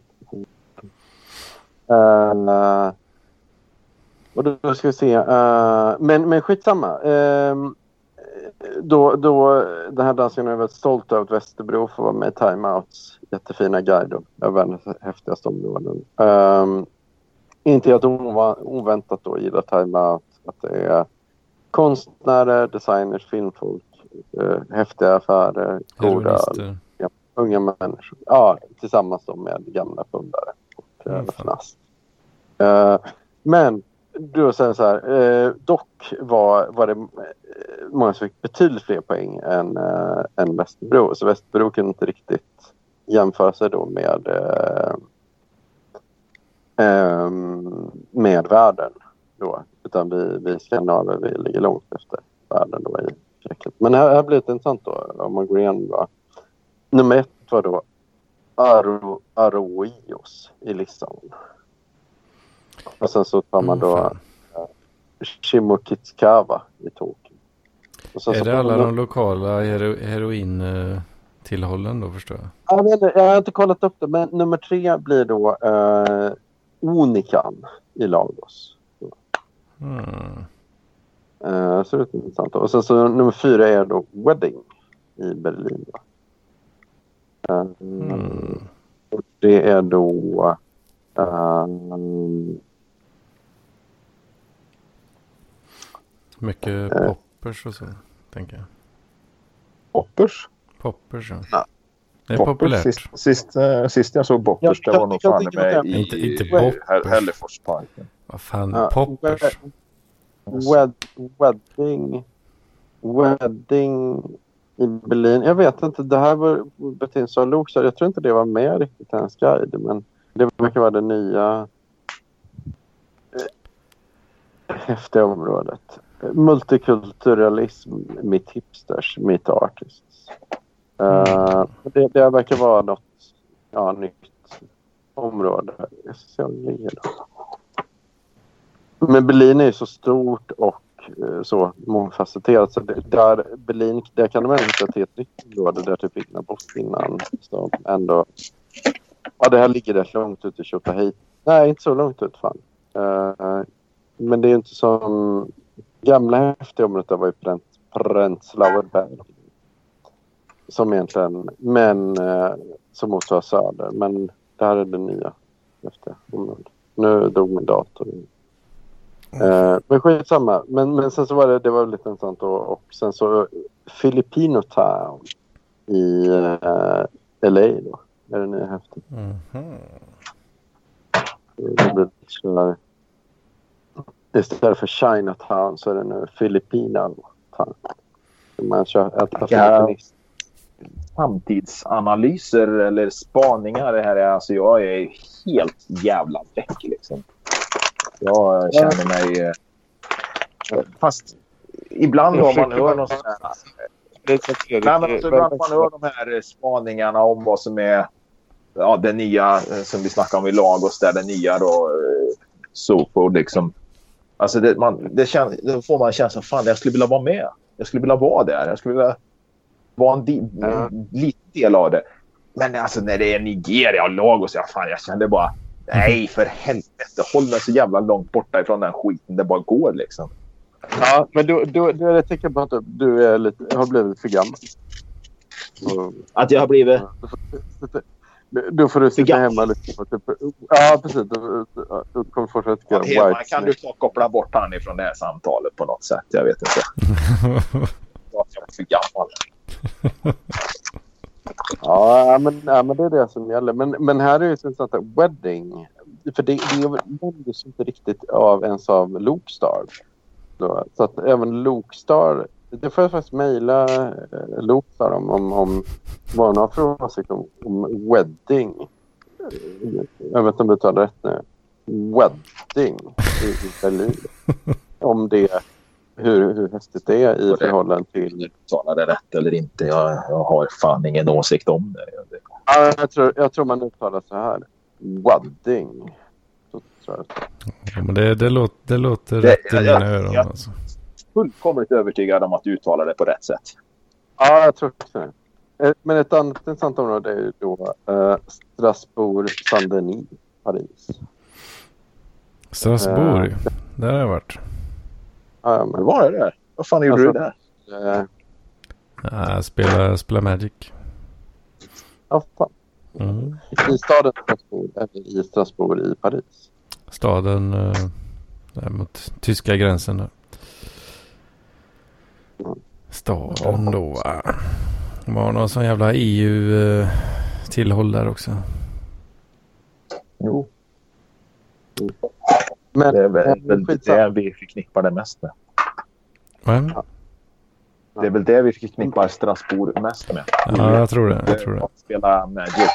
Uh, och då ska vi se. Uh, men, men skitsamma. Uh, då, då, den här dansken är väldigt stolt över att Västerbro får vara med i Time Outs jättefina guide över världens häftigaste områden. Uh, inte helt oväntat då gillar Time Out att det är konstnärer, designers, filmfolk, uh, häftiga affärer, goda, ja, unga människor. Ja, tillsammans då med gamla pundare och uh, fnast. Uh, men du säger så här, uh, dock var, var det uh, många som fick betydligt fler poäng än, uh, än Västerbro. Så Västerbro kunde inte riktigt jämföra sig då med uh, um, med världen då. Utan vi, vi skandinaver, vi ligger långt efter världen då i kräcket. Men här, här blir det intressant då, om man går igenom då. nummer ett var då Aro, Aroios i Lissabon. Och sen så tar man då Mm, uh, Shimokitskawa i Tokyo. Och sen Är så det tar alla man- de lokala hero, heroin-tillhållen då, förstår jag? Jag, vet inte, jag har inte kollat upp det, men nummer tre blir då uh, Onikan i Lagos. Mm. Uh, så det är intressant. Och sen så nummer fyra är då Wedding i Berlin. Då. Uh, Mm. och det är då uh, Mycket Eh. poppers och så, tänker jag. Poppers? Poppers, ja. Ja. Det är Poppers, populärt. Sist, sist, eh, sist jag såg Poppers, Jag- det var jag- nog jag fan tänker med på det. i Inte- inte i Poppers. Hä- Hälleforsparken. Vad fan, Ja, poppers? wed- wed, wedding Wedding i Berlin. Jag vet inte, det här var Bettins och Loksar. Jag tror inte det var med riktigt i hans guide, men det verkar vara det nya eh, häftiga området. Multikulturalism, mitt hipsters, mitt artists. Uh, det, det verkar vara något ja, nytt område. Jag ska se om det ligger då. Men Berlin är ju så stort och eh, så mångfacetterat. Så det, där Berlin, där kan de ändå hitta till ett nytt område där typ innan bort innan. Så ändå, ja, det här ligger rätt långt ut i Tjotahejt. Nej, inte så långt ut fan. Uh, men det är inte som gamla häftiga området där var ju Prent, Prenzlauer Berg. Som egentligen, men uh, som också har söder. Men det här är det nya häftiga området. Nu dog min dator. Uh, men skitsamma. Men, men sen så var det, det var lite intressant. Och, och sen så Filipino Town i uh, L A då. Är det nya häftigt. Mhm. Det blir så, istället för Chinatown så är det nu Filipino Town. Man kör ett filipinist. Framtidsanalyser eller spaningar det här är alltså jag är helt jävla väck liksom. Jag känner mig eh, fast ibland Jag har man försöker hör bara- någon sån här Det är så trevligt. Nej, men alltså, ibland man hör de här spaningarna om vad som är ja, det nya eh, som vi snackade om i Lagos där det nya då eh, Sopo liksom. Alltså det, man, det känns, då får man känslan fan jag skulle vilja vara med. Jag skulle vilja vara där. Jag skulle vilja vara en, di- Ja. en liten del av det. Men alltså när det är Nigeria och Lagos jag fan jag kände bara nej för helvete håll mig så jävla långt borta ifrån den skiten det bara går liksom. Ja, men då, då, då är det tecken på att du är lite, har blivit för gammal. Och, Att jag har blivit då får du sitta gammal. hemma lite. Och typ, ja, precis. Du, du, du kommer fortsätta ja, göra Hedman, white kan du snake. ta koppla bort han ifrån det här samtalet på något sätt? Jag vet inte. Jag är för gammal. Ja, men, ja, men det är det som gäller. Men, men här är det ju sånt att wedding. För det, det nämndes inte riktigt av ens av Lokstar. Då. Så att även Lokstar, det får jag faktiskt mejla eh, Lokstar om, om, om vad han har för åsikt om, om wedding. Jag vet inte om du tar det rätt nu. Wedding i, i Berlin. Om det, hur, hur häftigt det är i Och det- förhållande till... Uttalar det rätt eller inte? Jag, jag har fan ingen åsikt om det. Det- Ja, jag, tror, jag tror man uttalar så här. Wedding. Så tror jag. Ja, men det, det, låter, det låter Det- rätt i ja, mina ja, öron ja. alltså. Fullkomligt övertygad om att du uttalar det på rätt sätt. Ja, jag tror också det. Eh, Men ett annat intressant område är ju då eh, Strasbourg, Saint-Denis, Paris. Strasbourg, där har jag varit. Ja, Men men, var det där? Vad fan gjorde Alltså- du där? eh, Ja, spela, spela Magic. ja, fan. Mm. I staden Strasbourg eller i Strasbourg i Paris. Staden eh, där mot tyska gränsen där. Staden då va? Det var någon sån jävla E U-tillhåll där också. Jo, Men det är väl, eh, väl skitsamma. det vi förknippar det mest med. Va? Det är väl det vi förknippar Strasbourg mest med. Ja, jag tror det. Jag tror det. Att spela Magic.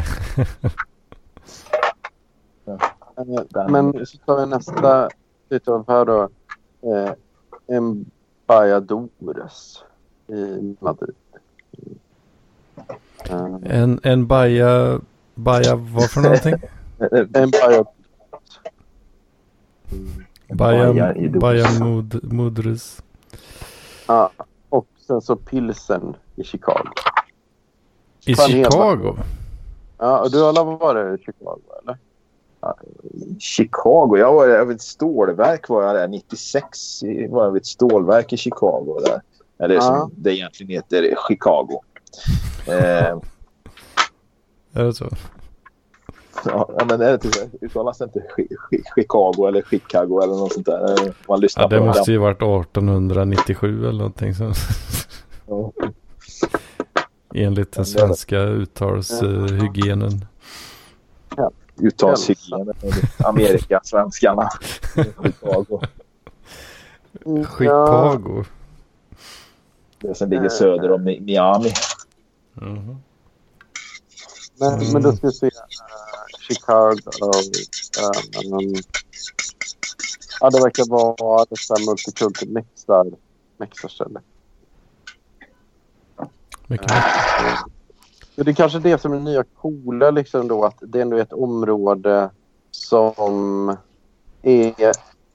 Eh, Men så tar vi nästa lite av här då. Eh, Embayadores i Madrid. Uh, En, en baja, baja vad för någonting? en baja. Baja, Baja i dos. baja mod, modrus. Ja, och sen så pilsen i Chicago. I Fan, Chicago? Ja, och du har alla varit i Chicago, eller? Chicago, jag var jag vid ett stålverk var jag där nittiosex var jag vid ett stålverk i Chicago där. Eller Ja. som det egentligen heter Chicago. Eh, Är det så? ja, men är det typ, uttalas det inte Chi- Chi- Chicago eller Chicago eller något sånt där. Man lyssnar Ja, det på måste ju varit artonhundranittiosju eller någonting så. Ja. Enligt den svenska uttalshygienen. Uttalshygienen. Amerika, svenskarna. Chicago. Chicago. Det som ligger söder om Mi- Miami. Mhm. Men, Mm. men då ska vi se. Uh, Chicago. Uh, um, ja, det verkar vara dessa multikultur mixar, mixarställe. Mycket Uh, ja, det är kanske det som är nya coola liksom då. Att det ändå är ett område som är...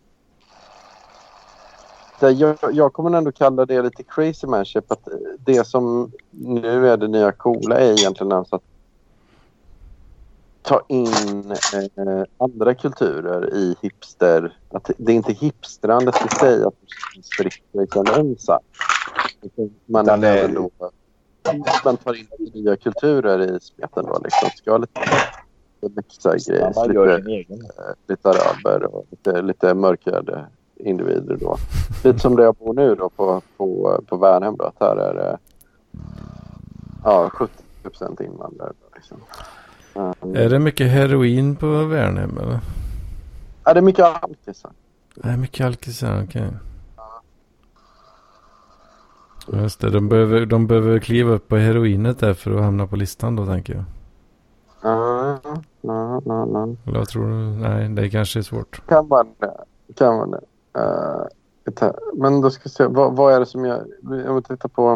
Där jag, jag kommer ändå kalla det lite crazy manship. Att det som nu är det nya coola är egentligen alltså att ta in eh, andra kulturer i hipster. Att det är inte hipstrandet i sig att man spricker utan ensam. Man Utan det- är även då man tar in nya kulturer i smeten då liksom. Ska ha lite mixar-grejer. Man gör Lite, sin egen. eh, lite araber och lite, lite mörkhyade individer då. Lite som det jag bor nu då på, på, på Värnhem då. Att här är det ja, sjuttio procent invandrare då, liksom. Um, Är det mycket heroin på Värnhem eller? Ja, det är mycket alkisar. Nej, mycket alkisar, okej. Just det, de behöver, de behöver kliva upp på heroinet där för att hamna på listan då, tänker jag. Ja, ja, ja, ja. Eller vad tror du? Nej, det kanske är svårt. Kan vara det. Kan vara det. Uh, vänta. Men då ska vi se. Vad, vad är det som jag... Jag vill titta på...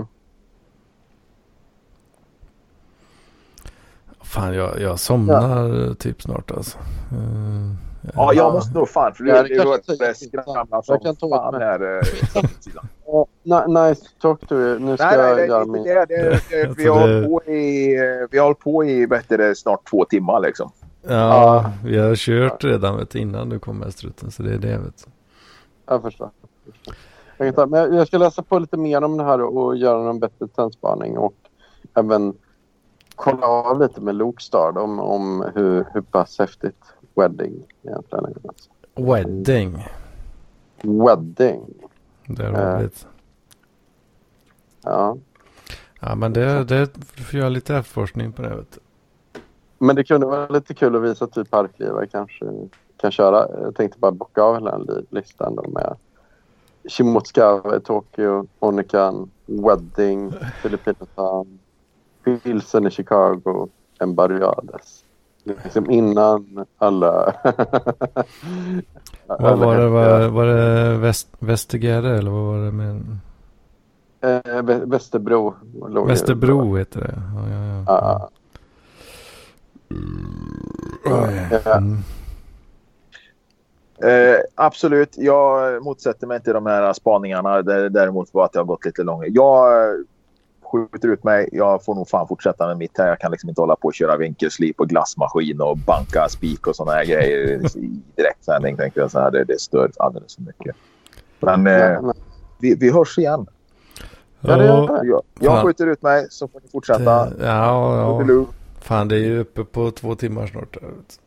Fan, jag, jag somnar typ snart alltså. Uh, Ja, jag måste nog fan. För Ja, det, det det kanske var är ett skramla Jag kan som ta fan åt här. eh, Uh, na- nice talk to you. Nu ska Nej, nej, jag det, göra det, min... det, det, det, vi har hållit på i, vi har hållit på i vet du, snart två timmar liksom. ja, vi har kört redan vet, du, innan du kom med struten, så det är det vet du. Jag förstår. Jag, kan ta, men jag ska läsa på lite mer om det här och göra en bättre trendspaning och även kolla av lite med Lokstad om, om hur, hur pass häftigt wedding egentligen är. Alltså. Wedding. Wedding. Det är Eh. roligt. Ja. Ja, men det, det får jag lite efterforskning på det vet du. Men det kunde vara lite kul att visa typ parklivare kanske kan köra. Jag tänkte bara bocka av hela den listan då med Shimotsukawa i Tokyo, Onikan, Wedding, Filippinertown, Pilsen i Chicago, Embarriades. Liksom innan alla... Vad var det? Var, var det väst, Västergärde eller vad var det med? Eh, Vä- Västerbro. låg ju- Västerbro heter det. Ja, ja, ja. Ja. Oj. Ja. Mm. Eh, absolut, jag motsätter mig inte de här spaningarna. Det- Däremot var att jag har gått lite långt. Jag skjuter ut mig. Jag får nog fan fortsätta med mitt här. Jag kan liksom inte hålla på och köra vinkelslip och glassmaskin och banka spik och såna här grejer i direktsändning. Tänkte jag så här. Det, det stör alldeles för mycket. Men eh, Ja, men- vi, vi hörs igen. Ja, det gör det. Jag, jag Fan. skjuter ut mig så får ni fortsätta. Det, ja, ja. Toodaloo. Fan, det är ju uppe på två timmar snart. Där, vet du.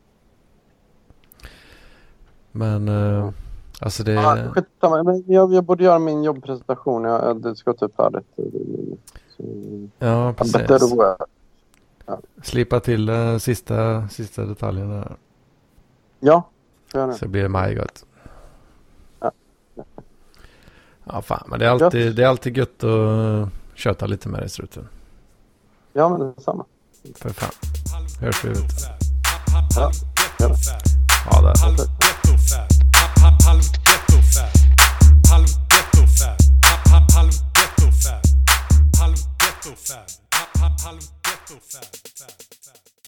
Men, eh, alltså det... Ja, skitsamma. Men jag, jag borde göra min jobbpresentation. Jag, jag, det ska typ färdigt. Så, Ja, jag better precis. aware. Slipa till uh, sista, sista detaljerna. Ja, gör det. Så blir det maj gott. Ja. Ja, fan. Men det är alltid, det är alltid gött att köta lite med dig i struten. Ja, men det är samma. För fan. Hörs vi ut. Ja, gör det. Ja, där. Halv gettofab, halv gettofab, halv gettofab, halv gettofab, halv gettofab, halv gettofab. Ghetto Fab.